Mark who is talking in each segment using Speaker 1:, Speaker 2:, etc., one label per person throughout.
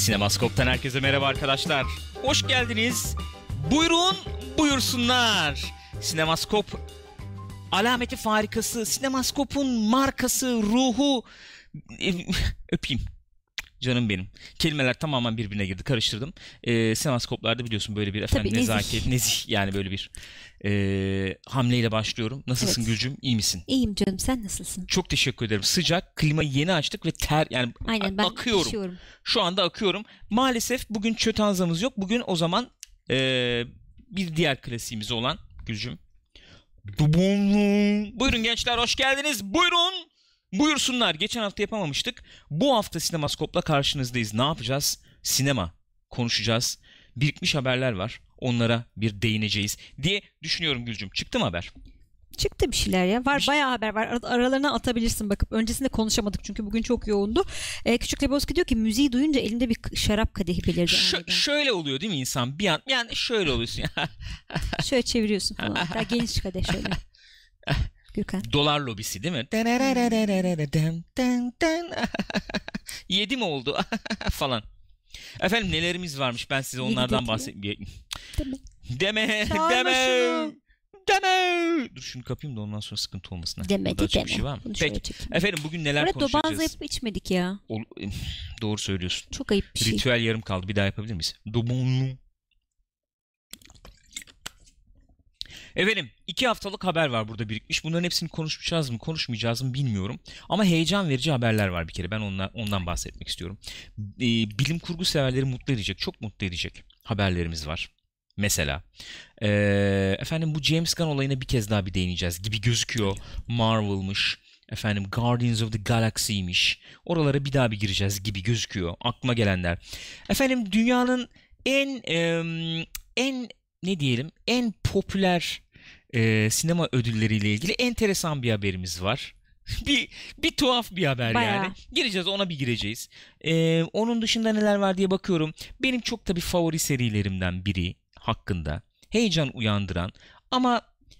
Speaker 1: Sinemaskop'tan herkese merhaba arkadaşlar. Hoş geldiniz. Buyurun, buyursunlar. Sinemaskop alameti farikası, Sinemaskop'un markası, ruhu. Öpeyim. Canım benim. Kelimeler tamamen birbirine girdi. Karıştırdım. Sinemaskoplarda biliyorsun böyle bir efendim nezaket, nezih yani böyle bir hamleyle başlıyorum. Nasılsın evet. Gülcüm? İyi misin?
Speaker 2: İyiyim canım. Sen nasılsın?
Speaker 1: Çok teşekkür ederim. Sıcak. Klimayı yeni açtık ve yani
Speaker 2: aynen, ben
Speaker 1: akıyorum.
Speaker 2: Pişiyorum.
Speaker 1: Şu anda akıyorum. Maalesef bugün çötanzamız yok. Bugün o zaman bir diğer klasiğimiz olan Gülcüm. Buyurun gençler, hoş geldiniz. Buyurun. Buyursunlar. Geçen hafta yapamamıştık. Bu hafta Sinemaskop'la karşınızdayız. Ne yapacağız? Sinema konuşacağız. Birikmiş haberler var. Onlara bir değineceğiz diye düşünüyorum Gülcüm. Çıktı mı haber?
Speaker 2: Çıktı bir şeyler ya. Var, bayağı haber var. Aralarına atabilirsin bakıp. Öncesinde konuşamadık çünkü bugün çok yoğundu. Küçük Lebowski diyor ki müziği duyunca elinde bir şarap kadehi belirdi.
Speaker 1: Şöyle oluyor değil mi insan? Bir an yani şöyle oluyorsun.
Speaker 2: Şöyle çeviriyorsun falan. Daha geniş kadeh şöyle. Gürkan.
Speaker 1: Dolar lobisi değil mi? Yedi mi oldu? falan. Efendim nelerimiz varmış, ben size onlardan bahsedeyim. Deme. Dur şunu kapayım da ondan sonra sıkıntı olmasın.
Speaker 2: Deme.
Speaker 1: Bir şey var mı? Peki. Efendim bugün neler konuşacağız?
Speaker 2: Dobanza yapıp içmedik ya.
Speaker 1: Doğru söylüyorsun.
Speaker 2: Çok ayıp bir şey.
Speaker 1: Ritüel yarım kaldı. Bir daha yapabilir miyiz? Efendim 2 haftalık haber var burada birikmiş. Bunların hepsini konuşacağız mı, konuşmayacağız mı bilmiyorum. Ama heyecan verici haberler var bir kere. Ben ondan bahsetmek istiyorum. Bilim kurgu severleri mutlu edecek, çok mutlu edecek haberlerimiz var. Mesela efendim bu James Gunn olayına bir kez daha bir değineceğiz gibi gözüküyor. Marvel'mış, efendim Guardians of the Galaxy'miş. Oralara bir daha bir gireceğiz gibi gözüküyor. Aklıma gelenler. Efendim dünyanın en ne diyelim, en popüler sinema ödülleriyle ilgili enteresan bir haberimiz var. bir tuhaf bir haber bayağı. Yani. Gireceğiz, ona bir gireceğiz. Onun dışında neler var diye bakıyorum. Benim çok tabii favori serilerimden biri hakkında heyecan uyandıran ama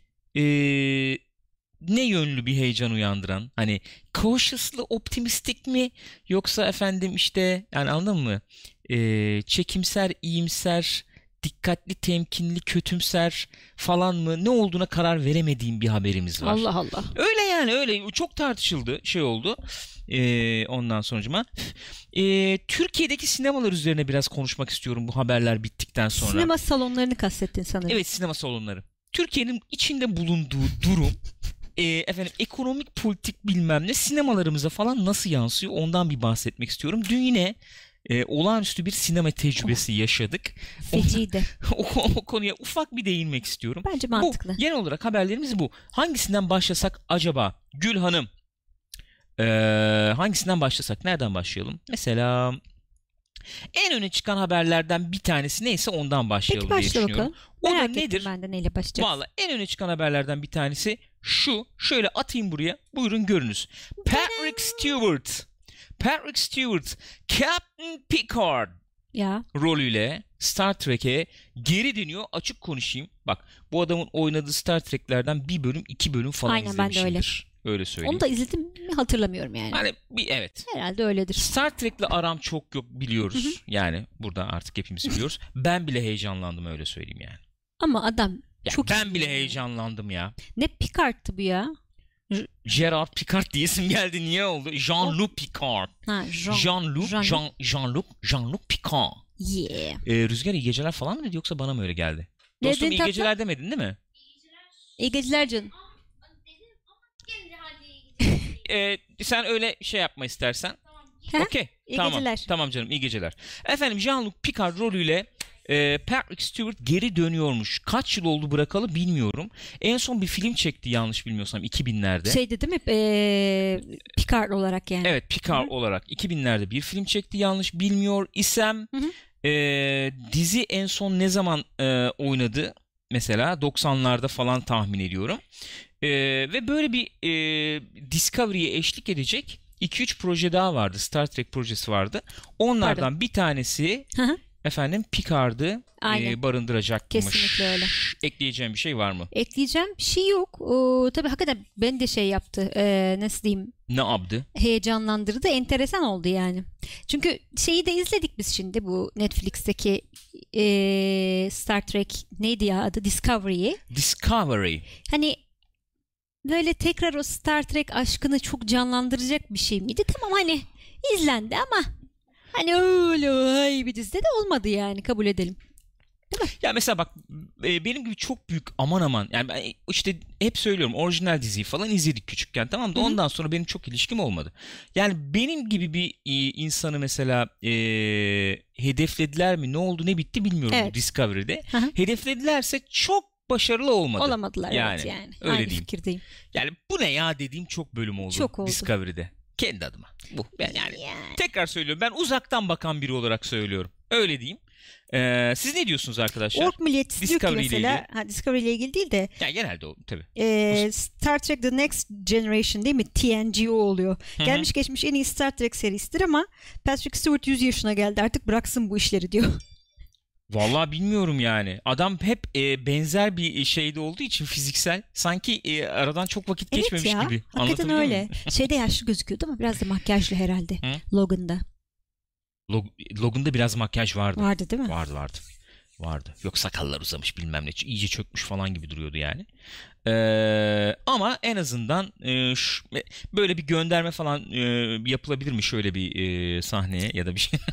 Speaker 1: ne yönlü bir heyecan uyandıran, hani cautiously optimistik mi yoksa efendim işte yani anladın mı, çekimser, iyimser, dikkatli, temkinli, kötümser falan mı, ne olduğuna karar veremediğim bir haberimiz var.
Speaker 2: Allah Allah.
Speaker 1: Öyle yani, öyle çok tartışıldı, şey oldu. Ondan sonucuma Türkiye'deki sinemalar üzerine biraz konuşmak istiyorum bu haberler bittikten sonra.
Speaker 2: Sinema salonlarını kastettin sanırım.
Speaker 1: Evet, sinema salonları. Türkiye'nin içinde bulunduğu durum efendim ekonomik, politik bilmem ne sinemalarımıza falan nasıl yansıyor, ondan bir bahsetmek istiyorum. Dün yine olağanüstü bir sinema tecrübesi yaşadık.
Speaker 2: Feciydi.
Speaker 1: O konuya ufak bir değinmek istiyorum.
Speaker 2: Bence mantıklı.
Speaker 1: Genel olarak haberlerimiz bu. Hangisinden başlasak acaba Gül Hanım? Hangisinden başlasak? Nereden başlayalım? Mesela en öne çıkan haberlerden bir tanesi neyse ondan başlayalım diye düşünüyorum. Bakalım. O
Speaker 2: Merak
Speaker 1: da nedir?
Speaker 2: Ben de neyle başlayacağız?
Speaker 1: Vallahi en öne çıkan haberlerden bir tanesi şu. Şöyle atayım buraya. Buyurun görünüz. Patrick Stewart, Captain Picard rolüyle Star Trek'e geri dönüyor. Açık konuşayım. Bak, bu adamın oynadığı Star Trek'lerden bir bölüm, 2 bölüm falan izlemişimdir.
Speaker 2: Ben de
Speaker 1: öyle söyleyeyim.
Speaker 2: Onu da izledim mi hatırlamıyorum yani.
Speaker 1: Hani evet.
Speaker 2: Herhalde öyledir.
Speaker 1: Star Trek'le aram çok yok, biliyoruz. Hı hı. Yani burada artık hepimiz biliyoruz. Ben bile heyecanlandım, öyle söyleyeyim yani.
Speaker 2: Ama adam
Speaker 1: ya
Speaker 2: çok
Speaker 1: ben bile heyecanlandım ya.
Speaker 2: Ne Picard'tı bu ya?
Speaker 1: Gerard Picard diyesim geldi. Niye oldu? Jean-Luc Picard. Jean-Luc Picard.
Speaker 2: Yeah.
Speaker 1: Rüzgar iyi geceler falan mı dedi, yoksa bana mı öyle geldi? Dostum iyi geceler demedin değil mi?
Speaker 2: İyi geceler canım.
Speaker 1: Sen öyle şey yapma istersen. Okey. Tamam canım, iyi geceler. Efendim Jean-Luc Picard rolüyle Patrick Stewart geri dönüyormuş. Kaç yıl oldu bırakalı bilmiyorum. En son bir film çekti yanlış bilmiyorsam 2000'lerde.
Speaker 2: Şeydi değil mi? Picard olarak yani.
Speaker 1: Evet, Picard olarak 2000'lerde bir film çekti yanlış bilmiyor isem. Dizi en son ne zaman oynadı? Mesela 90'larda falan tahmin ediyorum. Ve böyle bir Discovery'ye eşlik edecek 2-3 proje daha vardı. Star Trek projesi vardı. Onlardan bir tanesi efendim Picard'ı
Speaker 2: Aynen.
Speaker 1: barındıracakmış.
Speaker 2: Kesinlikle öyle.
Speaker 1: Ekleyeceğim bir şey var mı?
Speaker 2: Ekleyeceğim bir şey yok. Tabii hakikaten ben de şey yaptı. Nasıl diyeyim?
Speaker 1: Ne yaptı?
Speaker 2: Heyecanlandırdı. Enteresan oldu yani. Çünkü şeyi de izledik biz şimdi, bu Netflix'teki Star Trek neydi ya adı? Discovery'yi.
Speaker 1: Discovery.
Speaker 2: Hani böyle tekrar o Star Trek aşkını çok canlandıracak bir şey miydi? Tamam, hani izlendi ama hani öyle bir dizide de olmadı yani, kabul edelim.
Speaker 1: Ya mesela bak benim gibi çok büyük aman aman yani ben işte hep söylüyorum orijinal diziyi falan izledik küçükken, tamam da ondan sonra benim çok ilişkim olmadı. Yani benim gibi bir insanı mesela hedeflediler mi, ne oldu ne bitti bilmiyorum bu Discovery'de.
Speaker 2: Hı-hı.
Speaker 1: Hedefledilerse çok başarılı olmadı.
Speaker 2: Olamadılar yani, evet yani.
Speaker 1: Öyle
Speaker 2: Aynı
Speaker 1: diyeyim.
Speaker 2: Fikirdeyim.
Speaker 1: Yani bu ne ya dediğim çok bölüm oldu,
Speaker 2: çok oldu
Speaker 1: Discovery'de. Kendi adıma. Bu. Ben yani tekrar söylüyorum. Ben uzaktan bakan biri olarak söylüyorum. Öyle diyeyim. Siz ne diyorsunuz arkadaşlar?
Speaker 2: Ork Milliyeti diyor ki mesela, Discovery ile ilgili değil de
Speaker 1: ya genelde o tabii.
Speaker 2: Star Trek The Next Generation değil mi? TNG o oluyor.
Speaker 1: Hı-hı.
Speaker 2: Gelmiş geçmiş en iyi Star Trek serisidir ama Patrick Stewart 100 yaşına geldi, artık bıraksın bu işleri diyor.
Speaker 1: Vallahi bilmiyorum yani. Adam hep benzer bir şeyde olduğu için fiziksel sanki aradan çok vakit geçmemiş
Speaker 2: ya,
Speaker 1: gibi.
Speaker 2: Hakikaten öyle. Şeyde yaşlı gözüküyordu ama biraz da makyajlı herhalde. Logan'da.
Speaker 1: Logan'da biraz makyaj vardı.
Speaker 2: Vardı değil mi?
Speaker 1: Vardı. Yok, sakallar uzamış bilmem ne. İyice çökmüş falan gibi duruyordu yani. Ama en azından böyle bir gönderme falan yapılabilir mi şöyle bir sahneye ya da bir şey.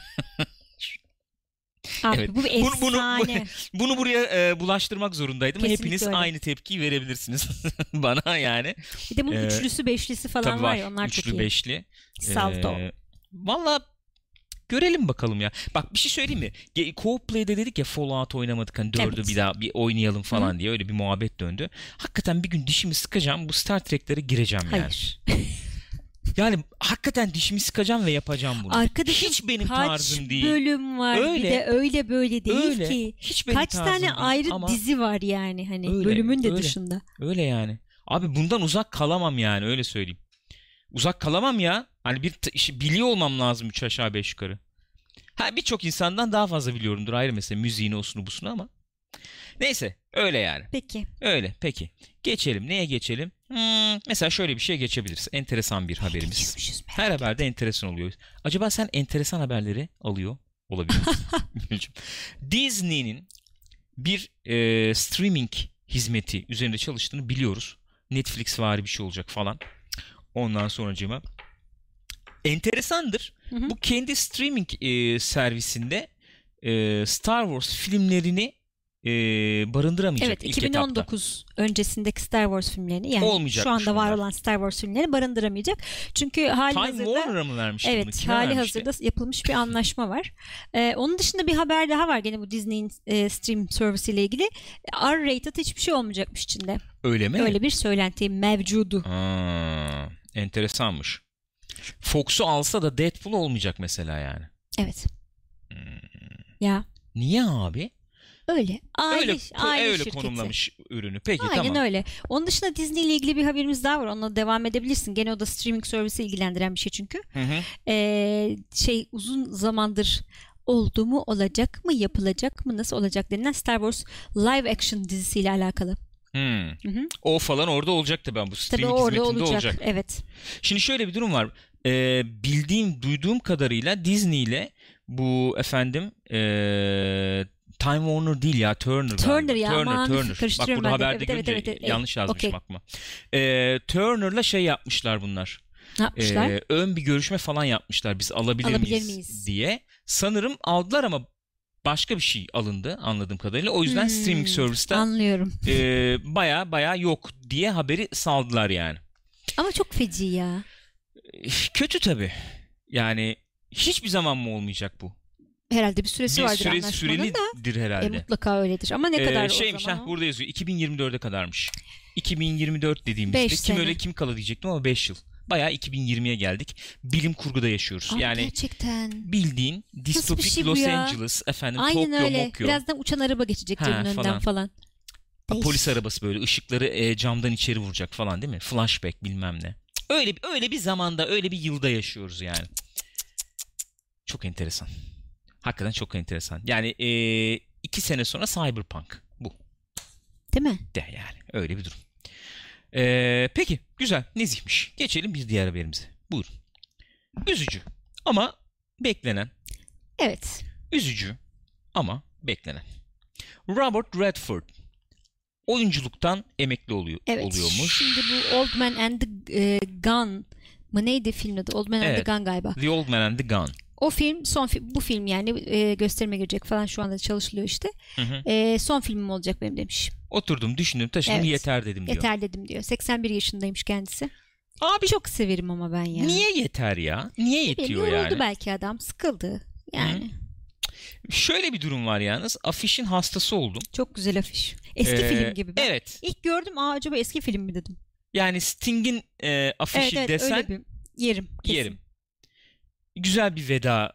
Speaker 2: Abi,
Speaker 1: evet.
Speaker 2: Bu bir efsane.
Speaker 1: Bunu buraya bulaştırmak zorundaydım.
Speaker 2: Kesinlikle
Speaker 1: hepiniz
Speaker 2: öyle.
Speaker 1: Aynı tepkiyi verebilirsiniz bana yani.
Speaker 2: Bir de bunun üçlüsü beşlisi falan var ya, onlar çok iyi.
Speaker 1: Üçlü beşli.
Speaker 2: Salto.
Speaker 1: Valla görelim bakalım ya. Bak bir şey söyleyeyim mi? Co-play'de dedik ya Fallout oynamadık. Hani 4'ü bir daha bir oynayalım falan diye öyle bir muhabbet döndü. Hakikaten bir gün dişimi sıkacağım. Bu Star Trek'lere gireceğim yani.
Speaker 2: Hayır.
Speaker 1: Yani hakikaten dişimi sıkacağım ve yapacağım bunu.
Speaker 2: Arkadaşım,
Speaker 1: hiç benim tarzım değil.
Speaker 2: Kaç bölüm var?
Speaker 1: Öyle.
Speaker 2: Bir de öyle böyle değil
Speaker 1: öyle.
Speaker 2: ki.
Speaker 1: Hiç benim
Speaker 2: kaç
Speaker 1: tarzım
Speaker 2: tane
Speaker 1: değil
Speaker 2: ayrı
Speaker 1: ama
Speaker 2: dizi var yani, hani
Speaker 1: öyle,
Speaker 2: bölümün de
Speaker 1: öyle.
Speaker 2: dışında.
Speaker 1: Öyle yani. Abi bundan uzak kalamam yani, öyle söyleyeyim. Uzak kalamam ya. Hani bir işi biliyor olmam lazım 3 aşağı 5 yukarı. Birçok insandan daha fazla biliyorumdur, ayrı mesele, müziğini osunu busunu ama. Neyse öyle yani.
Speaker 2: Peki.
Speaker 1: Öyle peki. Geçelim. Neye geçelim? Mesela şöyle bir şey geçebiliriz. Enteresan bir haberimiz. Her haberde enteresan oluyor. Acaba sen enteresan haberleri alıyor olabilir misin? Disney'nin bir streaming hizmeti üzerinde çalıştığını biliyoruz. Netflix vari bir şey olacak falan. Ondan sonracığıma enteresandır.
Speaker 2: Hı hı.
Speaker 1: Bu kendi streaming servisinde Star Wars filmlerini barındıramayacak
Speaker 2: Evet,
Speaker 1: ilk
Speaker 2: 2019 öncesindeki Star Wars filmlerini, yani
Speaker 1: olmayacak
Speaker 2: şu anda var
Speaker 1: bunlar.
Speaker 2: olan Star Wars filmlerini barındıramayacak. Çünkü hali
Speaker 1: Time
Speaker 2: hazırda
Speaker 1: Warner'a mı vermişti bunu?
Speaker 2: evet,
Speaker 1: Kime
Speaker 2: hali
Speaker 1: vermişti?
Speaker 2: hazırda yapılmış bir anlaşma var. Onun dışında bir haber daha var gene bu Disney'in stream servisiyle ilgili. R-rated hiçbir şey olmayacakmış içinde.
Speaker 1: Öyle mi?
Speaker 2: Öyle bir söylenti mevcudu.
Speaker 1: Enteresanmış. Fox'u alsa da Deadpool olmayacak mesela yani.
Speaker 2: Evet. Ya.
Speaker 1: Niye abi?
Speaker 2: Öyle. Aile
Speaker 1: öyle
Speaker 2: şirketi.
Speaker 1: konumlamış ürünü. Peki
Speaker 2: Aynen
Speaker 1: tamam.
Speaker 2: öyle. Onun dışında Disney ile ilgili bir haberimiz daha var. Onunla devam edebilirsin. Gene o da streaming servisi ilgilendiren bir şey çünkü. Uzun zamandır oldu mu, olacak mı, yapılacak mı, nasıl olacak denilen Star Wars live action dizisiyle alakalı. Hı-hı.
Speaker 1: O falan orada olacak tabii, bu streaming
Speaker 2: orada
Speaker 1: hizmetinde olacak.
Speaker 2: Evet.
Speaker 1: Şimdi şöyle bir durum var. Duyduğum kadarıyla Disney ile bu efendim Time Warner değil ya, Turner
Speaker 2: ya,
Speaker 1: Turner. Bak burada haberde
Speaker 2: evet,
Speaker 1: görünce
Speaker 2: evet.
Speaker 1: yanlış yazmışım
Speaker 2: Okay.
Speaker 1: aklıma. Turner'la şey yapmışlar bunlar.
Speaker 2: Ne yapmışlar?
Speaker 1: Ön bir görüşme falan yapmışlar, biz alabilir miyiz diye. Sanırım aldılar ama başka bir şey alındı anladığım kadarıyla. O yüzden streaming serviste
Speaker 2: anlıyorum.
Speaker 1: Baya yok diye haberi saldılar yani.
Speaker 2: Ama çok feci ya.
Speaker 1: Kötü tabii. Yani hiçbir zaman mı olmayacak bu?
Speaker 2: Herhalde bir süresi vardır anlaşmanın
Speaker 1: sürelidir herhalde.
Speaker 2: Mutlaka öyledir ama ne kadar o zaman?
Speaker 1: Burada yazıyor 2024'e kadarmış. 2024 dediğimizde kim kala diyecektim ama 5 yıl. Bayağı 2020'ye geldik. Bilim kurguda yaşıyoruz. Yani
Speaker 2: gerçekten
Speaker 1: bildiğin distopik
Speaker 2: şey
Speaker 1: Los Angeles, efendim
Speaker 2: aynen
Speaker 1: Tokyo,
Speaker 2: öyle.
Speaker 1: Mokyo.
Speaker 2: Birazdan uçan araba geçecek camın önünden falan.
Speaker 1: Polis arabası böyle ışıkları camdan içeri vuracak falan değil mi? Flashback bilmem ne. Öyle bir zamanda, öyle bir yılda yaşıyoruz yani. Çok enteresan. Hakikaten çok enteresan. Yani 2 sene sonra Cyberpunk bu.
Speaker 2: Değil mi?
Speaker 1: De yani öyle bir durum. Peki güzel, nezihmiş. Geçelim bir diğer haberimize. Buyurun. Üzücü ama beklenen.
Speaker 2: Evet.
Speaker 1: Üzücü ama beklenen. Robert Redford oyunculuktan emekli oluyormuş.
Speaker 2: Şimdi bu Old Man and the Gun mı neydi filmin adı? Old Man and the Gun galiba.
Speaker 1: The Old Man and the Gun.
Speaker 2: O film bu film yani gösterime girecek falan, şu anda çalışılıyor işte. Son filmim olacak benim demiş.
Speaker 1: Oturdum, düşündüm, taşındım, yeter dedim diyor.
Speaker 2: Yeter dedim diyor. 81 yaşındaymış kendisi.
Speaker 1: Abi
Speaker 2: çok severim ama ben ya.
Speaker 1: Niye yeter ya? Niye yetiyor yani?
Speaker 2: Yoruldu belki adam, sıkıldı yani.
Speaker 1: Şöyle bir durum var yalnız. Afişin hastası oldum.
Speaker 2: Çok güzel afiş. Eski film gibi.
Speaker 1: Evet.
Speaker 2: İlk gördüm, acaba eski film mi dedim.
Speaker 1: Yani Sting'in afişi desen
Speaker 2: öyle bir yerim. Kesin.
Speaker 1: Yerim. Güzel bir veda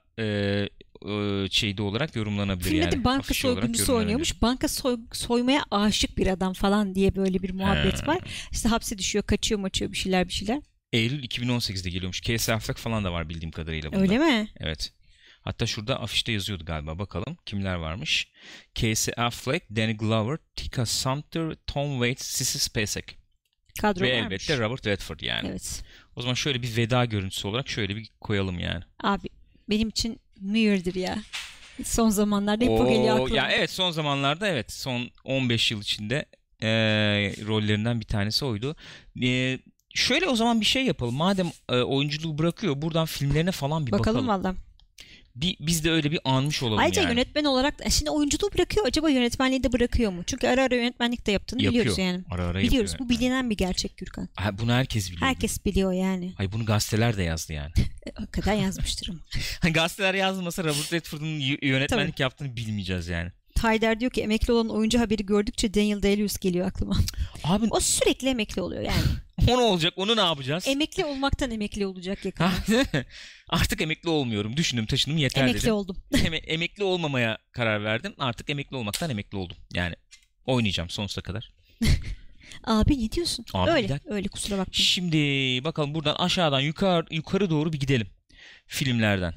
Speaker 1: şeyde olarak yorumlanabilir.
Speaker 2: Filmde
Speaker 1: yani.
Speaker 2: de banka soyguncusu oynuyormuş. Banka soymaya aşık bir adam falan diye böyle bir muhabbet var. İşte hapse düşüyor, kaçıyor maçıyor, bir şeyler.
Speaker 1: Eylül 2018'de geliyormuş. Casey Affleck falan da var bildiğim kadarıyla bunda.
Speaker 2: Öyle mi?
Speaker 1: Evet. Hatta şurada afişte yazıyordu galiba. Bakalım kimler varmış. Casey Affleck, Danny Glover, Tika Sumpter, Tom Waits, Sissy Spacek.
Speaker 2: Kadro
Speaker 1: ve
Speaker 2: varmış.
Speaker 1: elbette Robert Redford yani.
Speaker 2: Evet.
Speaker 1: O zaman şöyle bir veda görüntüsü olarak şöyle bir koyalım yani.
Speaker 2: Abi benim için Mühür'dür ya. Son zamanlarda hep o geliyor aklıma.
Speaker 1: Ya evet, son zamanlarda evet. Son 15 yıl içinde rollerinden bir tanesi oydu. Şöyle o zaman bir şey yapalım. Madem oyunculuğu bırakıyor, buradan filmlerine falan bir bakalım.
Speaker 2: Bakalım valla.
Speaker 1: Biz de öyle bir anmış olalım.
Speaker 2: Ayrıca
Speaker 1: yani.
Speaker 2: Yönetmen olarak da, şimdi oyunculuğu bırakıyor, acaba yönetmenliği de bırakıyor mu? Çünkü ara ara yönetmenlik de yaptığını biliyoruz yani.
Speaker 1: Ara
Speaker 2: biliyoruz. Bu bilinen bir gerçek Gürkan.
Speaker 1: Bunu herkes biliyor.
Speaker 2: Herkes biliyor yani.
Speaker 1: Hayır, bunu gazeteler de yazdı yani.
Speaker 2: Hakikaten yazmıştır ama.
Speaker 1: Gazeteler yazmasa Robert Redford'un yönetmenlik yaptığını bilmeyeceğiz yani.
Speaker 2: Haydar diyor ki emekli olan oyuncu haberi gördükçe Daniel Day-Lewis geliyor aklıma. Abi, o sürekli emekli oluyor yani.
Speaker 1: O ne olacak? Onu ne yapacağız?
Speaker 2: Emekli olmaktan emekli olacak yakında.
Speaker 1: Artık emekli olmuyorum. Düşündüm, taşındım, yeter
Speaker 2: emekli
Speaker 1: dedim.
Speaker 2: Oldum.
Speaker 1: Emekli olmamaya karar verdim. Artık emekli olmaktan emekli oldum. Yani oynayacağım sonsuza kadar.
Speaker 2: Abi ne diyorsun?
Speaker 1: Abi,
Speaker 2: öyle kusura bakma.
Speaker 1: Şimdi bakalım buradan aşağıdan yukarı doğru bir gidelim. Filmlerden.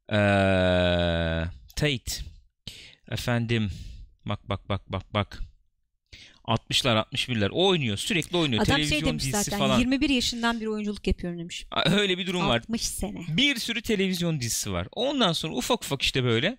Speaker 1: Tate. Efendim. Bak. 60'lar 61'ler oynuyor, sürekli oynuyor.
Speaker 2: Adam
Speaker 1: televizyon
Speaker 2: demiş
Speaker 1: dizisi
Speaker 2: zaten,
Speaker 1: falan.
Speaker 2: 21 yaşından beri oyunculuk yapıyorum demiş.
Speaker 1: Öyle bir durum var.
Speaker 2: 60 sene.
Speaker 1: Bir sürü televizyon dizisi var. Ondan sonra ufak işte böyle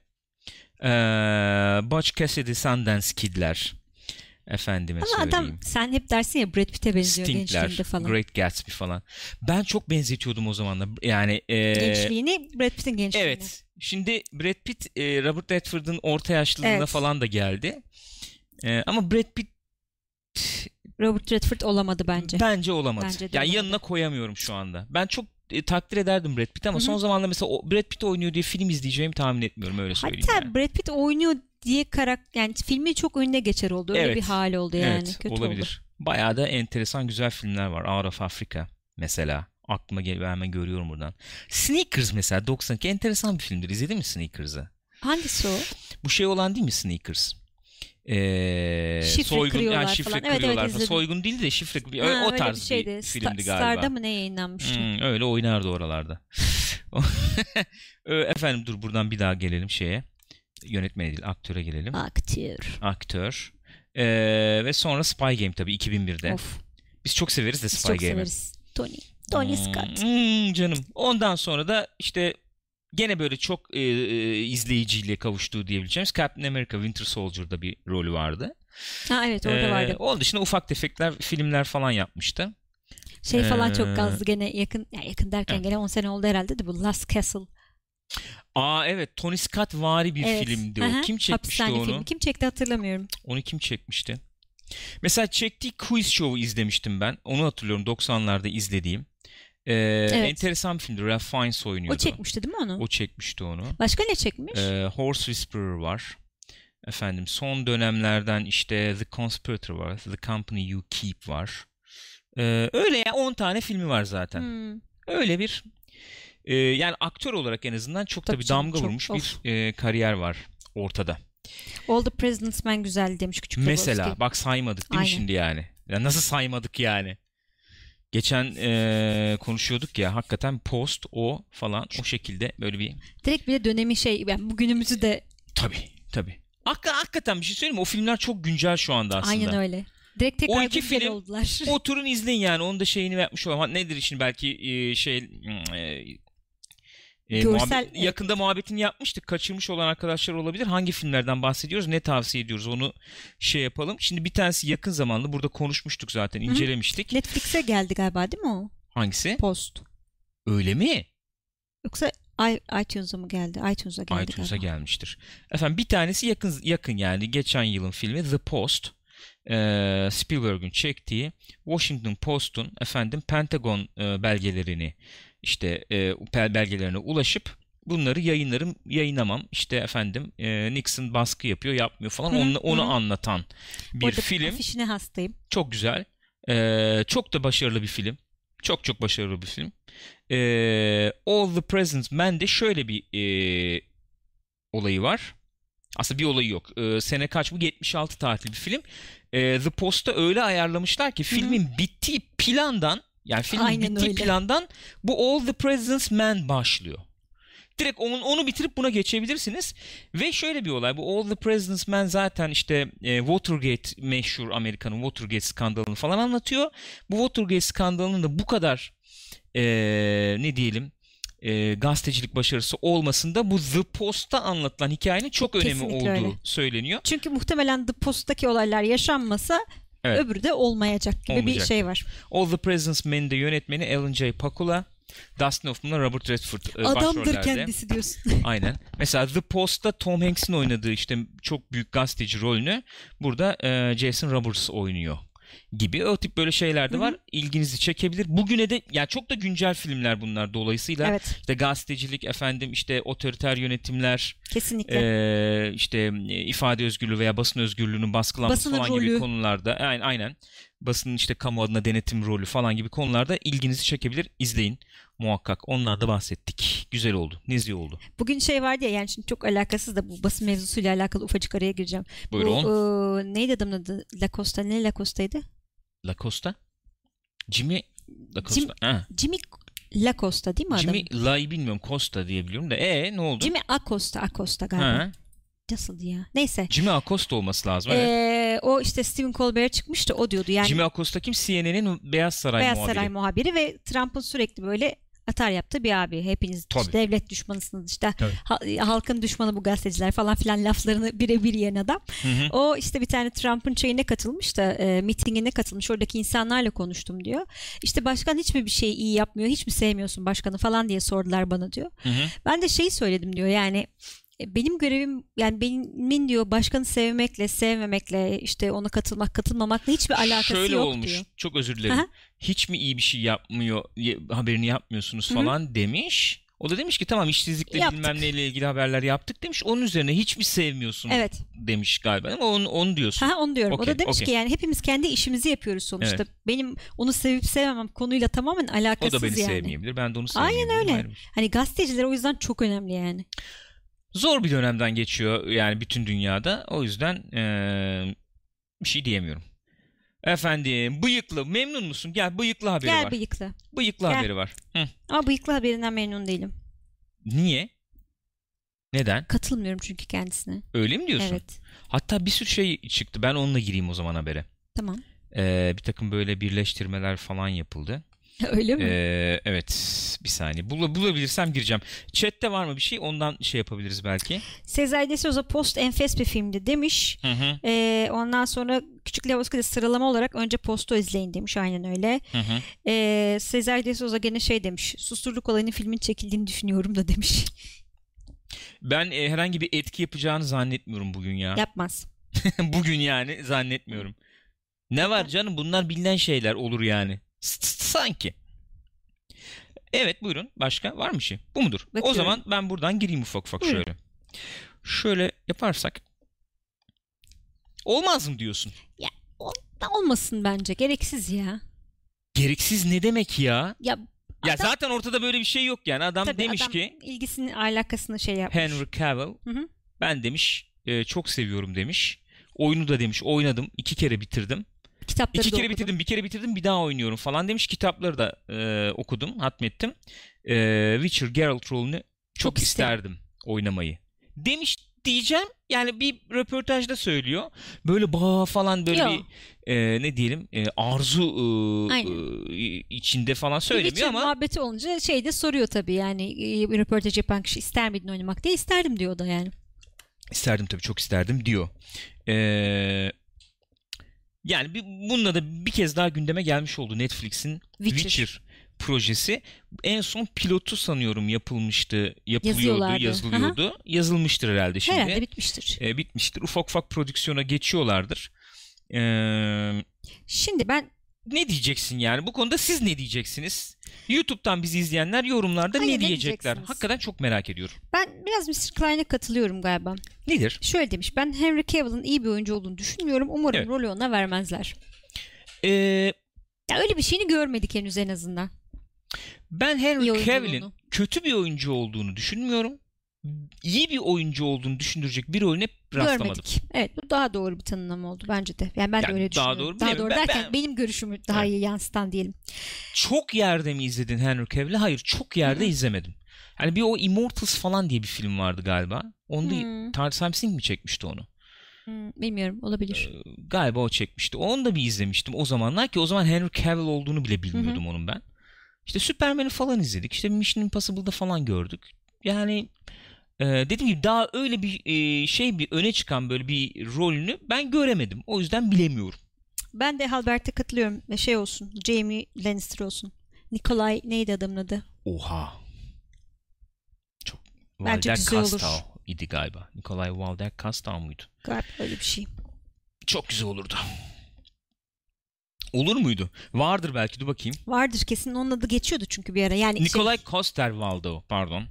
Speaker 1: Butch Cassidy, Sundance Kid'ler. Efendime
Speaker 2: ama
Speaker 1: söyleyeyim.
Speaker 2: adam, sen hep dersin ya Brad Pitt'e benziyor gençliğinde falan.
Speaker 1: Great Gatsby falan. Ben çok benzetiyordum o zamanlar. Yani
Speaker 2: gençliğini Brad Pitt'in gençliğini.
Speaker 1: Evet. Şimdi Brad Pitt Robert Redford'un orta yaşlılığına falan da geldi. Ama Brad Pitt
Speaker 2: Robert Redford olamadı bence.
Speaker 1: Bence olamadı.
Speaker 2: Bence
Speaker 1: yani yanına koyamıyorum şu anda. Ben çok takdir ederdim Brad Pitt ama son zamanlarda mesela Brad Pitt oynuyor diye film izleyeceğimi tahmin etmiyorum, öyle söyleyeyim.
Speaker 2: Hatta
Speaker 1: yani.
Speaker 2: Brad Pitt oynuyor diye yani filmi çok önüne geçer oldu. Öyle bir hal oldu yani.
Speaker 1: Evet,
Speaker 2: kötü
Speaker 1: olabilir.
Speaker 2: oldu.
Speaker 1: Bayağı da enteresan güzel filmler var. Out of Africa mesela. Aklıma geliyor, hemen görüyorum buradan. Sneakers mesela 92 enteresan bir filmdir. İzledin mi Sneakers'ı?
Speaker 2: Hangisi o?
Speaker 1: Bu şey olan değil mi Sneakers?
Speaker 2: Şifre
Speaker 1: soygun,
Speaker 2: kırıyorlar
Speaker 1: yani şifre
Speaker 2: falan.
Speaker 1: kırıyorlar.
Speaker 2: Evet,
Speaker 1: soygun değil de şifre, o tarz bir filmdi galiba.
Speaker 2: Star'da mı ne yayınlanmıştı?
Speaker 1: Öyle oynardı oralarda. Efendim dur, buradan bir daha gelelim şeye. Yönetmene değil, aktöre gelelim. Aktör. Ve sonra Spy Game tabii 2001'de.
Speaker 2: Of.
Speaker 1: Biz çok severiz de Spy Game'i. Biz çok severiz.
Speaker 2: Tony Scott.
Speaker 1: Canım. Ondan sonra da işte gene böyle çok izleyiciyle kavuştuğu diyebileceğimiz Captain America Winter Soldier'da bir rolü vardı.
Speaker 2: Ha evet, orada vardı.
Speaker 1: Onun dışında ufak tefekler filmler falan yapmıştı.
Speaker 2: Falan çok gazlı gene, yakın derken gene 10 sene oldu herhalde de, bu Last Castle.
Speaker 1: Evet, Tony Scott vari bir filmdi o. Kim çekmişti
Speaker 2: hapishane
Speaker 1: onu?
Speaker 2: Filmi. Kim çekti hatırlamıyorum.
Speaker 1: Onu kim çekmişti? Mesela çektiği Quiz Show'u izlemiştim ben. Onu hatırlıyorum 90'larda izlediğim. Enteresan bir filmdi. Ralph Fiennes oynuyordu.
Speaker 2: O çekmişti değil mi onu?
Speaker 1: O çekmişti onu.
Speaker 2: Başka ne çekmiş?
Speaker 1: Horse Whisperer var. Efendim son dönemlerden işte The Conspirator var. The Company You Keep var. Öyle ya, 10 tane filmi var zaten. Öyle bir yani aktör olarak en azından çok tabii damga vurmuş bir kariyer var ortada.
Speaker 2: All the President's Men güzeldi demiş Küçük Lebowski.
Speaker 1: Mesela bak saymadık değil mi şimdi yani? Ya nasıl saymadık yani? Geçen konuşuyorduk ya, hakikaten Post o falan o şekilde böyle bir.
Speaker 2: Direkt bir de dönemi yani bugünümüzü de.
Speaker 1: Tabii. Hakikaten bir şey söyleyeyim mi? O filmler çok güncel şu anda aslında.
Speaker 2: Aynen öyle. Direkt tekrar
Speaker 1: o iki
Speaker 2: güncel
Speaker 1: film
Speaker 2: oldular.
Speaker 1: oturun izleyin yani. Onun da şeyini yapmış olalım. Nedir için belki
Speaker 2: Görsel,
Speaker 1: yakında muhabbetini yapmıştık. Kaçırmış olan arkadaşlar olabilir. Hangi filmlerden bahsediyoruz? Ne tavsiye ediyoruz? Onu yapalım. Şimdi bir tanesi yakın zamanlı. Burada konuşmuştuk zaten. İncelemiştik.
Speaker 2: Netflix'e geldi galiba değil mi o?
Speaker 1: Hangisi?
Speaker 2: Post.
Speaker 1: Öyle mi?
Speaker 2: Yoksa iTunes'a mı geldi? iTunes'a geldi
Speaker 1: iTunes'a
Speaker 2: galiba.
Speaker 1: Gelmiştir. Efendim bir tanesi yakın yani. Geçen yılın filmi The Post. Spielberg'ün çektiği, Washington Post'un Pentagon belgelerini belgelerine ulaşıp bunları yayınlamam Nixon baskı yapıyor yapmıyor falan onu anlatan bir film.
Speaker 2: Afişine hastayım.
Speaker 1: Çok güzel. Çok da başarılı bir film. Çok başarılı bir film. All the President's Men'de şöyle bir olayı var. Aslında bir olayı yok. Sene kaç bu? 76 tarihli bir film. The Post'ta öyle ayarlamışlar ki filmin bittiği plandan, yani plandan bu All the President's Men başlıyor. Direkt onu bitirip buna geçebilirsiniz. Ve şöyle bir olay. Bu All the President's Men zaten Watergate, meşhur Amerika'nın Watergate skandalını falan anlatıyor. Bu Watergate skandalının da bu kadar gazetecilik başarısı olmasında bu The Post'ta anlatılan hikayenin çok önemi olduğu söyleniyor.
Speaker 2: Çünkü muhtemelen The Post'taki olaylar yaşanmasa öbürü de olmayacak gibi bir şey var.
Speaker 1: All the President's Men'de yönetmeni Alan J. Pakula, Dustin Hoffman'la Robert Redford başrollerde.
Speaker 2: Adamdır kendisi diyorsun.
Speaker 1: Aynen. Mesela The Post'ta Tom Hanks'in oynadığı çok büyük gazeteci rolünü burada Jason Robards oynuyor gibi. O tip böyle şeyler de var. İlginizi çekebilir. Bugüne de yani çok da güncel filmler bunlar dolayısıyla. Gazetecilik, otoriter yönetimler,
Speaker 2: kesinlikle.
Speaker 1: İfade özgürlüğü veya basın özgürlüğünün baskılanması falan gibi konularda. Aynen. Basının kamu adına denetim rolü falan gibi konularda ilginizi çekebilir. İzleyin muhakkak. Ondan da bahsettik. Güzel oldu. Nezih oldu.
Speaker 2: Bugün vardı ya, yani şimdi çok alakasız da bu basın mevzusuyla alakalı ufacık araya gireceğim.
Speaker 1: Buyurun.
Speaker 2: Neydi adamın adı? Lacosta. Ne Lacosta'ydı?
Speaker 1: Lacosta? Jimmy Lacosta.
Speaker 2: Jimmy Lacosta değil mi adam?
Speaker 1: Jimmy La'yı bilmiyorum. Costa diye biliyorum da. Ne oldu?
Speaker 2: Jimmy Acosta galiba. Nasıldı ya? Neyse.
Speaker 1: Jimmy Acosta olması lazım. Evet.
Speaker 2: O Stephen Colbert'e çıkmıştı. O diyordu yani.
Speaker 1: Jimmy Acosta kim? CNN'in Beyaz Saray
Speaker 2: muhabiri ve Trump'ın sürekli böyle atar yaptığı bir abi. Hepiniz devlet düşmanısınız halkın düşmanı bu gazeteciler falan filan laflarını birebir yiyen adam. O bir tane Trump'ın şeyine katılmış da mitingine katılmış. Oradaki insanlarla konuştum diyor. Başkan hiçbir şey iyi yapmıyor. Hiç mi sevmiyorsun başkanı falan diye sordular bana diyor. Ben de söyledim diyor yani. Benim görevim yani benim diyor başkanı sevmekle sevmemekle ona katılmamakla hiçbir alakası
Speaker 1: şöyle
Speaker 2: yok
Speaker 1: olmuş,
Speaker 2: diyor.
Speaker 1: Çok özür dilerim. Hiç mi iyi bir şey yapmıyor, haberini yapmıyorsunuz falan demiş. O da demiş ki tamam işsizlikle bilmem neyle ilgili haberler yaptık demiş. Onun üzerine hiç mi sevmiyorsun demiş galiba. Ama onu diyorsun.
Speaker 2: Onu diyorum. O da demiş ki yani hepimiz kendi işimizi yapıyoruz sonuçta. Evet. Benim onu sevip sevmemem konuyla tamamen alakasız yani.
Speaker 1: O da beni sevmeyebilir. Ben de onu sevmeyebilirim.
Speaker 2: Aynen öyle. Hani gazeteciler o yüzden çok önemli yani.
Speaker 1: Zor bir dönemden geçiyor yani bütün dünyada. O yüzden bir şey diyemiyorum. Efendim bıyıklı memnun musun? Gel bıyıklı haberi var.
Speaker 2: Gel bıyıklı.
Speaker 1: Bıyıklı haberi var.
Speaker 2: Ama bıyıklı haberinden memnun değilim.
Speaker 1: Niye? Neden?
Speaker 2: Katılmıyorum çünkü kendisine.
Speaker 1: Öyle mi diyorsun?
Speaker 2: Evet.
Speaker 1: Hatta bir sürü şey çıktı. Ben onunla gireyim o zaman habere.
Speaker 2: Tamam.
Speaker 1: Bir takım böyle birleştirmeler falan yapıldı.
Speaker 2: Öyle mi?
Speaker 1: Evet. Bir saniye. Bulabilirsem gireceğim. Chat'te var mı bir şey? Ondan yapabiliriz belki.
Speaker 2: Cesar de Souza Post enfes bir filmdi demiş. Ondan sonra Küçük Lebowski'de sıralama olarak önce Post'u izleyin demiş. Aynen öyle. Cesar de Souza gene demiş. Susturluk olayının filmin çekildiğini düşünüyorum da demiş.
Speaker 1: Ben herhangi bir etki yapacağını zannetmiyorum bugün ya.
Speaker 2: Yapmaz.
Speaker 1: Bugün yani zannetmiyorum. Ne var canım? Bunlar bilinen şeyler olur yani. Sanki. Evet buyurun. Başka var mı şey? Bu mudur? Bakıyorum. O zaman ben buradan gireyim ufak şöyle. Şöyle yaparsak. Olmaz mı diyorsun?
Speaker 2: Ya olmasın bence. Gereksiz ya.
Speaker 1: Gereksiz ne demek ya?
Speaker 2: Ya
Speaker 1: zaten ortada böyle bir şey yok yani. Adam demiş ki
Speaker 2: ilgisini alakasını yapmış.
Speaker 1: Henry Cavill ben demiş çok seviyorum demiş. Oyunu da demiş oynadım. 2 kere bitirdim.
Speaker 2: Kitapları
Speaker 1: 2
Speaker 2: da
Speaker 1: kere
Speaker 2: okudum.
Speaker 1: bitirdim, bir kere bitirdim, bir daha oynuyorum falan demiş. Kitapları da okudum, hatmettim. Witcher Geralt rolünü çok isterdim oynamayı demiş diyeceğim. Yani bir röportajda söylüyor. Böyle falan böyle bir ne diyelim arzu içinde falan söylemiyor ama.
Speaker 2: Muhabbeti olunca şeyde soruyor tabii yani bir röportaj yapan kişi ister miydin oynamak diye. İsterdim diyor o da yani.
Speaker 1: İsterdim tabii, çok isterdim diyor. Yani bununla da bir kez daha gündeme gelmiş oldu Netflix'in Witcher projesi. En son pilotu sanıyorum yazılıyordu. Aha. Yazılmıştır herhalde şimdi.
Speaker 2: Herhalde bitmiştir.
Speaker 1: Bitmiştir. Ufak ufak prodüksiyona geçiyorlardır.
Speaker 2: Şimdi ben...
Speaker 1: Ne diyeceksin yani? Bu konuda siz ne diyeceksiniz? YouTube'dan bizi izleyenler yorumlarda ne diyecekler? Hakikaten çok merak ediyorum.
Speaker 2: Ben biraz Mr. Klein'e katılıyorum galiba.
Speaker 1: Nedir?
Speaker 2: Şöyle demiş. Ben Henry Cavill'ın iyi bir oyuncu olduğunu düşünmüyorum. Umarım rolü ona vermezler. Ya öyle bir şeyini görmedik henüz en azından.
Speaker 1: Ben Henry Cavill'in kötü bir oyuncu olduğunu düşünmüyorum. İyi bir oyuncu olduğunu düşündürecek bir rolüne rastlamadım.
Speaker 2: Görmedik. Evet, bu daha doğru bir tanımlama oldu bence de. Yani ben de öyle düşünüyorum. Daha doğru derken benim görüşümü daha iyi yansıtan diyelim.
Speaker 1: Çok yerde mi izledin Henry Cavill'i? Hayır, çok yerde izlemedim. Yani bir o Immortals falan diye bir film vardı galiba. Onda Sam Singh mi çekmişti onu?
Speaker 2: Bilmiyorum, olabilir.
Speaker 1: Galiba o çekmişti. Onu da bir izlemiştim o zamanlar ki o zaman Henry Cavill olduğunu bile bilmiyordum onun ben. İşte Superman'i falan izledik. İşte Mission Impossible'da falan gördük. Yani dediğim gibi daha öyle bir bir öne çıkan böyle bir rolünü ben göremedim. O yüzden bilemiyorum.
Speaker 2: Ben de Halbert'e katılıyorum. Olsun. Jaime Lannister olsun. Nikolay neydi adamın adı?
Speaker 1: Oha. Çok.
Speaker 2: Bence güzel olur.
Speaker 1: idi galiba. Nikolay Walder Castow muydu?
Speaker 2: Galiba öyle bir şey.
Speaker 1: Çok güzel olurdu. Olur muydu? Vardır belki, dur bakayım.
Speaker 2: Vardır kesin, onun adı geçiyordu çünkü bir ara. Yani
Speaker 1: Nikolay Coster-Waldau, pardon.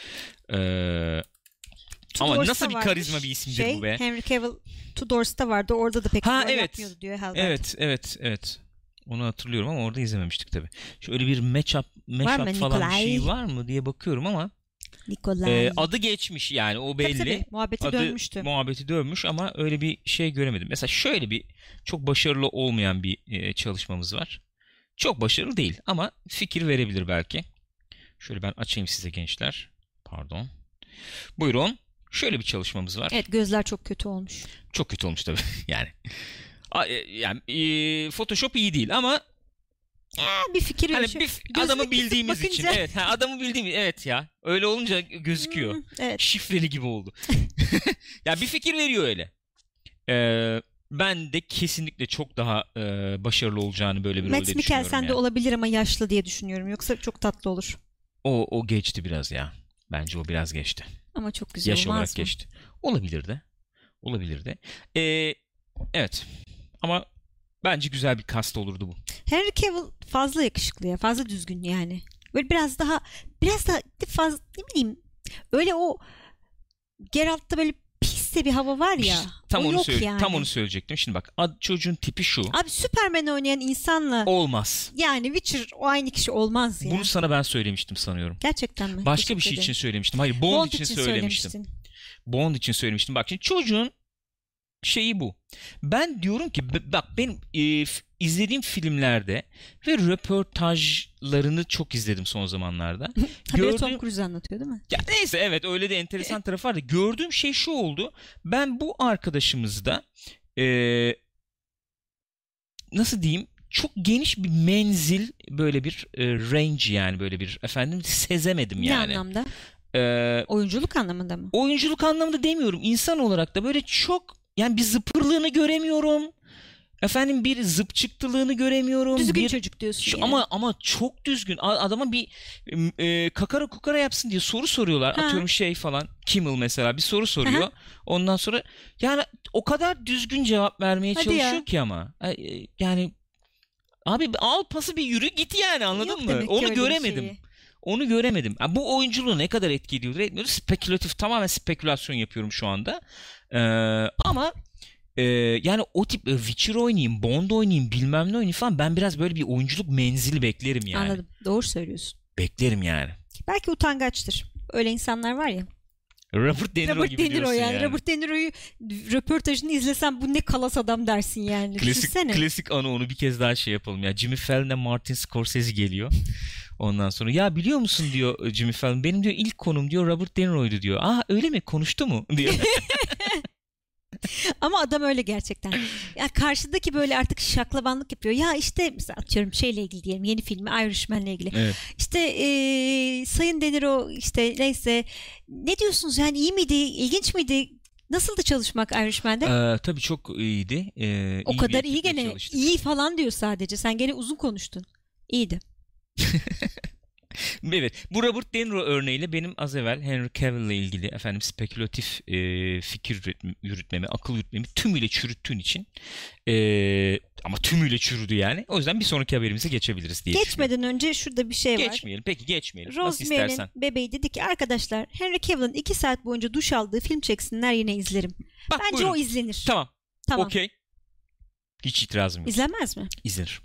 Speaker 1: Ama nasıl bir karizma bir isimdir bu be.
Speaker 2: Henry Cavill Tudors'ta vardı. Orada da pek yapmıyordu diyor Halbert.
Speaker 1: Evet. Onu hatırlıyorum ama orada izlememiştik tabii. Şöyle bir match-up falan bir şey var mı diye bakıyorum ama
Speaker 2: Nikolay.
Speaker 1: Adı geçmiş yani, o belli.
Speaker 2: Tabii.
Speaker 1: Muhabbeti dönmüş ama öyle bir şey göremedim. Mesela şöyle bir çok başarılı olmayan bir çalışmamız var. Çok başarılı değil ama fikir verebilir belki. Şöyle ben açayım size gençler. Pardon. Buyurun. Şöyle bir çalışmamız var.
Speaker 2: Evet, gözler çok kötü olmuş.
Speaker 1: Çok kötü olmuş tabii yani. Photoshop iyi değil ama
Speaker 2: bir fikir
Speaker 1: hani adamı bildiğimiz için. Evet, adamı bildiğimiz. Evet ya. Öyle olunca gözüküyor.
Speaker 2: Evet.
Speaker 1: Şifreli gibi oldu. Ya bir fikir veriyor öyle. Ben de kesinlikle çok daha başarılı olacağını böyle bir rolde düşünüyorum.
Speaker 2: Mads Mikkelsen de olabilir ama yaşlı diye düşünüyorum. Yoksa çok tatlı olur.
Speaker 1: O geçti biraz ya. Bence o biraz geçti.
Speaker 2: Ama çok güzel
Speaker 1: yaş
Speaker 2: olmaz
Speaker 1: olarak
Speaker 2: mı?
Speaker 1: Geçti. Olabilir de. Evet. Ama bence güzel bir cast olurdu bu.
Speaker 2: Henry Cavill fazla yakışıklı ya. Fazla düzgün yani. Böyle biraz daha fazla, ne bileyim. Öyle o Geralt'ta böyle pis de bir hava var ya.
Speaker 1: Tam onu söyleyecektim. Şimdi bak, çocuğun tipi şu.
Speaker 2: Abi Superman oynayan insanla
Speaker 1: olmaz.
Speaker 2: Yani Witcher o aynı kişi olmaz ya.
Speaker 1: Bunu sana ben söylemiştim sanıyorum.
Speaker 2: Gerçekten mi?
Speaker 1: Başka bir şey için söylemiştim. Hayır, Bond için söylemiştim. Bond için söylemiştim. Bak şimdi çocuğun şeyi bu. Ben diyorum ki bak, benim izlediğim filmlerde ve röportajlarını çok izledim son zamanlarda.
Speaker 2: Tom Cruise anlatıyor değil mi?
Speaker 1: Ya neyse, evet, öyle de enteresan tarafı vardı. Gördüğüm şey şu oldu. Ben bu arkadaşımızda nasıl diyeyim, çok geniş bir menzil, böyle bir range, yani böyle bir sezemedim yani.
Speaker 2: Ne anlamda? Oyunculuk anlamında mı?
Speaker 1: Oyunculuk anlamında demiyorum. İnsan olarak da böyle çok, yani bir zıpırlığını göremiyorum. Bir zıpçıktılığını göremiyorum.
Speaker 2: Düzgün çocuk diyorsun yani.
Speaker 1: Ama çok düzgün. Adama bir kakara kukara yapsın diye soru soruyorlar. Atıyorum falan. Kimmel mesela bir soru soruyor. Ondan sonra yani o kadar düzgün cevap vermeye çalışıyor ki ama. Yani abi al pası bir yürü git yani, anladın mı? Onu göremedim. Onu göremedim. Yani bu oyunculuğu ne kadar etkiliyordur etmiyordur. Spekülatif, tamamen spekülasyon yapıyorum şu anda. Ama yani o tip Witcher oynayayım, Bond oynayayım, bilmem ne oynayayım falan, ben biraz böyle bir oyunculuk menzili beklerim yani.
Speaker 2: Anladım. Doğru söylüyorsun.
Speaker 1: Beklerim yani.
Speaker 2: Belki utangaçtır. Öyle insanlar var ya.
Speaker 1: Robert De Niro gibi diyorsun yani.
Speaker 2: Robert De Niro'yu röportajını izlesen bu ne kalas adam dersin yani.
Speaker 1: Klasik anı, onu bir kez daha şey yapalım ya. Jimmy Fallon'la Martin Scorsese geliyor. Ondan sonra ya biliyor musun diyor Jimmy Fallon, benim diyor ilk konum diyor Robert De Niro'ydu diyor. Aa öyle mi, konuştu mu diyor.
Speaker 2: Ama adam öyle gerçekten. Ya karşıdaki böyle artık şaklabanlık yapıyor. Ya işte mesela atıyorum şeyle ilgili diyelim, yeni filmi Irishman'le ilgili.
Speaker 1: Evet.
Speaker 2: İşte Sayın De Niro işte neyse ne diyorsunuz yani, iyi miydi? İlginç miydi? Nasıldı çalışmak Irishman'de?
Speaker 1: Tabii çok iyiydi.
Speaker 2: O kadar iyi gene. Çalıştık. İyi falan diyor sadece. Sen gene uzun konuştun. İyiydi.
Speaker 1: Evet. Bu Robert De Niro örneğiyle benim az evvel Henry Cavill ile ilgili spekülatif fikir yürütmemi, akıl yürütmemi tümüyle çürüttüğün için ama tümüyle çürüdü yani. O yüzden bir sonraki haberimize geçebiliriz diye
Speaker 2: Geçmeden önce şurada bir şey var.
Speaker 1: Geçmeyelim. Peki geçmeyelim.
Speaker 2: Rosemary'nin bebeği dedi ki arkadaşlar Henry Cavill'ın 2 saat boyunca duş aldığı film çeksinler, yine izlerim.
Speaker 1: Bak,
Speaker 2: bence
Speaker 1: buyurun.
Speaker 2: O izlenir.
Speaker 1: Tamam.
Speaker 2: Tamam.
Speaker 1: Okey. Hiç itirazım yok.
Speaker 2: İzlenmez mi?
Speaker 1: İzlenir.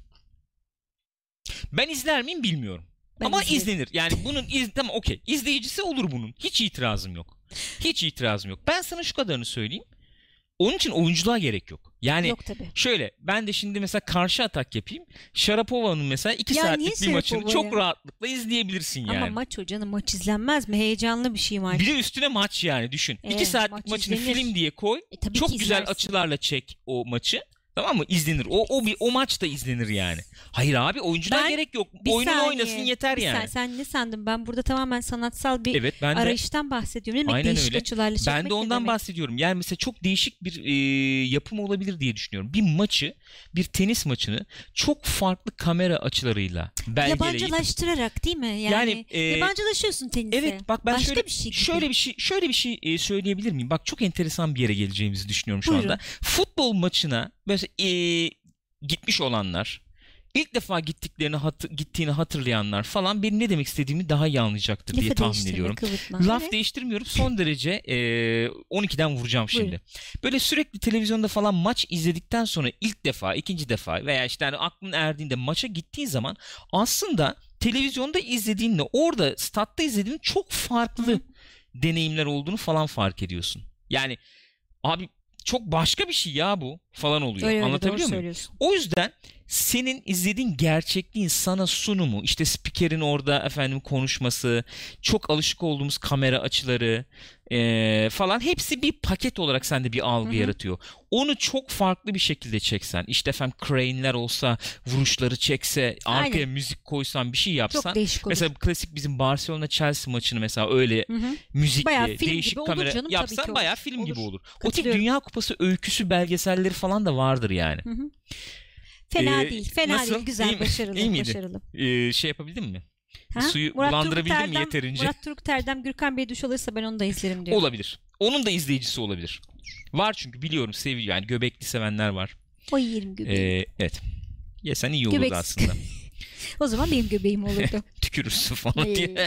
Speaker 1: Ben izler miyim bilmiyorum.
Speaker 2: Ben
Speaker 1: ama
Speaker 2: izlerim.
Speaker 1: İzlenir. Yani bunun tamam okey. İzleyicisi olur bunun. Hiç itirazım yok. Hiç itirazım yok. Ben sana şu kadarını söyleyeyim. Onun için oyunculuğa gerek yok. Yani
Speaker 2: yok, tabii.
Speaker 1: Şöyle, ben de şimdi mesela karşı atak yapayım. Sharapova'nın mesela 2 saatlik bir maçını çok rahatlıkla izleyebilirsin yani.
Speaker 2: Ama maç hocanın, maç izlenmez mi? Heyecanlı bir şey maç.
Speaker 1: Bir de üstüne maç yani, düşün. 2 saatlik maçını izlenir. Film diye koy. Çok güzel açılarla çek o maçı. Tamam mı? İzlenir. O maç da izlenir yani. Hayır abi, oyuncular gerek yok. Oyununu oynasın yeter yani.
Speaker 2: Sen ne sandın? Ben burada tamamen sanatsal bir arayıştan bahsediyorum. Demek
Speaker 1: aynen
Speaker 2: değişik
Speaker 1: öyle.
Speaker 2: açılarla çekmek.
Speaker 1: Ben de ondan bahsediyorum. Yani mesela çok değişik bir yapım olabilir diye düşünüyorum. Bir maçı, bir tenis maçını çok farklı kamera açılarıyla belgeleyip.
Speaker 2: Yabancılaştırarak değil mi? Yani yabancılaşıyorsun tenise.
Speaker 1: Evet, bak ben
Speaker 2: başka
Speaker 1: şöyle bir şey söyleyebilir miyim? Bak çok enteresan bir yere geleceğimizi düşünüyorum şu anda. Futbol maçına mesela gitmiş olanlar, ilk defa gittiğini hatırlayanlar falan benim ne demek istediğimi daha iyi anlayacaktır diye tahmin ediyorum. Laf değiştirmiyorum. Son derece 12'den vuracağım şimdi. Buyurun. Böyle sürekli televizyonda falan maç izledikten sonra ilk defa, ikinci defa veya işte hani aklın erdiğinde maça gittiğin zaman aslında televizyonda izlediğinle orada statta izlediğin çok farklı deneyimler olduğunu falan fark ediyorsun. Yani abi çok başka bir şey ya bu falan oluyor.
Speaker 2: Öyle,
Speaker 1: anlatabiliyor muyum? O yüzden senin izlediğin gerçekliğin sana sunumu, işte spikerin orada konuşması, çok alışık olduğumuz kamera açıları falan, hepsi bir paket olarak sende bir algı yaratıyor. Onu çok farklı bir şekilde çeksen, işte crane'ler olsa, vuruşları çekse, arkaya müzik koysan, bir şey yapsan. Mesela klasik bizim Barcelona Chelsea maçını mesela öyle müzikle, değişik kamera yapsan bayağı film gibi olur. O tip Dünya Kupası öyküsü belgeselleri falan da vardır yani.
Speaker 2: Fena değil. Fena değil. Güzel, başarılı.
Speaker 1: İyi miydi?
Speaker 2: Başarılı.
Speaker 1: Şey yapabildin mi? Suyu bulandırabildin mi yeterince?
Speaker 2: Murat Turgut Erdem, Gürkan Bey duş alırsa ben onu da izlerim diyor.
Speaker 1: Olabilir. Onun da izleyicisi olabilir. Var çünkü biliyorum, seviyor yani, göbekli sevenler var.
Speaker 2: O yerim göbeği.
Speaker 1: Evet. Yesen iyi olurdu aslında.
Speaker 2: O zaman benim göbeğim olurdu.
Speaker 1: Tükürürsün falan diye.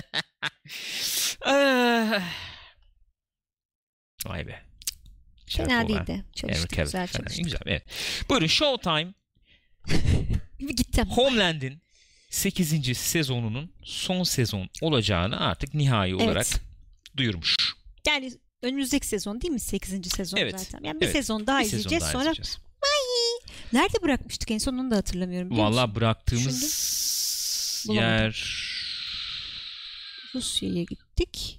Speaker 1: Vay be.
Speaker 2: Fena değildi. Çalıştık, güzel çalıştık.
Speaker 1: Güzel, evet. Buyurun, Showtime.
Speaker 2: Gittim.
Speaker 1: Homeland'in 8. sezonunun son sezon olacağını artık nihai olarak duyurmuş.
Speaker 2: Yani önümüzdeki sezon değil mi? 8. sezon zaten. Yani bir sezon daha izleyeceğiz. Sonra nerede bırakmıştık en son, onu da hatırlamıyorum.
Speaker 1: Vallahi bıraktığımız yer
Speaker 2: Rusya'ya gittik.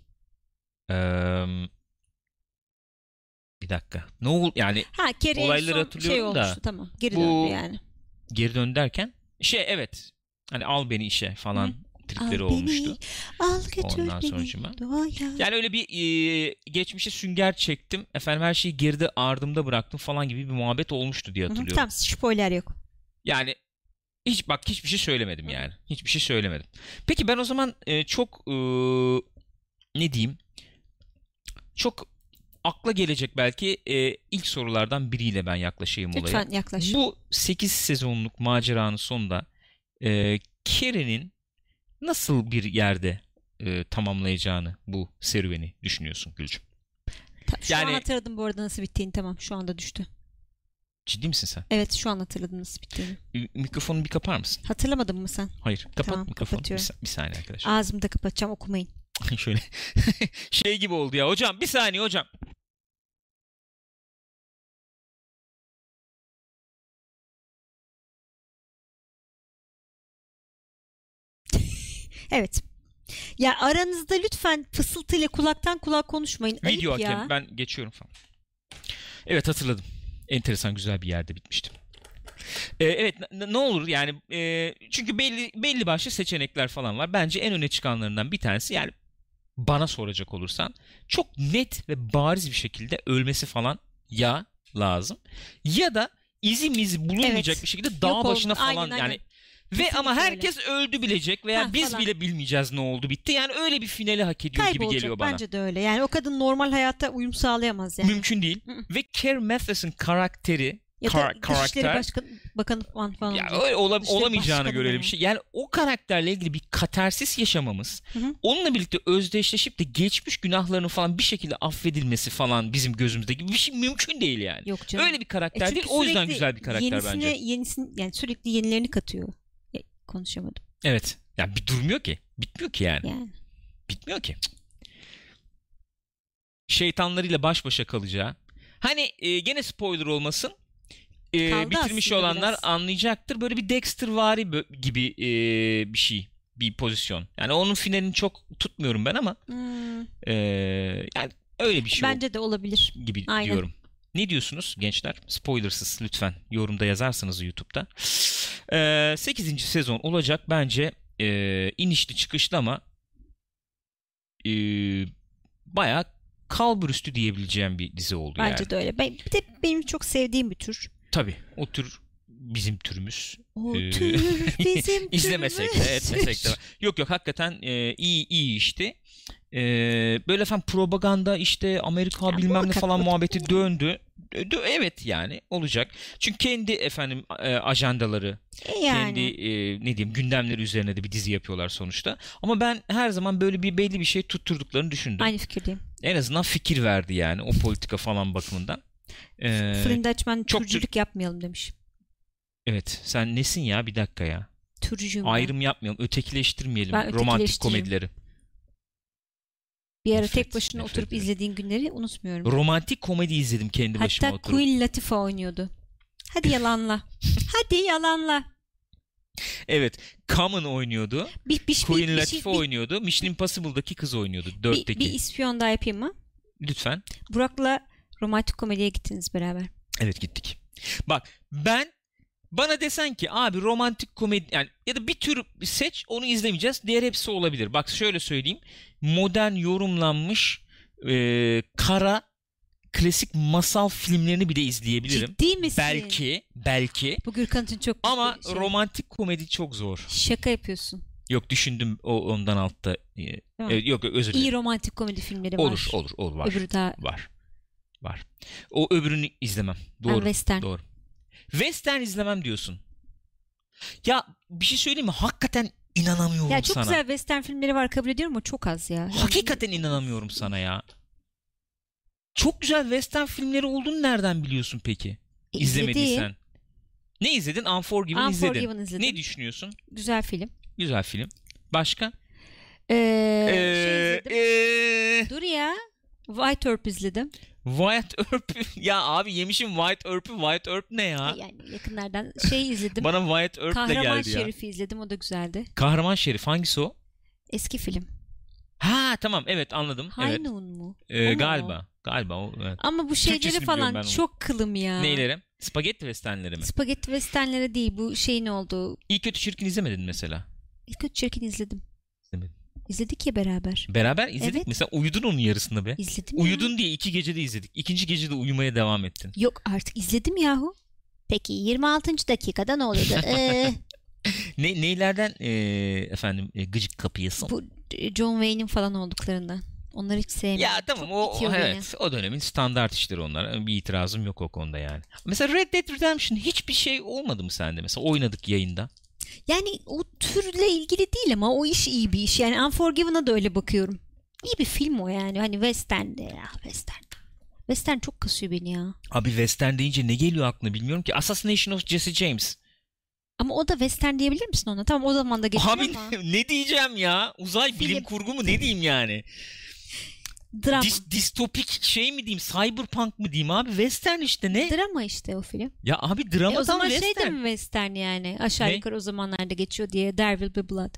Speaker 1: Bir dakika. Ne oldu yani? Olayları hatırlıyorum da.
Speaker 2: Tamam. Geri döndü yani.
Speaker 1: Geri dön derken evet. Hani al beni işe falan tripleri olmuştu.
Speaker 2: Al götür
Speaker 1: ondan
Speaker 2: beni.
Speaker 1: Yani öyle bir geçmişe sünger çektim. Her şeyi geride ardımda bıraktım falan gibi bir muhabbet olmuştu diye hatırlıyorum.
Speaker 2: Tamam, spoiler yok.
Speaker 1: Yani hiçbir şey söylemedim yani. Hiçbir şey söylemedim. Peki ben o zaman çok ne diyeyim? Çok akla gelecek belki ilk sorulardan biriyle ben yaklaşayım olaya.
Speaker 2: Lütfen yaklaş.
Speaker 1: Bu 8 sezonluk maceranın sonunda Carrie'nin nasıl bir yerde tamamlayacağını, bu serüveni düşünüyorsun Gülcüm?
Speaker 2: Şu an hatırladım bu arada nasıl bittiğini, tamam, şu anda düştü.
Speaker 1: Ciddi misin sen?
Speaker 2: Evet, şu an hatırladım nasıl bittiğini.
Speaker 1: Mikrofonunu bir kapar mısın?
Speaker 2: Hatırlamadın mı sen?
Speaker 1: Hayır. Kapat mikrofonu.
Speaker 2: Kapatıyorum.
Speaker 1: Bir saniye arkadaşlar.
Speaker 2: Ağzımı da kapatacağım, okumayın.
Speaker 1: Şöyle şey gibi oldu ya. Hocam bir saniye hocam.
Speaker 2: Evet. Ya aranızda lütfen fısıltıyla kulaktan kulağa konuşmayın. Ayıp
Speaker 1: Video
Speaker 2: ya.
Speaker 1: hakem. Ben geçiyorum falan. Evet, hatırladım. Enteresan, güzel bir yerde bitmişti. Evet, ne olur yani, çünkü belli başlı seçenekler falan var. Bence en öne çıkanlarından bir tanesi, yani bana soracak olursan, çok net ve bariz bir şekilde ölmesi falan ya lazım, ya da izi bulunmayacak bir şekilde dağ
Speaker 2: Yok
Speaker 1: başına
Speaker 2: oldu.
Speaker 1: falan,
Speaker 2: Aynen.
Speaker 1: yani ve
Speaker 2: Kesinlikle
Speaker 1: ama herkes öldü bilecek veya biz
Speaker 2: falan.
Speaker 1: bile bilmeyeceğiz ne oldu bitti. Yani öyle bir finali hak ediyor gibi geliyor bana.
Speaker 2: Bence de öyle. Yani o kadın normal hayata uyum sağlayamaz yani.
Speaker 1: Mümkün değil. Ve Carrie Mathison karakteri,
Speaker 2: ya da Dışişleri Bakanı falan.
Speaker 1: Ya öyle olamayacağına göre öyle bir şey. Yani o karakterle ilgili bir katarsis yaşamamız, onunla birlikte özdeşleşip de geçmiş günahlarının falan bir şekilde affedilmesi falan bizim gözümüzde gibi bir şey mümkün değil yani.
Speaker 2: Yok canım.
Speaker 1: Öyle bir karakter değil. O yüzden güzel bir karakter bence.
Speaker 2: Yenisini, yani sürekli yenilerini katıyor. Konuşamadım.
Speaker 1: Evet. Ya bir durmuyor ki. Bitmiyor ki yani. Bitmiyor ki. Şeytanlarıyla baş başa kalacağı. Hani gene spoiler olmasın. Bitirmiş olanlar biraz anlayacaktır. Böyle bir Dexter-vari gibi bir şey. Bir pozisyon. Yani onun finalini çok tutmuyorum ben ama yani öyle bir şey
Speaker 2: bence de olabilir
Speaker 1: gibi. Aynen diyorum. Ne diyorsunuz gençler? Spoilersız lütfen yorumda yazarsınız YouTube'da. 8. sezon olacak. Bence inişli çıkışlı ama bayağı kalburüstü diyebileceğim bir dizi oldu
Speaker 2: bence
Speaker 1: yani.
Speaker 2: De öyle. Bir de benim çok sevdiğim bir tür.
Speaker 1: Tabii. O tür bizim türümüz.
Speaker 2: O tür bizim türümüz.
Speaker 1: İzlemesek de etmesek de. Yok hakikaten iyi işti. Böyle efendim propaganda işte Amerika ya bilmem ne falan muhabbeti döndü. Evet yani olacak. Çünkü kendi efendim ajandaları, kendi ne diyeyim gündemleri üzerine de bir dizi yapıyorlar sonuçta. Ama ben her zaman böyle belli bir şey tutturduklarını düşündüm.
Speaker 2: Aynı fikirdeyim.
Speaker 1: En azından fikir verdi yani o politika falan bakımından.
Speaker 2: Flynn Dutchman türcülük yapmayalım demiş.
Speaker 1: Evet, sen nesin ya, bir dakika ya.
Speaker 2: Türcüyüm
Speaker 1: ayrım yapmayalım, ötekileştirmeyelim romantik komedileri.
Speaker 2: Bir ara tek başına oturup izlediğin günleri unutmuyorum.
Speaker 1: Romantik komedi izledim kendi başıma oturup.
Speaker 2: Hatta Queen Latifah oynuyordu. Hadi yalanla. Hadi yalanla.
Speaker 1: Evet, Common oynuyordu. Queen Latifah oynuyordu. Mission Impossible'daki kız oynuyordu. 4'teki.
Speaker 2: Bir ispiyon daha yapayım mı?
Speaker 1: Lütfen.
Speaker 2: Burak'la romantik komediye gittiniz beraber.
Speaker 1: Evet, gittik. Bak, bana desen ki abi romantik komedi yani ya da bir tür seç, onu izlemeyeceğiz. Diğer hepsi olabilir. Bak şöyle söyleyeyim. Modern yorumlanmış kara klasik masal filmlerini bile izleyebilirim.
Speaker 2: Ciddi misin?
Speaker 1: Belki.
Speaker 2: Bu Gürkan için çok
Speaker 1: ama romantik komedi çok zor.
Speaker 2: Şaka yapıyorsun.
Speaker 1: Yok, düşündüm ondan altta. Yok, özür dilerim.
Speaker 2: İyi romantik komedi filmleri
Speaker 1: var. Olur var.
Speaker 2: Öbürü daha...
Speaker 1: Var. O öbürünü izlemem. Doğru.
Speaker 2: Western.
Speaker 1: Doğru. Western izlemem diyorsun. Ya bir şey söyleyeyim mi? Hakikaten inanamıyorum sana.
Speaker 2: Ya çok güzel western filmleri var, kabul ediyorum ama çok az ya.
Speaker 1: Hakikaten inanamıyorum sana ya. Çok güzel western filmleri olduğunu nereden biliyorsun peki? İzlemediysen. Ne izledin? Unforgiven izledin. Ne düşünüyorsun?
Speaker 2: Güzel film.
Speaker 1: Güzel film. Başka?
Speaker 2: Dur ya. White Earp izledim.
Speaker 1: White Earp ya abi, yemişim White Earp'ü. White Earp ne ya?
Speaker 2: Yani yakınlardan izledim.
Speaker 1: Bana White Earp'le geldi ya.
Speaker 2: Kahraman Şerif'i izledim, o da güzeldi.
Speaker 1: Kahraman Şerif hangisi o?
Speaker 2: Eski film.
Speaker 1: Ha tamam, evet anladım.
Speaker 2: Haynun mu?
Speaker 1: Galiba o. Evet.
Speaker 2: Ama bu şeyleri falan çok kılım ya.
Speaker 1: Neyleri? Spagetti westernleri mi?
Speaker 2: Spagetti westernleri değil, bu şeyin olduğu.
Speaker 1: İyi Kötü Çirkin izlemedin mesela?
Speaker 2: İyi Kötü Çirkin izledim.
Speaker 1: İzlemedim.
Speaker 2: İzledik ya beraber.
Speaker 1: Beraber izledik. Evet. Mesela uyudun onun yarısında be.
Speaker 2: İzledim
Speaker 1: Uyudun
Speaker 2: ya.
Speaker 1: diye 2 gecede izledik. 2. gecede uyumaya devam ettin.
Speaker 2: Yok artık izledim yahu. Peki 26. dakikada ne oluyordu?
Speaker 1: Neylerden efendim gıcık kapıyasın?
Speaker 2: Bu John Wayne'in falan olduklarından. Onları hiç sevmiyorum.
Speaker 1: Ya tamam, evet, o dönemin standart işleri onlar. Bir itirazım yok o konuda yani. Mesela Red Dead Redemption hiçbir şey olmadı mı sende mesela? Oynadık yayında.
Speaker 2: Yani o türle ilgili değil ama o iş iyi bir iş. Yani Unforgiven'a da öyle bakıyorum. İyi bir film o yani. Hani Western'de ya. Western çok kasıyor beni ya.
Speaker 1: Abi Western deyince ne geliyor aklına bilmiyorum ki. Assassination of Jesse James.
Speaker 2: Ama o da western diyebilir misin ona? Tamam, o zaman da geçiyor
Speaker 1: Abi
Speaker 2: ama.
Speaker 1: ne diyeceğim ya? Uzay bilim kurgu mu ne diyeyim yani?
Speaker 2: Drama.
Speaker 1: Distopik şey mi diyeyim? Cyberpunk mı diyeyim abi? Western işte ne?
Speaker 2: Drama işte o film.
Speaker 1: Ya abi dramadan
Speaker 2: o zaman
Speaker 1: western.
Speaker 2: şey de mi western yani? Aşağı yukarı o zamanlarda geçiyor diye. There Will Be Blood.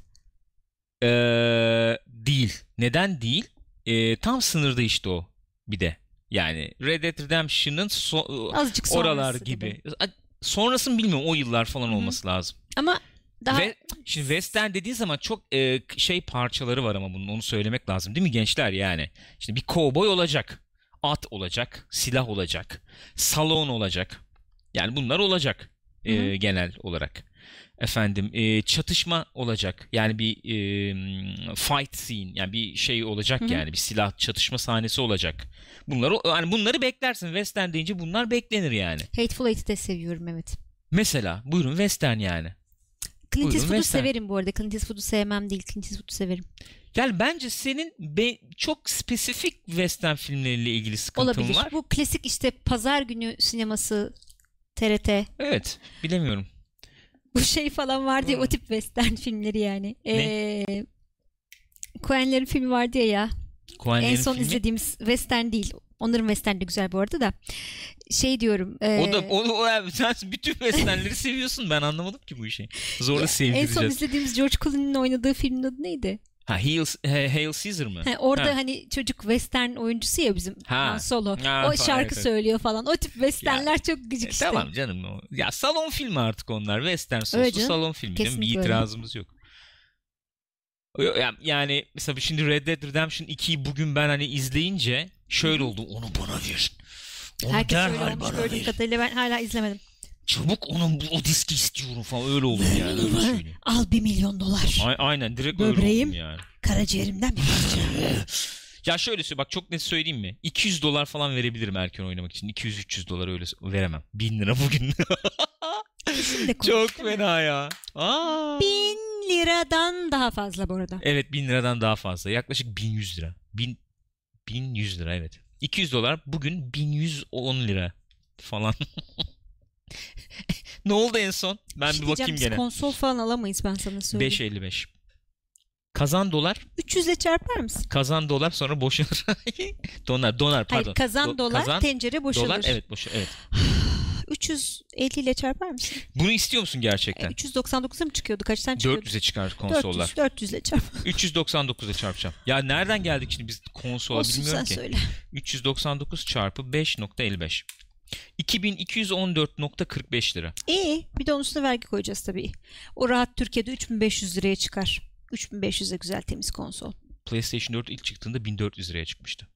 Speaker 1: Değil. Neden değil? Tam sınırda işte o. Bir de. Yani Red Dead Redemption'ın
Speaker 2: azıcık
Speaker 1: oralar gibi. Sonrasını bilmiyorum. O yıllar falan olması lazım.
Speaker 2: Ama daha...
Speaker 1: Şimdi western dediğin zaman çok şey parçaları var ama bunun, onu söylemek lazım değil mi gençler yani? Şimdi bir kovboy olacak. At olacak. Silah olacak. Salon olacak. Yani bunlar olacak genel olarak. Efendim çatışma olacak. Yani bir fight scene, yani bir şey olacak yani bir silah çatışma sahnesi olacak. Bunları beklersin. Western deyince bunlar beklenir yani.
Speaker 2: Hateful Eight'i de seviyorum, evet.
Speaker 1: Mesela buyurun western yani.
Speaker 2: Clint Eastwood'u severim bu arada. Clint Eastwood'u sevmem değil. Clint Eastwood'u severim.
Speaker 1: Yani bence senin çok spesifik western filmleriyle ilgili sıkıntın
Speaker 2: olabilir.
Speaker 1: var.
Speaker 2: Bu klasik işte pazar günü sineması, TRT.
Speaker 1: Evet, bilemiyorum.
Speaker 2: Bu şey falan vardı ya, o tip western filmleri yani. Coen'lerin filmi vardı ya. En son filmi? İzlediğimiz western değil. Onların western de güzel bu arada da. Şey diyorum.
Speaker 1: Sen bütün westernleri seviyorsun. Ben anlamadım ki bu işi. Zorla sevdireceğiz.
Speaker 2: En son izlediğimiz George Clooney'nin oynadığı filmin adı neydi?
Speaker 1: Hail Caesar mı?
Speaker 2: Orada hani çocuk western oyuncusu ya bizim Han Solo. O şarkı söylüyor falan. O tip westernler çok gıcık işte.
Speaker 1: Tamam canım. Ya salon filmi artık onlar. Western soslu salon filmi. Bir itirazımız yok. Yani mesela şimdi Red Dead Redemption 2'yi bugün ben hani izleyince şöyle oldu. Onu bana ver.
Speaker 2: Herkes öyle olmuş gördüğüm kadarıyla, ben hala izlemedim.
Speaker 1: Çabuk o diski istiyorum falan, öyle oldu yani.
Speaker 2: Al $1 milyon.
Speaker 1: Aynen direkt
Speaker 2: böbreğim,
Speaker 1: öyle oldum yani.
Speaker 2: Karaciğerimden bir parça.
Speaker 1: Ya şöyle söyle bak, çok net söyleyeyim mi? $200 falan verebilirim erken oynamak için. $200-300 öyle veremem. 1000 lira bugün. Çok fena ya.
Speaker 2: 1000 liradan daha fazla bu arada.
Speaker 1: Evet, 1000 liradan daha fazla. Yaklaşık 1100 lira. 1100 lira evet. $200 bugün 1110 lira falan. Ne oldu en son? Ben bir bakayım gene.
Speaker 2: Konsol falan alamayız, ben sana söyleyeyim.
Speaker 1: 5.55. Kazan dolar.
Speaker 2: 300 ile çarpar mısın?
Speaker 1: Kazan dolar sonra boşalır. donar pardon.
Speaker 2: Hayır, kazan dolar, tencere boşalır.
Speaker 1: Dolar evet boşalır. Evet.
Speaker 2: 350 ile çarpar mısın?
Speaker 1: Bunu istiyor musun gerçekten?
Speaker 2: 399'a mı çıkıyordu? Kaçtan çıkıyordu?
Speaker 1: 400'e çıkar konsollar.
Speaker 2: 400 ile çarp.
Speaker 1: 399'a çarpacağım. Ya nereden geldik şimdi biz konsola, bilmiyorum ki.
Speaker 2: Söyle.
Speaker 1: 399 çarpı 5.55. 2214.45 lira.
Speaker 2: İyi. Bir de onun üstüne vergi koyacağız tabii. O rahat Türkiye'de 3500 liraya çıkar. 3500'e güzel temiz konsol.
Speaker 1: PlayStation 4 ilk çıktığında 1400 liraya çıkmıştı.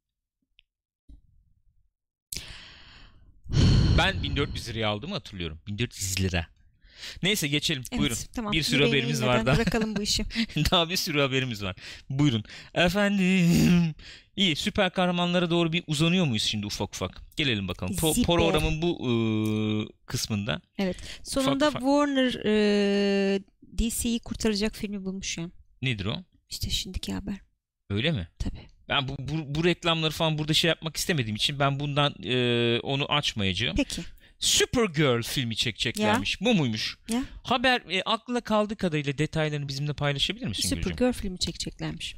Speaker 1: Ben 1400 liraya aldığımı hatırlıyorum. 1400 lira. Neyse geçelim. Evet, buyurun.
Speaker 2: Tamam.
Speaker 1: Bir sürü haberimiz var daha.
Speaker 2: Bırakalım bu işi.
Speaker 1: Daha bir sürü haberimiz var. Buyurun. Efendim. İyi, süper kahramanlara doğru bir uzanıyor muyuz şimdi ufak ufak? Gelelim bakalım. Programın bu kısmında.
Speaker 2: Evet. Sonunda ufak. Warner DC'yi kurtaracak filmi bulmuş ya.
Speaker 1: Nedir o?
Speaker 2: İşte şimdiki haber.
Speaker 1: Öyle mi?
Speaker 2: Tabii.
Speaker 1: Ben bu reklamları falan burada şey yapmak istemediğim için ben bundan onu açmayacağım.
Speaker 2: Peki.
Speaker 1: Supergirl filmi çekeceklermiş. Bu muymuş?
Speaker 2: Ya.
Speaker 1: Haber aklına kaldığı kadarıyla detaylarını bizimle paylaşabilir misin Gülcüm?
Speaker 2: Supergirl filmi çekeceklermiş.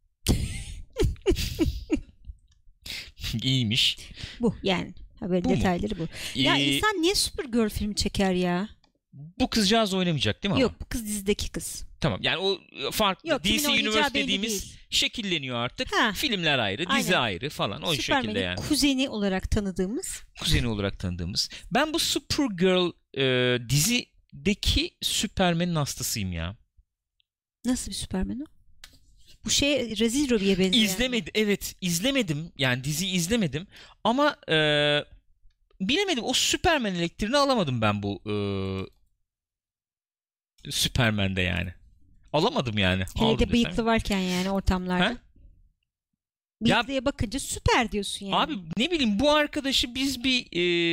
Speaker 1: İyiymiş.
Speaker 2: Bu yani. Haberin detayları bu. Ya insan niye Supergirl filmi çeker ya?
Speaker 1: Bu kızcağız oynamayacak değil mi?
Speaker 2: Yok, bu kız dizideki kız.
Speaker 1: Tamam, yani o farklı.
Speaker 2: Yok,
Speaker 1: DC Universe dediğimiz şekilleniyor artık. Filmler ayrı, dizi ayrı falan, o şekilde yani.
Speaker 2: Kuzeni olarak tanıdığımız.
Speaker 1: Ben bu Supergirl dizideki Superman'in hastasıyım ya.
Speaker 2: Nasıl bir Superman o? Bu şey Rezil Robi'ye benziyor.
Speaker 1: İzlemedim. Yani. Evet, izlemedim. Yani diziyi izlemedim. Ama bilemedim. O Superman elektriğini alamadım ben bu Superman'de yani. Alamadım yani.
Speaker 2: Hele de bıyıklı varken yani ortamlarda. Bıyıklıya bakınca süper diyorsun yani.
Speaker 1: Abi ne bileyim, bu arkadaşı biz bir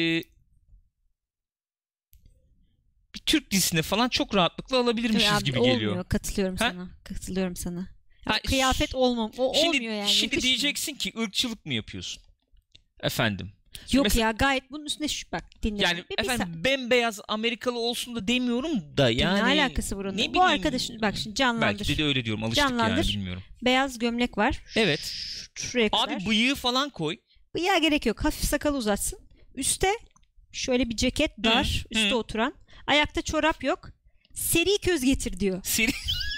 Speaker 1: Türk dizisine falan çok rahatlıkla alabilirmişiz gibi geliyor.
Speaker 2: Olmuyor. Katılıyorum sana. Kıyafet olmuyor yani.
Speaker 1: Şimdi diyeceksin ki ırkçılık mı yapıyorsun? Efendim.
Speaker 2: Yok
Speaker 1: mesela,
Speaker 2: ya gayet bunun üstüne bak dinle.
Speaker 1: Yani efendim bembeyaz Amerikalı olsun da demiyorum da yani.
Speaker 2: Ne alakası bunun? Bu arkadaşın bak şimdi canlandır.
Speaker 1: Belki de öyle diyorum, alıştık
Speaker 2: canlandır.
Speaker 1: Yani bilmiyorum.
Speaker 2: Beyaz gömlek var.
Speaker 1: Evet.
Speaker 2: Şuraya kadar.
Speaker 1: Abi bıyığı falan koy.
Speaker 2: Bıyığa gerek yok. Hafif sakalı uzatsın. Üste şöyle bir ceket dar. Üste oturan. Ayakta çorap yok. Seri köz getir diyor.
Speaker 1: Seri...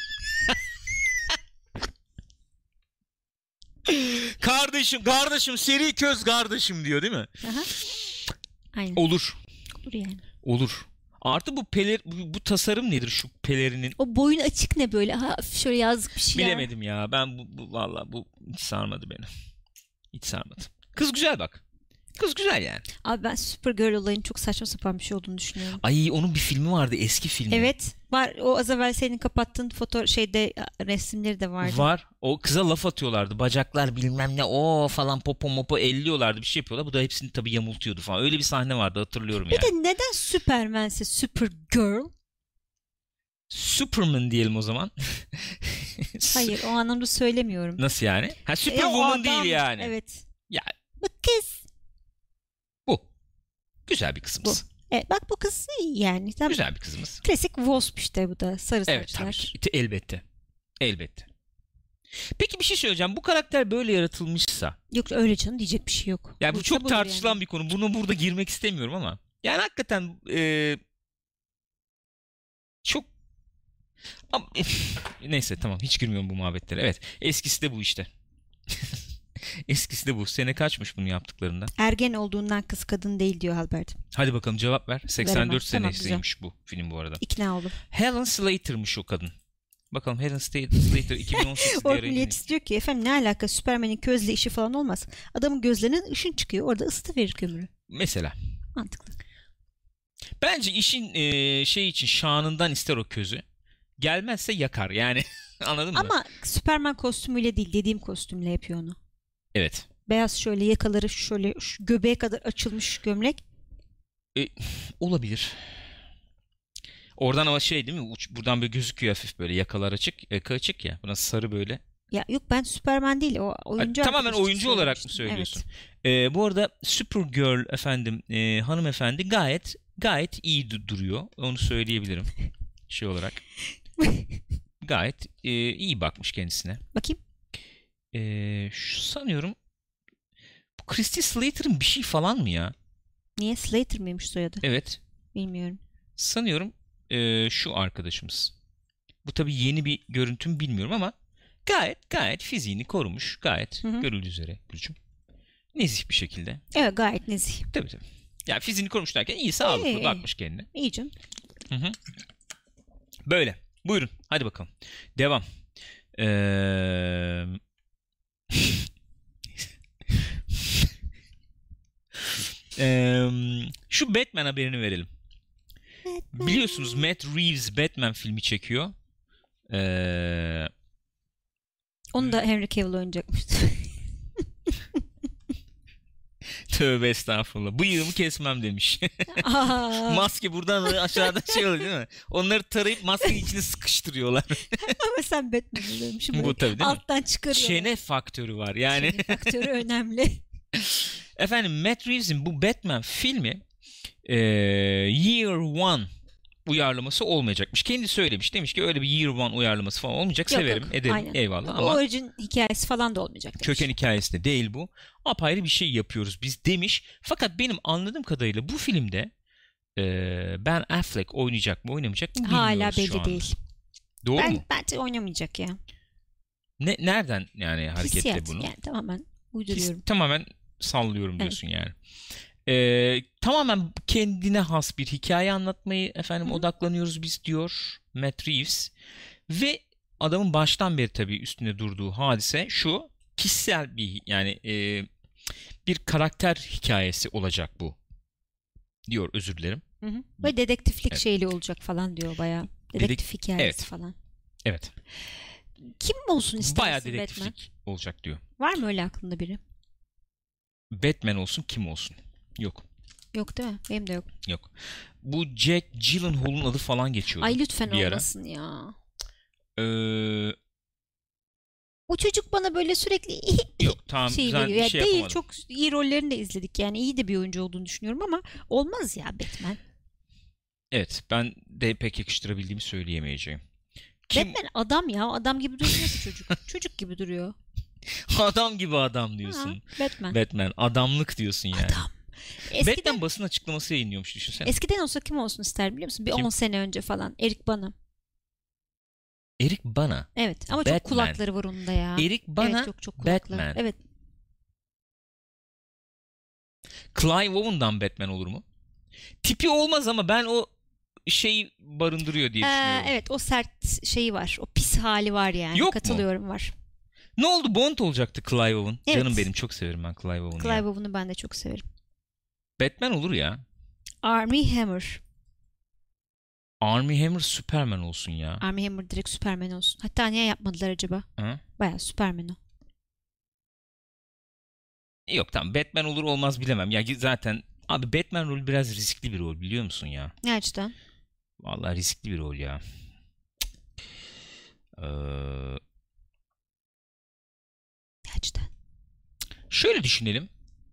Speaker 1: kardeşim seri köz kardeşim diyor değil mi?
Speaker 2: Aha. Aynen.
Speaker 1: Olur
Speaker 2: yani.
Speaker 1: Olur. Artı bu tasarım nedir şu pelerinin?
Speaker 2: O boyun açık ne böyle? Şöyle yazık bir şey.
Speaker 1: Bilemedim ya. Ben vallahi bu hiç sarmadı beni. Hiç sarmadı. Kız güzel bak. Kız güzel yani.
Speaker 2: Abi ben Supergirl olayının çok saçma sapan bir şey olduğunu düşünüyorum.
Speaker 1: Ay onun bir filmi vardı, eski filmi.
Speaker 2: Evet. Var. O az evvel senin kapattığın resimleri de vardı.
Speaker 1: Var. O kıza laf atıyorlardı. Bacaklar bilmem ne o falan popo mopo elliyorlardı, bir şey yapıyorlar. Bu da hepsini tabii yamultuyordu falan. Öyle bir sahne vardı, hatırlıyorum yani.
Speaker 2: Bir de neden Superman'se Supergirl?
Speaker 1: Superman diyelim o zaman.
Speaker 2: Hayır, o anlamda söylemiyorum.
Speaker 1: Nasıl yani? Ha, Superwoman değil yani.
Speaker 2: Evet.
Speaker 1: Ya
Speaker 2: bu kız.
Speaker 1: Bu. Güzel bir kızımız.
Speaker 2: Bu. Evet, bak bu kız iyi yani. Tabii.
Speaker 1: Güzel bir kızımız.
Speaker 2: Klasik Wasp işte bu da. Sarı
Speaker 1: evet,
Speaker 2: saçlar.
Speaker 1: Evet tabii ki. Elbette. Elbette. Peki bir şey söyleyeceğim. Bu karakter böyle yaratılmışsa.
Speaker 2: Yok öyle canım, diyecek bir şey yok.
Speaker 1: Yani bu çok tartışılan
Speaker 2: yani.
Speaker 1: bir konu. Bunu burada girmek istemiyorum ama. Yani hakikaten çok neyse tamam, hiç girmiyorum bu muhabbetlere. Evet, eskisi de bu işte. Eskisi de bu. Sene kaçmış bunu yaptıklarında?
Speaker 2: Ergen olduğundan kız kadın değil diyor Albert.
Speaker 1: Hadi bakalım cevap ver. 84
Speaker 2: tamam,
Speaker 1: senesiymiş bu film bu arada.
Speaker 2: İkna oldum.
Speaker 1: Helen Slater'mış o kadın. Bakalım Helen Slater 2018'de
Speaker 2: Ork milliyetçisi diyor ki efendim ne alaka, Süpermen'in közle işi falan olmaz. Adamın gözlerinden ışın çıkıyor. Orada ısıtıverir kömürü.
Speaker 1: Mesela.
Speaker 2: Mantıklı.
Speaker 1: Bence işin şey için şanından ister o közü. Gelmezse yakar yani. Anladın mı?
Speaker 2: Ama Süperman kostümüyle değil, dediğim kostümle yapıyor onu.
Speaker 1: Evet.
Speaker 2: Beyaz şöyle yakaları şöyle göbeğe kadar açılmış gömlek.
Speaker 1: Olabilir. Oradan ama şey değil mi? Buradan böyle gözüküyor hafif böyle, yakalar açık. Yaka açık ya. Buna sarı böyle.
Speaker 2: Ya yok, ben Süperman değil, o oyuncu.
Speaker 1: Tamamen oyuncu olarak mı söylüyorsun? Evet. Bu arada Supergirl efendim hanımefendi gayet iyi duruyor. Onu söyleyebilirim. Şey olarak. Gayet iyi bakmış kendisine.
Speaker 2: Bakayım.
Speaker 1: Sanıyorum bu Christy Slater'ın bir şey falan mı ya?
Speaker 2: Niye? Slater mıymış soyadı?
Speaker 1: Evet.
Speaker 2: Bilmiyorum.
Speaker 1: Sanıyorum şu arkadaşımız. Bu tabii yeni bir görüntüm bilmiyorum ama gayet fiziğini korumuş. Gayet görüldüğü üzere Gülçüm. Nezih bir şekilde.
Speaker 2: Evet, gayet nezih.
Speaker 1: Tabii. Yani fiziğini korumuş derken iyi, sağlıklı bakmış kendine.
Speaker 2: İyi canım.
Speaker 1: Böyle. Buyurun. Hadi bakalım. Devam. Şu Batman haberini verelim. Biliyorsunuz Matt Reeves Batman filmi çekiyor.
Speaker 2: Onu da Henry Cavill oynayacakmıştı.
Speaker 1: Tövbe estağfurullah. Bıyığımı kesmem demiş. Maske buradan aşağıda şey oluyor değil mi? Onları tarayıp maskenin içine sıkıştırıyorlar.
Speaker 2: Ama sen Batman oluyormuşsun.
Speaker 1: Bu tabii değil mi?
Speaker 2: Alttan çıkarıyor.
Speaker 1: Çene faktörü var yani.
Speaker 2: Çene faktörü önemli.
Speaker 1: Efendim Matt Reeves'in bu Batman filmi Year One uyarlaması olmayacakmış. Kendi söylemiş. Demiş ki öyle bir Year One uyarlaması falan olmayacak.
Speaker 2: Yok,
Speaker 1: severim, ederim.
Speaker 2: Aynen.
Speaker 1: Eyvallah.
Speaker 2: Ama origin hikayesi falan da olmayacak demiş.
Speaker 1: Köken hikayesi de değil bu. Apayrı bir şey yapıyoruz biz demiş. Fakat benim anladığım kadarıyla bu filmde Ben Affleck oynayacak mı oynamayacak mı bilmiyoruz
Speaker 2: hala belli
Speaker 1: şu anda.
Speaker 2: değil.
Speaker 1: Doğru mu?
Speaker 2: Bence oynamayacak ya.
Speaker 1: Nereden yani hareketle
Speaker 2: Hissiyat,
Speaker 1: bunu?
Speaker 2: yani tamamen uyduruyorum.
Speaker 1: Tamamen sallıyorum diyorsun yani. Tamamen kendine has bir hikaye anlatmayı odaklanıyoruz biz diyor Matt Reeves. Ve adamın baştan beri tabii üstünde durduğu hadise şu: kişisel bir yani bir karakter hikayesi olacak bu diyor, özür dilerim.
Speaker 2: Ve dedektiflik şeyli olacak falan diyor bayağı. Dedektif hikayesi falan.
Speaker 1: Evet.
Speaker 2: Kim olsun istersin
Speaker 1: bayağı dedektiflik
Speaker 2: Batman
Speaker 1: olacak diyor.
Speaker 2: Var mı öyle aklında biri?
Speaker 1: Batman olsun, kim olsun? Yok.
Speaker 2: Yok değil mi? Benim de yok.
Speaker 1: Yok. Bu Jack Gyllenhaal'ın adı falan geçiyordu.
Speaker 2: Ay lütfen
Speaker 1: bir ara.
Speaker 2: olmasın ya. o çocuk bana böyle sürekli
Speaker 1: yok tamam
Speaker 2: şey
Speaker 1: ben
Speaker 2: veriyor.
Speaker 1: bir şey
Speaker 2: Değil,
Speaker 1: yapamadım.
Speaker 2: çok iyi rollerini de izledik. Yani iyi de bir oyuncu olduğunu düşünüyorum ama olmaz ya Batman.
Speaker 1: Evet, ben de pek yakıştırabildiğimi söyleyemeyeceğim. Kim?
Speaker 2: Batman adam ya. Adam gibi durmuyor ki çocuk. Çocuk gibi duruyor.
Speaker 1: Adam gibi adam diyorsun.
Speaker 2: Ha, Batman.
Speaker 1: Batman. Adamlık diyorsun yani.
Speaker 2: Adam. Eskiden,
Speaker 1: Batman basın açıklaması yayınlıyormuş, düşünsene.
Speaker 2: eskiden olsa kim olsun ister biliyor musun? Bir
Speaker 1: Kim?
Speaker 2: 10 sene önce falan. Eric Bana.
Speaker 1: Eric Bana.
Speaker 2: Evet ama
Speaker 1: Batman.
Speaker 2: çok kulakları var onun da ya.
Speaker 1: Eric Bana,
Speaker 2: evet, çok kulakları.
Speaker 1: Batman.
Speaker 2: Evet.
Speaker 1: Clive Owen'dan Batman olur mu? Tipi olmaz ama ben o şeyi barındırıyor diye düşünüyorum.
Speaker 2: Evet, o sert şeyi var. O pis hali var yani.
Speaker 1: Yok mu?
Speaker 2: Katılıyorum, var.
Speaker 1: Ne oldu? Bond olacaktı Clive Owen.
Speaker 2: Evet.
Speaker 1: Canım benim, çok severim ben Clive Owen'ı.
Speaker 2: Clive Owen'ı ben de çok severim.
Speaker 1: Batman olur ya.
Speaker 2: Armie Hammer.
Speaker 1: Armie Hammer Superman olsun ya.
Speaker 2: Armie Hammer direkt Superman olsun. Hatta niye yapmadılar acaba?
Speaker 1: Ha?
Speaker 2: Bayağı Superman o.
Speaker 1: Yok tamam, Batman olur olmaz bilemem. Ya zaten abi Batman rolü biraz riskli bir rol, biliyor musun ya?
Speaker 2: Ne açıdan?
Speaker 1: Vallahi riskli bir rol ya.
Speaker 2: Ne açıdan?
Speaker 1: Şöyle düşünelim.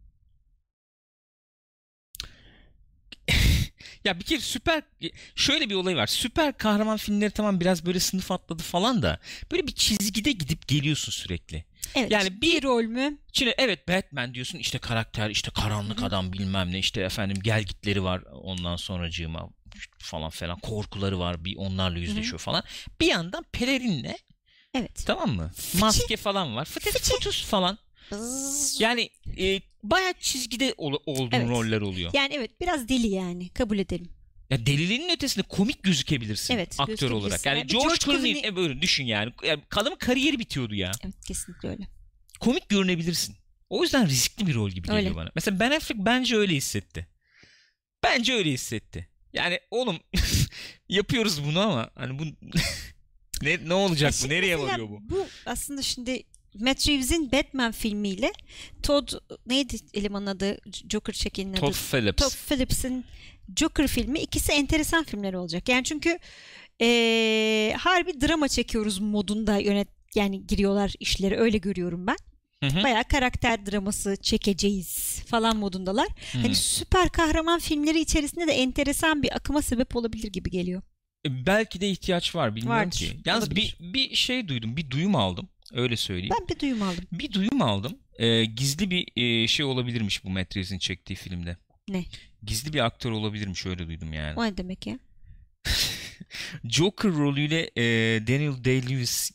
Speaker 1: Ya bir kere şöyle bir olay var. Süper kahraman filmleri tamam biraz böyle sınıf atladı falan da böyle bir çizgide gidip geliyorsun sürekli.
Speaker 2: Evet.
Speaker 1: Yani
Speaker 2: bir rol mü?
Speaker 1: Şimdi evet Batman diyorsun, işte karakter, işte karanlık adam bilmem ne, işte efendim gelgitleri var, ondan sonracığıma falan falan korkuları var, bir onlarla yüzleşiyor falan. Bir yandan pelerinle,
Speaker 2: evet,
Speaker 1: tamam mı? Maske falan var. Fıtıs falan. Yani bayağı çizgide olduğun
Speaker 2: evet.
Speaker 1: roller oluyor.
Speaker 2: Yani evet, biraz deli yani, kabul edelim.
Speaker 1: Ya deliliğinin ötesinde komik gözükebilirsin,
Speaker 2: evet,
Speaker 1: aktör olarak. Yani
Speaker 2: George
Speaker 1: Clooney böyle düşün yani. Adamın kariyeri bitiyordu ya.
Speaker 2: Evet, kesinlikle öyle.
Speaker 1: Komik görünebilirsin. O yüzden riskli bir rol gibi geliyor
Speaker 2: öyle
Speaker 1: bana. Mesela Ben Affleck bence öyle hissetti. Bence öyle hissetti. Yani oğlum yapıyoruz bunu ama hani bu ne olacak bu? Nereye varıyor bu?
Speaker 2: Bu aslında şimdi Matt Reeves'in Batman filmiyle Todd, neydi elemanın adı? Joker çekinin adı?
Speaker 1: Todd Phillips.
Speaker 2: Todd Phillips'in Joker filmi, ikisi enteresan filmler olacak. Yani çünkü harbi drama çekiyoruz modunda yani giriyorlar işleri, öyle görüyorum ben.
Speaker 1: Hı-hı.
Speaker 2: Bayağı karakter draması çekeceğiz falan modundalar. Hani süper kahraman filmleri içerisinde de enteresan bir akıma sebep olabilir gibi geliyor.
Speaker 1: Belki de ihtiyaç var, bilmiyorum
Speaker 2: Vardır,
Speaker 1: ki. Yalnız bir şey duydum, bir duyum aldım. Öyle söyleyeyim.
Speaker 2: Ben bir duyum aldım.
Speaker 1: Bir duyum aldım. Gizli bir şey olabilirmiş bu Matt Reeves'in çektiği filmde.
Speaker 2: Ne?
Speaker 1: Gizli bir aktör olabilirmiş, öyle duydum yani.
Speaker 2: O ne demek ya?
Speaker 1: Joker rolüyle Daniel Day-Lewis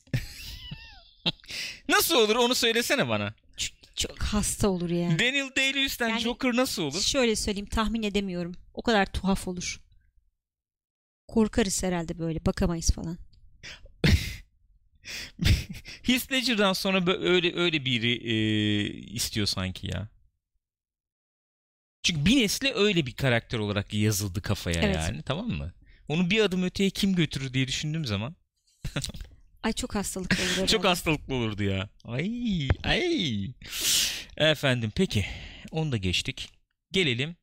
Speaker 1: nasıl olur, onu söylesene bana.
Speaker 2: Çok hasta olur yani.
Speaker 1: Daniel Day-Lewis'ten yani, Joker nasıl olur?
Speaker 2: Şöyle söyleyeyim, tahmin edemiyorum. O kadar tuhaf olur. Korkarız herhalde, böyle bakamayız falan.
Speaker 1: Heath Ledger'dan sonra öyle biri istiyor sanki ya. Çünkü bir nesle öyle bir karakter olarak yazıldı kafaya, evet. Yani tamam mı? Onu bir adım öteye kim götürür diye düşündüğüm zaman
Speaker 2: ay çok hastalıklı olur.
Speaker 1: çok hastalıklı olurdu ya. Ay. Efendim peki, onu da geçtik. Gelelim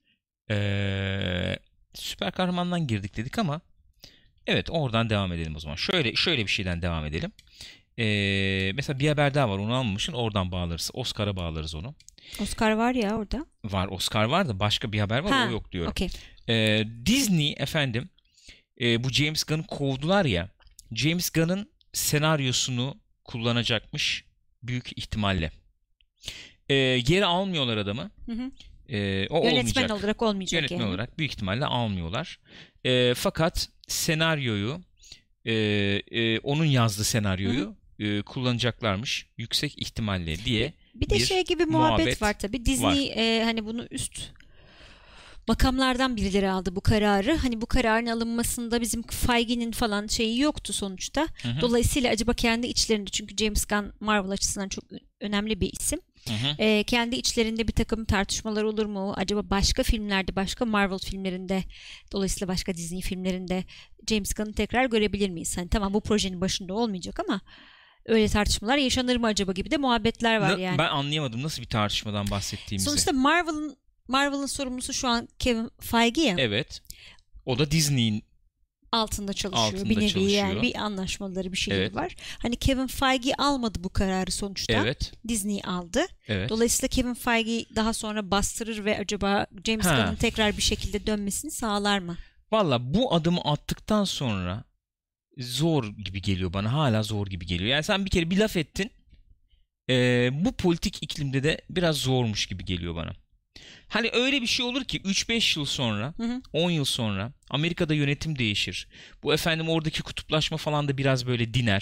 Speaker 1: süper kahramandan girdik dedik ama evet, oradan devam edelim o zaman. Şöyle bir şeyden devam edelim. Mesela bir haber daha var, onu almamışsın, oradan bağlarız. Oscar'a bağlarız onu.
Speaker 2: Oscar var ya orada.
Speaker 1: Var, Oscar var da başka bir haber var, o yok diyorum.
Speaker 2: Okay.
Speaker 1: Disney efendim bu James Gunn'ı kovdular ya. James Gunn'ın senaryosunu kullanacakmış büyük ihtimalle. Geri almıyorlar adamı.
Speaker 2: Hı.
Speaker 1: O
Speaker 2: yönetmen olarak olmayacak.
Speaker 1: Yönetmen
Speaker 2: yani.
Speaker 1: olarak büyük ihtimalle almıyorlar. Fakat senaryoyu onun yazdığı senaryoyu kullanacaklarmış yüksek ihtimalle diye
Speaker 2: bir de şey gibi muhabbet var tabii. Disney hani bunu üst makamlardan birileri aldı bu kararı. Hani bu kararın alınmasında bizim Feige'nin falan şeyi yoktu sonuçta. Hı-hı. Dolayısıyla acaba kendi içlerinde, çünkü James Gunn Marvel açısından çok önemli bir isim. Kendi içlerinde bir takım tartışmalar olur mu? Acaba başka filmlerde, başka Marvel filmlerinde, dolayısıyla başka Disney filmlerinde James Gunn'ı tekrar görebilir miyiz? Hani tamam, bu projenin başında olmayacak ama öyle tartışmalar yaşanır mı acaba gibi de muhabbetler var yani.
Speaker 1: Ben anlayamadım nasıl bir tartışmadan bahsettiğimizi.
Speaker 2: Sonuçta Marvel'ın sorumlusu şu an Kevin Feige ya.
Speaker 1: Evet. O da Disney'in
Speaker 2: altında çalışıyor. Bir nevi yani bir anlaşmaları bir şeyleri var. Hani Kevin Feige almadı bu kararı sonuçta.
Speaker 1: Evet.
Speaker 2: Disney aldı.
Speaker 1: Evet.
Speaker 2: Dolayısıyla Kevin Feige daha sonra bastırır ve acaba James Gunn'ın tekrar bir şekilde dönmesini sağlar mı?
Speaker 1: Valla bu adımı attıktan sonra zor gibi geliyor bana. Hala zor gibi geliyor. Yani sen bir kere bir laf ettin. Bu politik iklimde de biraz zormuş gibi geliyor bana. Hani öyle bir şey olur ki 3-5 yıl sonra, 10 yıl sonra Amerika'da yönetim değişir. Bu efendim oradaki kutuplaşma falan da biraz böyle diner.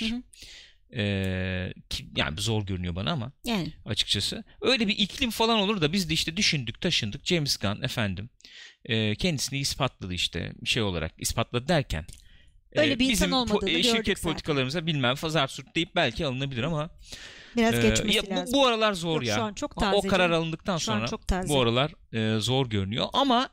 Speaker 1: Yani zor görünüyor bana ama açıkçası. Öyle bir iklim falan olur da biz de işte düşündük, taşındık. James Gunn efendim kendisini ispatladı işte şey olarak. İspatladı derken
Speaker 2: öyle bir insan olmadığını gördük
Speaker 1: şirket
Speaker 2: zaten.
Speaker 1: politikalarımıza bilmem fazart deyip belki alınabilir ama
Speaker 2: biraz geçmesi lazım.
Speaker 1: Bu aralar zor. Yok, ya.
Speaker 2: Şu an çok taze.
Speaker 1: O karar alındıktan sonra bu aralar zor görünüyor ama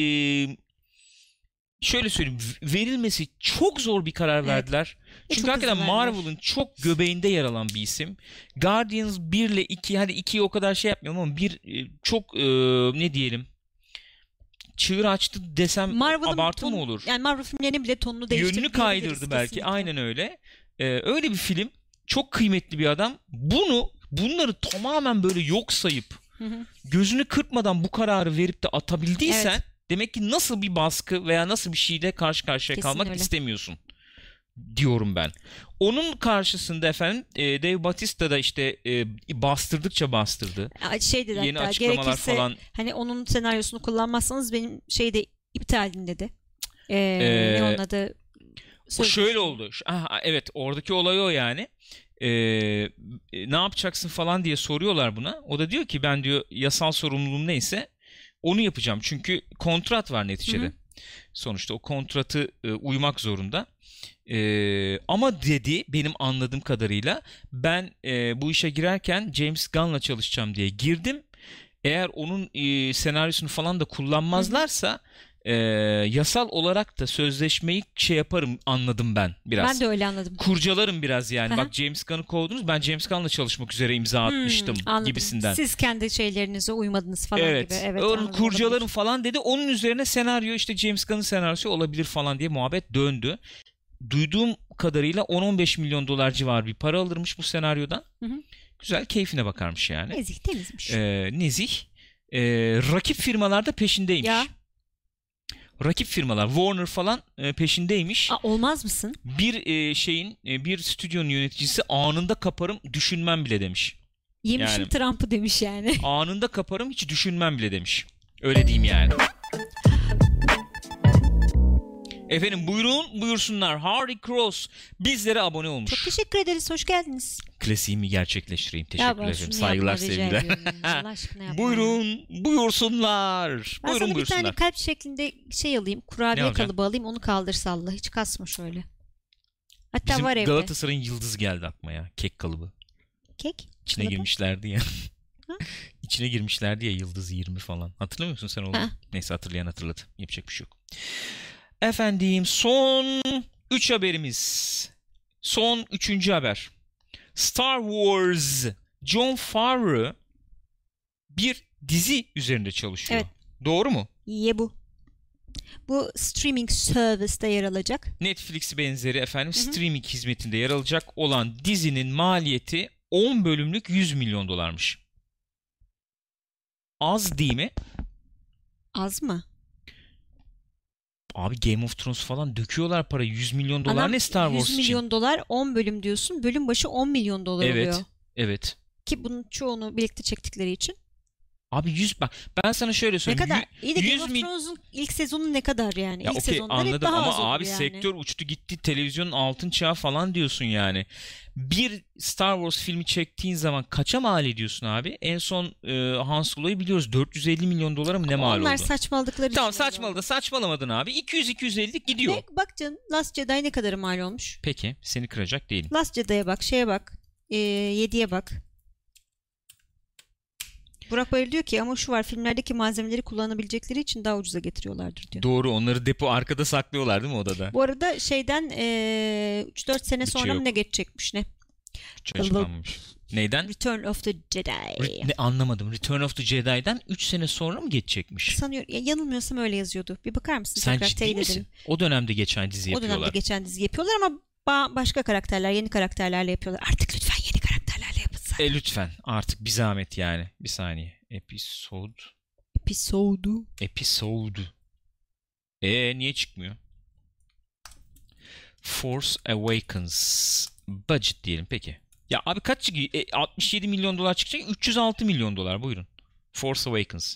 Speaker 1: şöyle söyleyeyim, verilmesi çok zor bir karar verdiler. Çünkü hakikaten Marvel'ın çok göbeğinde yer alan bir isim. Guardians 1 ile 2, hadi 2'yi o kadar şey yapmıyorum ama 1 çok ne diyelim, çığır açtı desem
Speaker 2: Marvel'ın
Speaker 1: abartı mı olur?
Speaker 2: Yani Marvel filmlerinin bile tonunu değiştirdi.
Speaker 1: Yönünü kaydırdı belki. Kesinlikle. Aynen öyle. Öyle bir film. Çok kıymetli bir adam. Bunları tamamen böyle yok sayıp gözünü kırpmadan bu kararı verip de atabildiysen demek ki nasıl bir baskı veya nasıl bir şeyle karşı karşıya kesin kalmak öyle istemiyorsun diyorum ben. Onun karşısında efendim Dave Bautista da işte bastırdıkça bastırdı. Yeni açıklamalar falan.
Speaker 2: Hani onun senaryosunu kullanmazsanız benim şeyde iptal edin dedi. Ne onun adı?
Speaker 1: Şöyle oldu. Evet, oradaki olay o yani. Ne yapacaksın falan diye soruyorlar buna. O da diyor ki ben diyor yasal sorumluluğum neyse onu yapacağım. Çünkü kontrat var neticede. Sonuçta o kontratı uymak zorunda. Ama dedi, benim anladığım kadarıyla ben bu işe girerken James Gunn'la çalışacağım diye girdim. Eğer onun senaryosunu falan da kullanmazlarsa yasal olarak da sözleşmeyi şey yaparım, anladım ben biraz.
Speaker 2: Ben de öyle anladım.
Speaker 1: Kurcalarım biraz yani. Bak James Gunn'ı kovdunuz, ben James Gunn'la çalışmak üzere imza atmıştım gibisinden.
Speaker 2: Siz kendi şeylerinize uymadınız falan gibi. Evet,
Speaker 1: onu kurcalarım falan dedi. Onun üzerine senaryo işte James Gunn'ın senaryosu olabilir falan diye muhabbet döndü. Duyduğum kadarıyla 10-15 milyon dolar civarı bir para alırmış bu senaryodan. Güzel, keyfine bakarmış yani.
Speaker 2: Nezih, temizmiş.
Speaker 1: Nezih. Rakip firmalar da peşindeymiş. Ya. Rakip firmalar, Warner falan peşindeymiş.
Speaker 2: Olmaz mısın?
Speaker 1: Bir stüdyonun yöneticisi anında kaparım, düşünmem bile demiş.
Speaker 2: Yemişim yani, Trump'ı demiş yani.
Speaker 1: Anında kaparım, hiç düşünmem bile demiş. Öyle diyeyim yani. Efendim buyursunlar. Hardy Cross bizlere abone olmuş.
Speaker 2: Çok teşekkür ederiz. Hoş geldiniz.
Speaker 1: Klasiğimi gerçekleştireyim. Teşekkür ederim. Saygılar, sevgiler. Buyursunlar.
Speaker 2: Ben sana
Speaker 1: buyursunlar.
Speaker 2: Bir tane kalp şeklinde şey alayım. Kurabiye kalıbı alayım. Onu kaldır salla. Hiç kasma şöyle. Hatta
Speaker 1: bizim
Speaker 2: var evde.
Speaker 1: Galatasaray'ın yıldızı geldi aklıma ya. Kek kalıbı.
Speaker 2: Kek?
Speaker 1: İçine girmişlerdi ya. İçine girmişlerdi ya yıldız 20 falan. Hatırlamıyor musun sen onu? Neyse, hatırlayan hatırladı. Yapacak bir şey yok. Efendim son 3 haberimiz. Son 3. haber. Star Wars. Jon Favreau bir dizi üzerinde çalışıyor.
Speaker 2: Evet.
Speaker 1: Doğru mu?
Speaker 2: Bu streaming service'te yer alacak.
Speaker 1: Netflix benzeri efendim streaming hizmetinde yer alacak olan dizinin maliyeti 10 bölümlük 100 milyon dolarmış. Az değil mi?
Speaker 2: Az mı?
Speaker 1: Abi Game of Thrones falan döküyorlar para. 100 milyon dolar ne Star Wars için?
Speaker 2: 100 milyon dolar 10 bölüm diyorsun. Bölüm başı 10 milyon dolar oluyor.
Speaker 1: Evet.
Speaker 2: Ki bunun çoğunu birlikte çektikleri için.
Speaker 1: Abi bak ben sana şöyle söyleyeyim.
Speaker 2: Ne kadar? İyi de Game of Thrones'un ilk sezonu ne kadar yani?
Speaker 1: Ya
Speaker 2: ilk sezonları
Speaker 1: anladım
Speaker 2: daha
Speaker 1: ama
Speaker 2: az
Speaker 1: abi
Speaker 2: yani.
Speaker 1: sektör uçtu gitti. Televizyonun altın çağı falan diyorsun yani. Bir Star Wars filmi çektiğin zaman kaça mal ediyorsun abi? En son Han Solo'yu biliyoruz. 450 milyon dolara mı ne mal oldu?
Speaker 2: Onlar saçmaladıkları
Speaker 1: tamam, saçmalamadın abi. 200-250 gidiyor.
Speaker 2: Bak canım, Last Jedi ne kadar mal olmuş?
Speaker 1: Peki, seni kıracak değilim.
Speaker 2: Last Jedi'ye bak, şeye bak. 7'ye bak. Burak Bayır diyor ki ama şu var, filmlerdeki malzemeleri kullanabilecekleri için daha ucuza getiriyorlardır diyor.
Speaker 1: Doğru, onları depo arkada saklıyorlar değil mi odada?
Speaker 2: Bu arada şeyden 3-4 sene sonra mı ne geçecekmiş ne?
Speaker 1: Hiç açıklanmamış. Neyden?
Speaker 2: Return of the Jedi.
Speaker 1: Ne anlamadım. Return of the Jedi'den 3 sene sonra mı geçecekmiş?
Speaker 2: Sanıyorum. Yanılmıyorsam öyle yazıyordu. Bir bakar mısın?
Speaker 1: Sen
Speaker 2: tekrar
Speaker 1: ciddi misin? O dönemde geçen dizi yapıyorlar.
Speaker 2: O dönemde geçen dizi yapıyorlar ama başka karakterler, yeni karakterlerle yapıyorlar. Artık lütfen yeni karakterlerle yapılsın.
Speaker 1: Lütfen artık bir zahmet yani. Bir saniye. Episode. Niye çıkmıyor? Force Awakens. Budget diyelim peki. Ya abi kaç çıkıyor? 67 milyon dolar çıkacak. 306 milyon dolar buyurun. Force Awakens.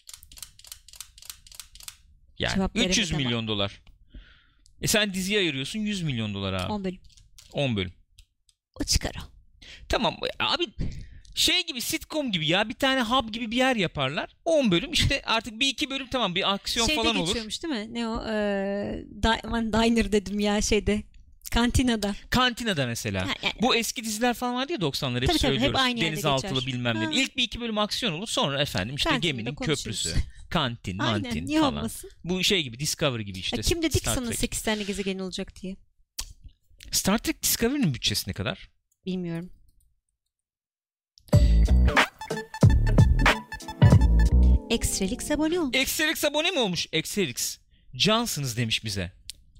Speaker 1: Yani
Speaker 2: cevap
Speaker 1: 300 milyon dolar. Sen diziye ayırıyorsun 100 milyon dolar abi.
Speaker 2: 10 bölüm.
Speaker 1: 10 bölüm.
Speaker 2: O çıkar o.
Speaker 1: Tamam abi, şey gibi, sitcom gibi ya, bir tane hub gibi bir yer yaparlar. 10 bölüm işte, artık bir iki bölüm tamam, bir aksiyon
Speaker 2: şeyde
Speaker 1: falan olur.
Speaker 2: Şeyde geçiyormuş değil mi? Ne o? Diner dedim ya, şeyde. Kantinada
Speaker 1: mesela.
Speaker 2: Ha, yani.
Speaker 1: Bu eski diziler falan vardı ya 90'lar, hep söylüyoruz.
Speaker 2: Hep aynı
Speaker 1: denizaltılı bilmem ne. İlk bir iki bölüm aksiyon olur, sonra efendim işte
Speaker 2: Kantin'de
Speaker 1: geminin köprüsü. Kantin
Speaker 2: Aynen, niye
Speaker 1: falan.
Speaker 2: Olmasın?
Speaker 1: Bu şey gibi, Discovery gibi işte.
Speaker 2: Kim dedik sana 8 tane gezegen olacak diye.
Speaker 1: Star Trek Discovery'nin bütçesi ne kadar?
Speaker 2: Bilmiyorum. Extralix abone olmuş.
Speaker 1: Extralix abone mi olmuş? Extralix. Cansınız demiş bize.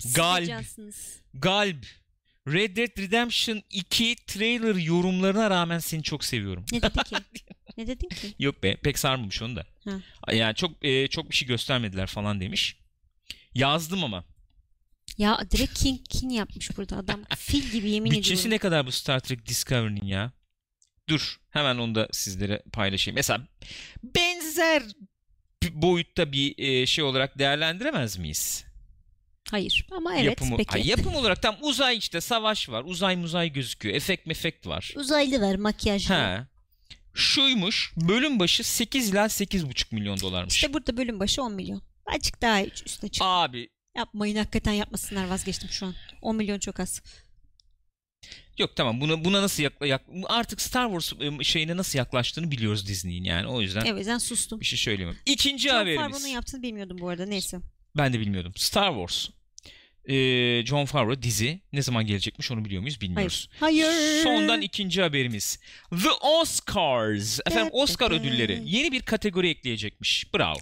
Speaker 1: Galb. Red Dead Redemption 2 trailer yorumlarına rağmen seni çok seviyorum.
Speaker 2: Ne dedi ki? Ne dedin ki?
Speaker 1: Yok be, pek sarmamış onu da. Yani çok bir şey göstermediler falan demiş. Yazdım ama.
Speaker 2: Ya direkt King yapmış burada adam. Fil gibi, yemin ediyorum.
Speaker 1: Bütçesi ne kadar bu Star Trek Discovery'nin ya? Dur, hemen onu da sizlere paylaşayım. Mesela benzer boyutta bir şey olarak değerlendiremez miyiz?
Speaker 2: Hayır ama evet, peki.
Speaker 1: Yapım olarak tam uzay, işte savaş var. Uzay gözüküyor. Efekt var.
Speaker 2: Uzaylı var, makyaj var.
Speaker 1: Şuymuş, bölüm başı 8 ila 8,5 milyon dolarmış.
Speaker 2: İşte burada bölüm başı 10 milyon. Azıcık daha üstüne çık.
Speaker 1: Abi.
Speaker 2: Yapmayın, hakikaten yapmasınlar, vazgeçtim şu an. 10 milyon çok az.
Speaker 1: Yok tamam, buna nasıl artık Star Wars şeyine nasıl yaklaştığını biliyoruz Disney'in, yani o yüzden.
Speaker 2: Evet, ben sustum.
Speaker 1: Bir şey söyleyemem. İkinci
Speaker 2: John
Speaker 1: haberimiz.
Speaker 2: John Favreau'nun yaptığını bilmiyordum bu arada, neyse.
Speaker 1: Ben de bilmiyordum. Star Wars. John Favreau dizi ne zaman gelecekmiş onu biliyor muyuz? Bilmiyoruz.
Speaker 2: Hayır.
Speaker 1: Sondan ikinci haberimiz. The Oscars. Efendim, Oscar ödülleri yeni bir kategori ekleyecekmiş. Bravo.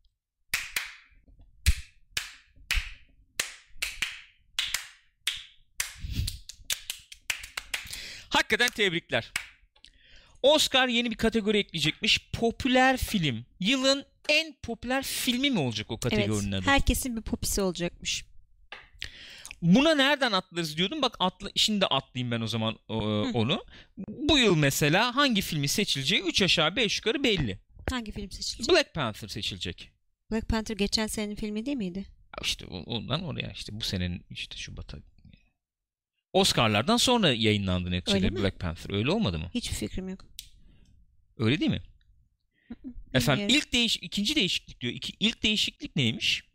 Speaker 1: Hakikaten tebrikler. Oscar yeni bir kategori ekleyecekmiş. Popüler film. Yılın en popüler filmi mi olacak o kategorinin adı?
Speaker 2: Herkesin bir popisi olacakmış.
Speaker 1: Buna nereden atlarız diyordum. Bak şimdi atlayayım ben o zaman onu. Bu yıl mesela hangi filmi seçileceği 3 aşağı 5 yukarı belli.
Speaker 2: Hangi film seçilecek?
Speaker 1: Black Panther seçilecek.
Speaker 2: Black Panther geçen senenin filmi değil miydi?
Speaker 1: İşte ondan oraya, işte bu senenin işte Şubat'a. Oscar'lardan sonra yayınlandı neticede Black Panther. Öyle olmadı mı?
Speaker 2: Hiçbir fikrim yok.
Speaker 1: Öyle değil mi? Efendim ikinci değişiklik diyor. İlk değişiklik neymiş?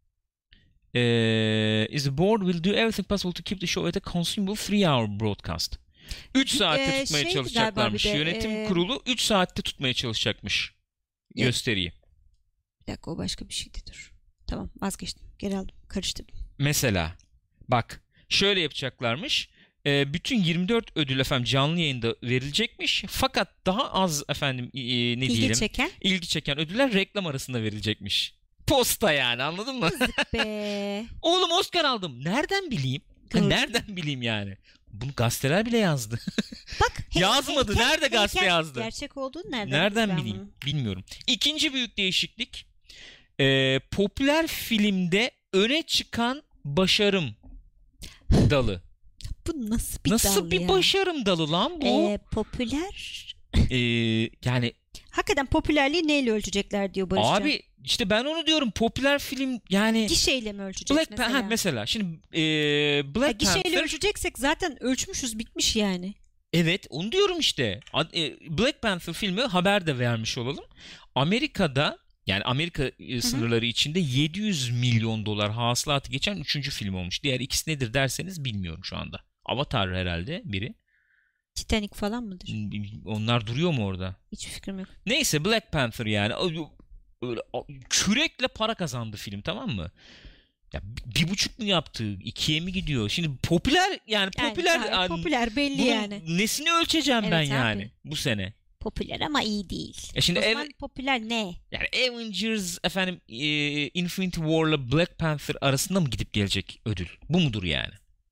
Speaker 1: Is the board will do everything possible to keep the show at a consumable 3-hour broadcast. 3 saatte tutmaya çalışacaklarmış. Yönetim kurulu 3 saatte tutmaya çalışacakmış gösteriyi.
Speaker 2: Bir dakika, o başka bir şeydi, dur. Tamam, vazgeçtim. Geri aldım. Karıştırdım.
Speaker 1: Mesela bak şöyle yapacaklarmış. Bütün 24 ödül efendim canlı yayında verilecekmiş. Fakat daha az efendim ilgi çeken ödüller reklam arasında verilecekmiş. Posta yani, anladın mı?
Speaker 2: Be.
Speaker 1: Oğlum Oscar aldım. Nereden bileyim? Nereden bileyim yani? Bunu gazeteler bile yazdı.
Speaker 2: Bak.
Speaker 1: Yazmadı. Nerede gazete yazdı?
Speaker 2: Gerçek olduğunu
Speaker 1: nereden bileyim? Bilmiyorum. İkinci büyük değişiklik. Popüler filmde öne çıkan başarım dalı.
Speaker 2: Bu nasıl bir
Speaker 1: başarım dalı lan bu?
Speaker 2: Popüler.
Speaker 1: Yani.
Speaker 2: Hakikaten popülerliği neyle ölçecekler diyor Barışcan.
Speaker 1: Abi işte ben onu diyorum. Popüler film yani.
Speaker 2: Gişeyle mi ölçeceğiz
Speaker 1: mesela? Şimdi Black Panther.
Speaker 2: Gişeyle ölçeceksek zaten ölçmüşüz, bitmiş yani.
Speaker 1: Evet, onu diyorum işte. Black Panther filmi haber de vermiş olalım. Amerika'da, yani Amerika sınırları içinde 700 milyon dolar hasılatı geçen 3. film olmuş. Diğer ikisi nedir derseniz bilmiyorum şu anda. Avatar herhalde biri.
Speaker 2: Titanic falan mıdır?
Speaker 1: Onlar duruyor mu orada?
Speaker 2: Hiçbir fikrim yok.
Speaker 1: Neyse, Black Panther yani. Öyle kürekle para kazandı film, tamam mı? Ya 1,5 mu yaptı? 2'ye mi gidiyor? Şimdi popüler yani popüler.
Speaker 2: Yani, popüler belli yani.
Speaker 1: Nesini ölçeceğim ben
Speaker 2: Evet
Speaker 1: yani
Speaker 2: abi.
Speaker 1: bu sene?
Speaker 2: Popüler ama iyi değil.
Speaker 1: Şimdi
Speaker 2: O zaman popüler ne?
Speaker 1: yani Avengers efendim Infinity War'la Black Panther arasında mı gidip gelecek ödül? Bu mudur yani?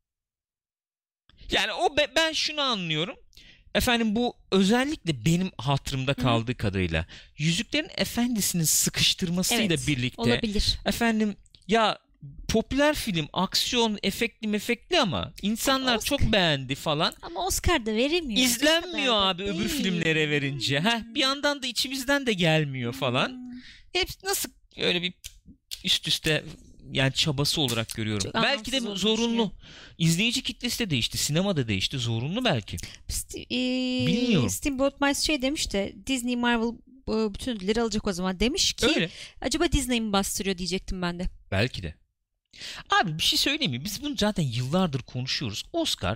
Speaker 1: Yani ben şunu anlıyorum. Efendim bu özellikle benim hatırımda kaldığı kadarıyla Yüzüklerin Efendisi'nin sıkıştırmasıyla birlikte
Speaker 2: olabilir.
Speaker 1: efendim ya popüler film, aksiyon, efektli ama insanlar çok beğendi falan.
Speaker 2: Ama Oscar'da veremiyor.
Speaker 1: İzlenmiyor abi öbür filmlere verince. Bir yandan da içimizden de gelmiyor falan. Hep nasıl öyle bir üst üste yani çabası olarak görüyorum.
Speaker 2: Çok
Speaker 1: belki de zorunlu.
Speaker 2: Ya.
Speaker 1: İzleyici kitlesi de değişti. Sinemada değişti. Zorunlu belki.
Speaker 2: Bilmiyorum. Steamboat Mice demiş de Disney Marvel bütün ödülleri alacak o zaman demiş ki
Speaker 1: öyle.
Speaker 2: Acaba Disney mi bastırıyor diyecektim ben de.
Speaker 1: Belki de. Abi bir şey söyleyeyim mi? Biz bunu zaten yıllardır konuşuyoruz. Oscar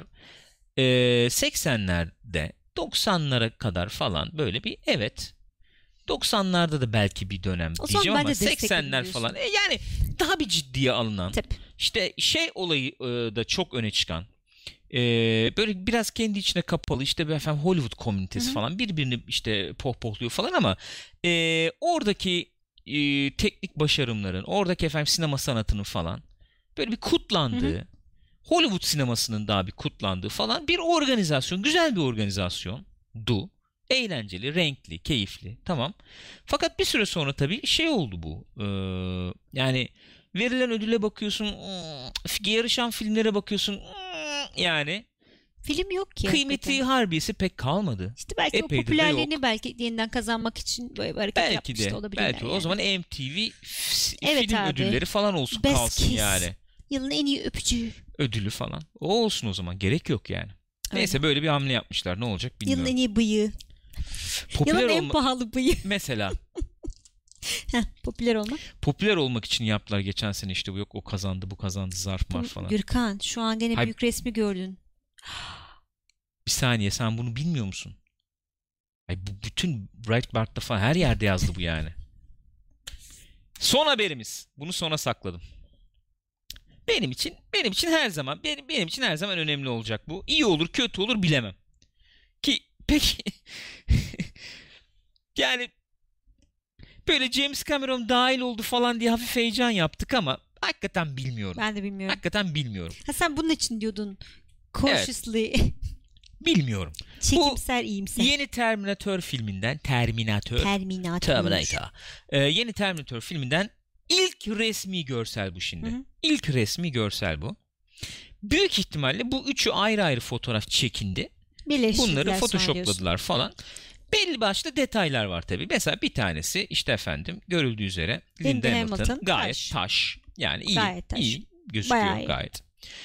Speaker 1: 80'lerde 90'lara kadar falan böyle bir 90'larda da belki bir dönem
Speaker 2: o
Speaker 1: diyeceğim ama 80'ler falan. Yani daha bir ciddiye alınan.
Speaker 2: Tabii.
Speaker 1: İşte olayı da çok öne çıkan. Böyle biraz kendi içine kapalı işte bir efendim Hollywood komünitesi falan birbirini işte pohpohluyor falan ama oradaki teknik başarımların, oradaki efendim sinema sanatının falan böyle bir kutlandığı, Hollywood sinemasının daha bir kutlandığı falan bir organizasyon, güzel bir organizasyondu. Eğlenceli, renkli, keyifli. Tamam. Fakat bir süre sonra tabii oldu bu. Yani verilen ödüle bakıyorsun, yarışan filmlere bakıyorsun, yani
Speaker 2: film yok ki.
Speaker 1: Kıymeti
Speaker 2: hakikaten.
Speaker 1: harbiyesi pek kalmadı.
Speaker 2: İşte belki
Speaker 1: Epeydir
Speaker 2: o popülerliğini belki yeniden kazanmak için böyle bir hareket yapmış da olabilirler.
Speaker 1: Belki
Speaker 2: yani.
Speaker 1: O zaman MTV
Speaker 2: Evet
Speaker 1: film
Speaker 2: abi.
Speaker 1: ödülleri falan olsun,
Speaker 2: Best
Speaker 1: kalsın
Speaker 2: Kiss.
Speaker 1: yani.
Speaker 2: Yılın en iyi öpücüğü.
Speaker 1: Ödülü falan. O olsun o zaman. Gerek yok yani.
Speaker 2: Öyle.
Speaker 1: Neyse böyle bir hamle yapmışlar. Ne olacak bilmiyorum.
Speaker 2: Yılın en iyi bıyığı. Yılın en pahalı bıyığı.
Speaker 1: Mesela.
Speaker 2: Popüler olmak.
Speaker 1: Popüler olmak için yaptılar geçen sene işte bu yok o kazandı bu kazandı zarf mar falan.
Speaker 2: Gürkan şu an gene büyük resmi gördün.
Speaker 1: Bir saniye sen bunu bilmiyor musun? Bu bütün Breitbart'ta falan her yerde yazdı bu yani. Son haberimiz. Bunu sona sakladım. Benim için her zaman benim için her zaman önemli olacak bu. İyi olur, kötü olur bilemem. Ki peki yani böyle James Cameron dahil oldu falan diye hafif heyecan yaptık ama hakikaten bilmiyorum.
Speaker 2: Ben de bilmiyorum.
Speaker 1: Hakikaten bilmiyorum.
Speaker 2: Ha sen bunun için diyordun. Cautiously.
Speaker 1: Evet. Bilmiyorum.
Speaker 2: Çekimser, iyimser.
Speaker 1: Yeni Terminator filminden Terminator. Yeni Terminator filminden ilk resmi görsel bu şimdi. İlk resmi görsel bu. Büyük ihtimalle bu üçü ayrı ayrı fotoğraf çekindi. Bunları photoshopladılar falan. Belli başlı detaylar var tabii. Mesela bir tanesi işte efendim görüldüğü üzere Linda Hamilton gayet taş. Yani iyi gözüküyor gayet.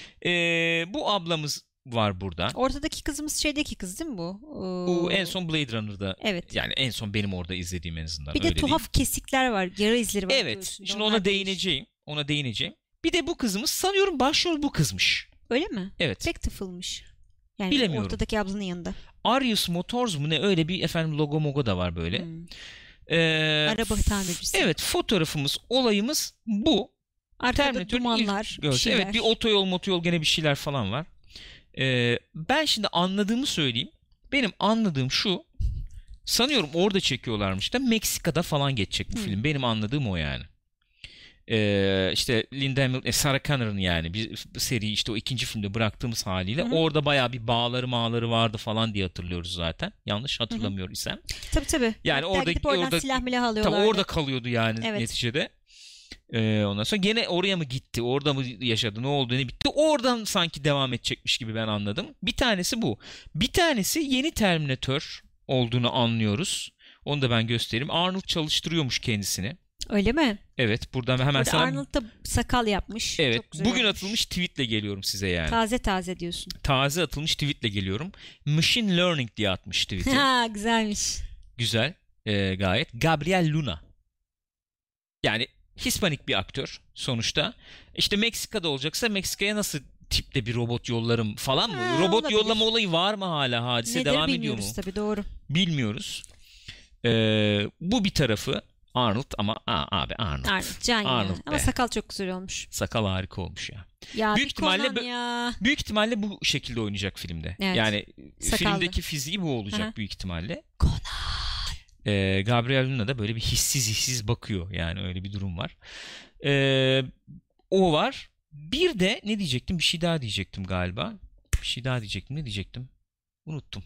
Speaker 1: Bu ablamız var burada.
Speaker 2: Ortadaki kızımız şeydeki kız değil mi bu?
Speaker 1: Bu en son Blade Runner'da.
Speaker 2: Evet.
Speaker 1: Yani en son benim orada izlediğim en azından.
Speaker 2: Bir de tuhaf kesikler var. Yara izleri var.
Speaker 1: Evet. Şimdi ona değineceğim. Bir de bu kızımız sanıyorum başrol bu kızmış.
Speaker 2: Öyle mi?
Speaker 1: Evet.
Speaker 2: Pek tıfılmış. Yani
Speaker 1: bilemiyorum.
Speaker 2: Ortadaki ablanın yanında.
Speaker 1: Arius Motors mu ne öyle bir efendim logo da var böyle.
Speaker 2: Araba tamircisi.
Speaker 1: Evet, fotoğrafımız, olayımız bu.
Speaker 2: Arkada dumanlar, bir şeyler.
Speaker 1: Evet, bir otoyol gene bir şeyler falan var. Ben şimdi anladığımı söyleyeyim. Benim anladığım şu. Sanıyorum orada çekiyorlarmış da Meksika'da falan geçecek bu film. Benim anladığım o yani. İşte Linda Hamilton, Sarah Connor'ın yani bir seri işte o ikinci filmde bıraktığımız haliyle orada bayağı bir bağları vardı falan diye hatırlıyoruz zaten. Yanlış hatırlamıyor isem.
Speaker 2: Tabii.
Speaker 1: Yani orada
Speaker 2: silah milah alıyorlardı.
Speaker 1: Tam orada kalıyordu yani neticede. Ondan sonra gene oraya mı gitti? Orada mı yaşadı? Ne oldu? Ne bitti? Oradan sanki devam edecekmiş gibi ben anladım. Bir tanesi bu. Bir tanesi yeni Terminator olduğunu anlıyoruz. Onu da ben göstereyim. Arnold çalıştırıyormuş kendisini.
Speaker 2: Öyle mi?
Speaker 1: Evet. Buradan hemen sana...
Speaker 2: Arnold da sakal yapmış.
Speaker 1: Evet.
Speaker 2: Çok güzel
Speaker 1: bugün
Speaker 2: olmuş.
Speaker 1: atılmış tweetle geliyorum size yani.
Speaker 2: Taze diyorsun.
Speaker 1: Taze atılmış tweetle geliyorum. Machine Learning diye atmış tweet'i.
Speaker 2: Ha, güzelmiş.
Speaker 1: Güzel. Gayet. Gabriel Luna. Yani Hispanik bir aktör sonuçta. İşte Meksika'da olacaksa Meksika'ya nasıl tipte bir robot yollarım falan mı? Robot
Speaker 2: olabilir.
Speaker 1: yollama olayı var mı hala? Hadise
Speaker 2: Nedir
Speaker 1: devam ediyor mu?
Speaker 2: bilmiyoruz tabii, doğru.
Speaker 1: Bilmiyoruz. Bu bir tarafı. Arnold ama abi Arnold.
Speaker 2: Arnold can
Speaker 1: Arnold
Speaker 2: ya. Ama sakal çok güzel olmuş.
Speaker 1: Sakal harika olmuş ya.
Speaker 2: Ya
Speaker 1: büyük ihtimalle
Speaker 2: ya.
Speaker 1: büyük ihtimalle bu şekilde oynayacak filmde. Evet. Yani sakallı. Filmdeki fiziği bu olacak. Hı-hı. Büyük ihtimalle.
Speaker 2: Conan.
Speaker 1: Gabriel Luna da böyle bir hissiz bakıyor. Yani öyle bir durum var. O var. Bir de ne diyecektim? Bir şey daha diyecektim galiba. Bir şey daha diyecektim. Ne diyecektim? Unuttum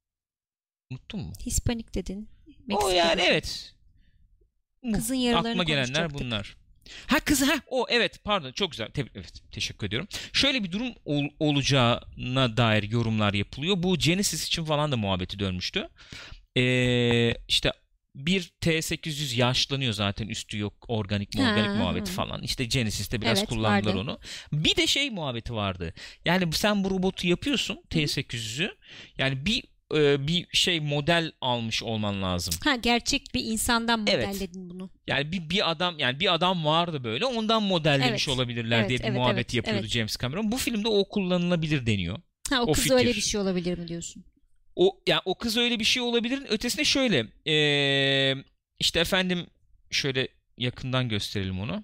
Speaker 1: mu?
Speaker 2: Hispanik dedin.
Speaker 1: Meksika o yani dedin. Evet.
Speaker 2: Kızın yaralarını
Speaker 1: aklıma gelenler bunlar. O evet pardon çok güzel. Evet teşekkür ediyorum. Şöyle bir durum olacağına dair yorumlar yapılıyor. Bu Genesis için falan da muhabbeti dönmüştü. İşte bir T800 yaşlanıyor zaten, üstü yok, organik muhabbeti falan. İşte Genesis'te biraz kullandılar vardı. Onu. Bir de şey muhabbeti vardı. Yani sen bu robotu yapıyorsun, T800'ü. Yani bir şey model almış olman lazım.
Speaker 2: Gerçek bir insandan modelledin bunu.
Speaker 1: Yani bir adam vardı böyle, ondan modellemiş olabilirler diye bir muhabbet yapıyordu James Cameron. Bu filmde o kullanılabilir deniyor.
Speaker 2: O kız fikir. Öyle bir şey olabilir mi diyorsun?
Speaker 1: O kız öyle bir şey olabilir. Ötesinde şöyle işte efendim şöyle yakından gösterelim onu.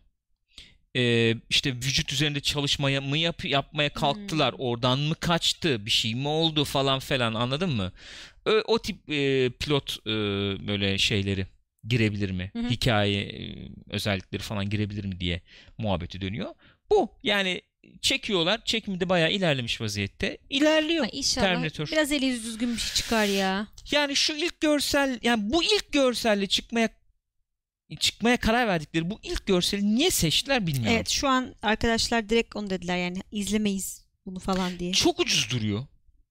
Speaker 1: İşte vücut üzerinde çalışmaya mı yapmaya kalktılar, oradan mı kaçtı, bir şey mi oldu falan anladın mı? O tip pilot böyle şeyleri girebilir mi? Hikaye özellikleri falan girebilir mi diye muhabbeti dönüyor. Bu yani çekiyorlar. Çekimi de bayağı ilerlemiş vaziyette. İlerliyor Terminator.
Speaker 2: Biraz eli yüzü düzgün bir şey çıkar ya.
Speaker 1: Yani şu ilk görsel, yani bu ilk görselle çıkmaya karar verdikleri bu ilk görseli niye seçtiler bilmiyorum.
Speaker 2: Evet, şu an arkadaşlar direkt onu dediler, yani izlemeyiz bunu falan diye.
Speaker 1: Çok ucuz duruyor.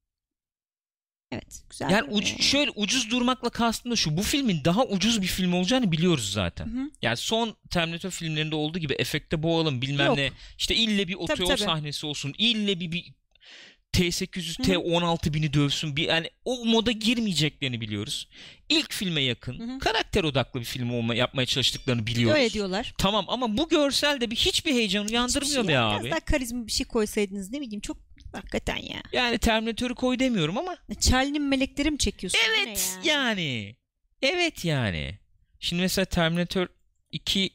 Speaker 2: Evet, güzel.
Speaker 1: Yani şöyle ucuz durmakla kastım da şu: bu filmin daha ucuz bir film olacağını biliyoruz zaten. Hı-hı. Yani son Terminator filmlerinde olduğu gibi efekte boğalım bilmem Yok. ne. İşte ille bir otoyol sahnesi olsun, ille bir T800 T16 bini dövsün. Yani o moda girmeyeceklerini biliyoruz. İlk filme yakın, karakter odaklı bir film yapmaya çalıştıklarını biliyoruz.
Speaker 2: Öyle diyorlar.
Speaker 1: Tamam ama bu görsel de hiçbir heyecan uyandırmıyor be abi.
Speaker 2: Biraz daha karizma bir şey koysaydınız, ne bileyim, çok hakikaten ya.
Speaker 1: Yani Terminator'u koy demiyorum ama.
Speaker 2: Charlie'nin melekleri mi çekiyorsun?
Speaker 1: Evet yani. Evet yani. Şimdi mesela Terminator 2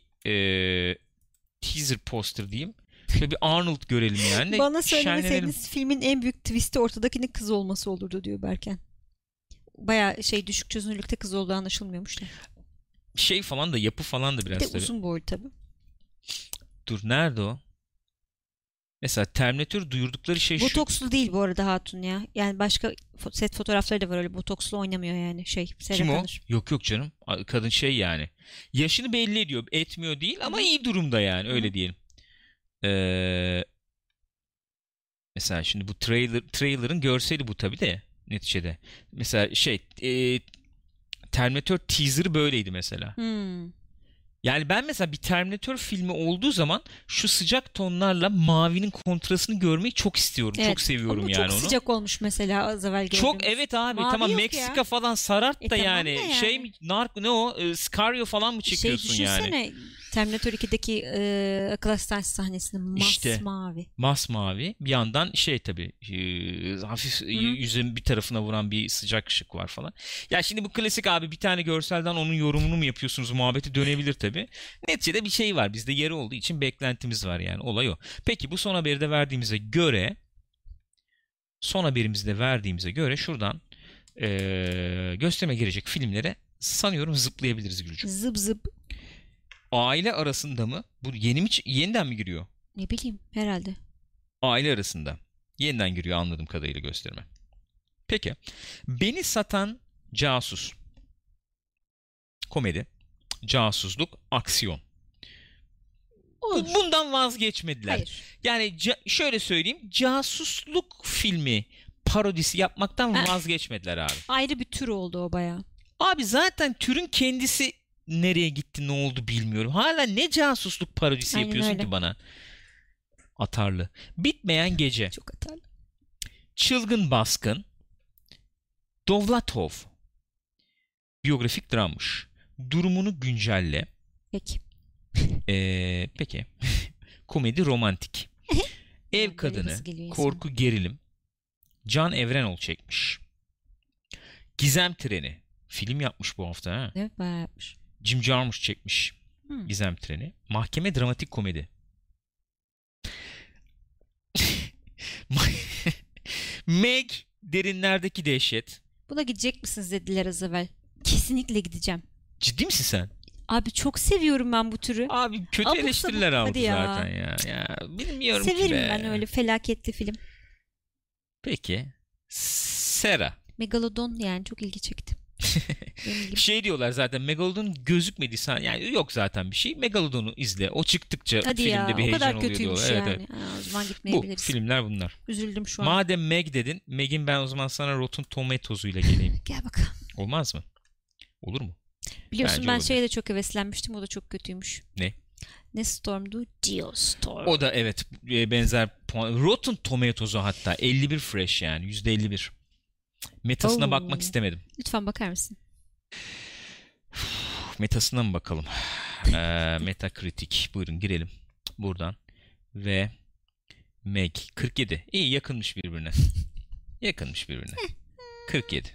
Speaker 1: teaser poster diyeyim. Şöyle bir Arnold görelim yani.
Speaker 2: Bana söylemeseydiniz filmin en büyük twist'i ortadakinin kız olması olurdu diyor Berken. Bayağı düşük çözünürlükte kız olduğu anlaşılmıyormuş da.
Speaker 1: Falan da, yapı falan da biraz
Speaker 2: tabii. Uzun boylu tabii.
Speaker 1: Dur, nerede o? Mesela Terminator duyurdukları şey
Speaker 2: botokslu değil bu arada hatun ya. Yani başka set fotoğrafları da var, öyle botokslu oynamıyor yani.
Speaker 1: Kim o? Yok canım. Kadın yani. Yaşını belli ediyor. Etmiyor değil ama iyi durumda yani. Öyle diyelim. Mesela şimdi bu trailer'ın görseli bu tabii de neticede. Mesela Terminator teaser'ı böyleydi mesela. Yani ben mesela bir Terminator filmi olduğu zaman şu sıcak tonlarla mavinin kontrastını görmeyi çok istiyorum. Evet, çok seviyorum yani onu.
Speaker 2: Çok sıcak olmuş mesela az evvel gördüğümüz.
Speaker 1: Çok evet abi. Mavi tamam Meksika ya. Falan sarart da yani. Ne o? Scario falan mı çekiyorsun yani?
Speaker 2: Düşünsene Terminator 2'deki akıl hastanesi sahnesinde masmavi.
Speaker 1: Masmavi. Bir yandan tabii hafif yüzün bir tarafına vuran bir sıcak ışık var falan. Ya şimdi bu klasik abi, bir tane görselden onun yorumunu mu yapıyorsunuz muhabbeti dönebilir tabii. Neticede bir şey var. Bizde yeri olduğu için beklentimiz var yani. Olay o. Peki bu son haberi de verdiğimize göre şuradan gösterime girecek filmlere sanıyorum zıplayabiliriz Gülcüm.
Speaker 2: Zıp.
Speaker 1: Aile arasında mı? Bu yeniden mi giriyor?
Speaker 2: Ne bileyim, herhalde.
Speaker 1: Aile arasında. Yeniden giriyor anladığım kadarıyla gösterime. Peki. Beni Satan Casus. Komedi, casusluk, aksiyon. Bundan vazgeçmediler.
Speaker 2: Hayır.
Speaker 1: Yani şöyle söyleyeyim, casusluk filmi parodisi yapmaktan vazgeçmediler abi.
Speaker 2: Ayrı bir tür oldu o bayağı.
Speaker 1: Abi zaten türün kendisi nereye gitti, ne oldu bilmiyorum. Hala ne casusluk parodisi Aynen yapıyorsun öyle. Ki bana? Atarlı. Bitmeyen Gece.
Speaker 2: Çok atarlı.
Speaker 1: Çılgın Baskın. Dovlatov. Biyografik drammış. Durumunu güncelle.
Speaker 2: Peki.
Speaker 1: Peki. Komedi, romantik. Ev Kadını. Korku, gerilim. Can Evrenol çekmiş. Gizem Treni. Film yapmış bu hafta ha.
Speaker 2: Evet, bayağı yapmış.
Speaker 1: Jim Jarmusch çekmiş Gizem Treni. Mahkeme dramatik komedi. Meg, derinlerdeki dehşet.
Speaker 2: Buna gidecek misiniz dediler az evvel. Kesinlikle gideceğim.
Speaker 1: Ciddi misin sen?
Speaker 2: Abi çok seviyorum ben bu türü.
Speaker 1: Abi kötü
Speaker 2: Abuk
Speaker 1: eleştiriler
Speaker 2: sabuk,
Speaker 1: aldı
Speaker 2: hadi ya.
Speaker 1: zaten ya. Ya bilmiyorum
Speaker 2: Severim
Speaker 1: ki be.
Speaker 2: ben öyle felaketli film.
Speaker 1: Peki. Sera.
Speaker 2: Megalodon yani çok ilgi çekti.
Speaker 1: Şey diyorlar zaten, Megalodon gözükmedi sahne. Yani yok zaten bir şey. Megalodon'u izle. O çıktıkça
Speaker 2: hadi
Speaker 1: filmde
Speaker 2: ya,
Speaker 1: bir heyecan oluyor
Speaker 2: kötüymüş
Speaker 1: diyorlar.
Speaker 2: yani.
Speaker 1: Evet, evet.
Speaker 2: O zaman
Speaker 1: Bu
Speaker 2: gitmeyebiliriz.
Speaker 1: filmler bunlar.
Speaker 2: Üzüldüm şu an.
Speaker 1: Madem Meg dedin, Meg'in ben o zaman sana Rotten Tomatoes'uyla geleyim.
Speaker 2: Gel bakalım.
Speaker 1: Olmaz mı? Olur mu?
Speaker 2: Biliyorsun
Speaker 1: Bence
Speaker 2: ben
Speaker 1: olabilir.
Speaker 2: şeye de çok heveslenmiştim. O da çok kötüymüş.
Speaker 1: Ne?
Speaker 2: Ne Storm'du? Geostorm.
Speaker 1: O da evet benzer puan. Rotten Tomatoes'u hatta 51 fresh yani %51. Metasına
Speaker 2: Oo.
Speaker 1: bakmak istemedim.
Speaker 2: Lütfen bakar mısın?
Speaker 1: Metasına mı bakalım? Metacritic. Buyurun girelim. Buradan. Ve Meg 47. İyi, yakınmış birbirine. Yakınmış birbirine. 47.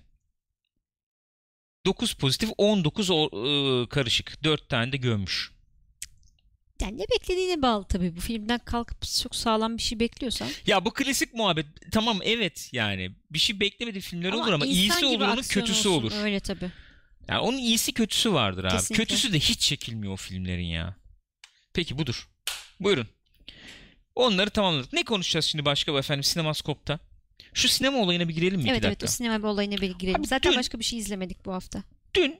Speaker 1: 9 pozitif, 19 karışık. 4 tane de gömmüş.
Speaker 2: Yani ne beklediğine bağlı tabii. Bu filmden kalkıp çok sağlam bir şey bekliyorsan.
Speaker 1: Ya bu klasik muhabbet. Tamam evet yani. Bir şey beklemediği filmler olur ama
Speaker 2: insan
Speaker 1: iyisi
Speaker 2: gibi
Speaker 1: olur, onun
Speaker 2: aksiyon
Speaker 1: kötüsü
Speaker 2: olsun.
Speaker 1: olur.
Speaker 2: Öyle tabii.
Speaker 1: Yani onun iyisi kötüsü vardır abi.
Speaker 2: Kesinlikle.
Speaker 1: Kötüsü de hiç çekilmiyor o filmlerin ya. Peki budur. Buyurun. Onları tamamladık. Ne konuşacağız şimdi başka bu efendim Sinemaskop'ta? Şu sinema olayına bir girelim mi?
Speaker 2: Evet
Speaker 1: 2
Speaker 2: evet,
Speaker 1: dakika?
Speaker 2: o sinema bir olayına bir girelim.
Speaker 1: Abi
Speaker 2: Zaten
Speaker 1: dün-
Speaker 2: başka bir şey izlemedik bu hafta.
Speaker 1: Dün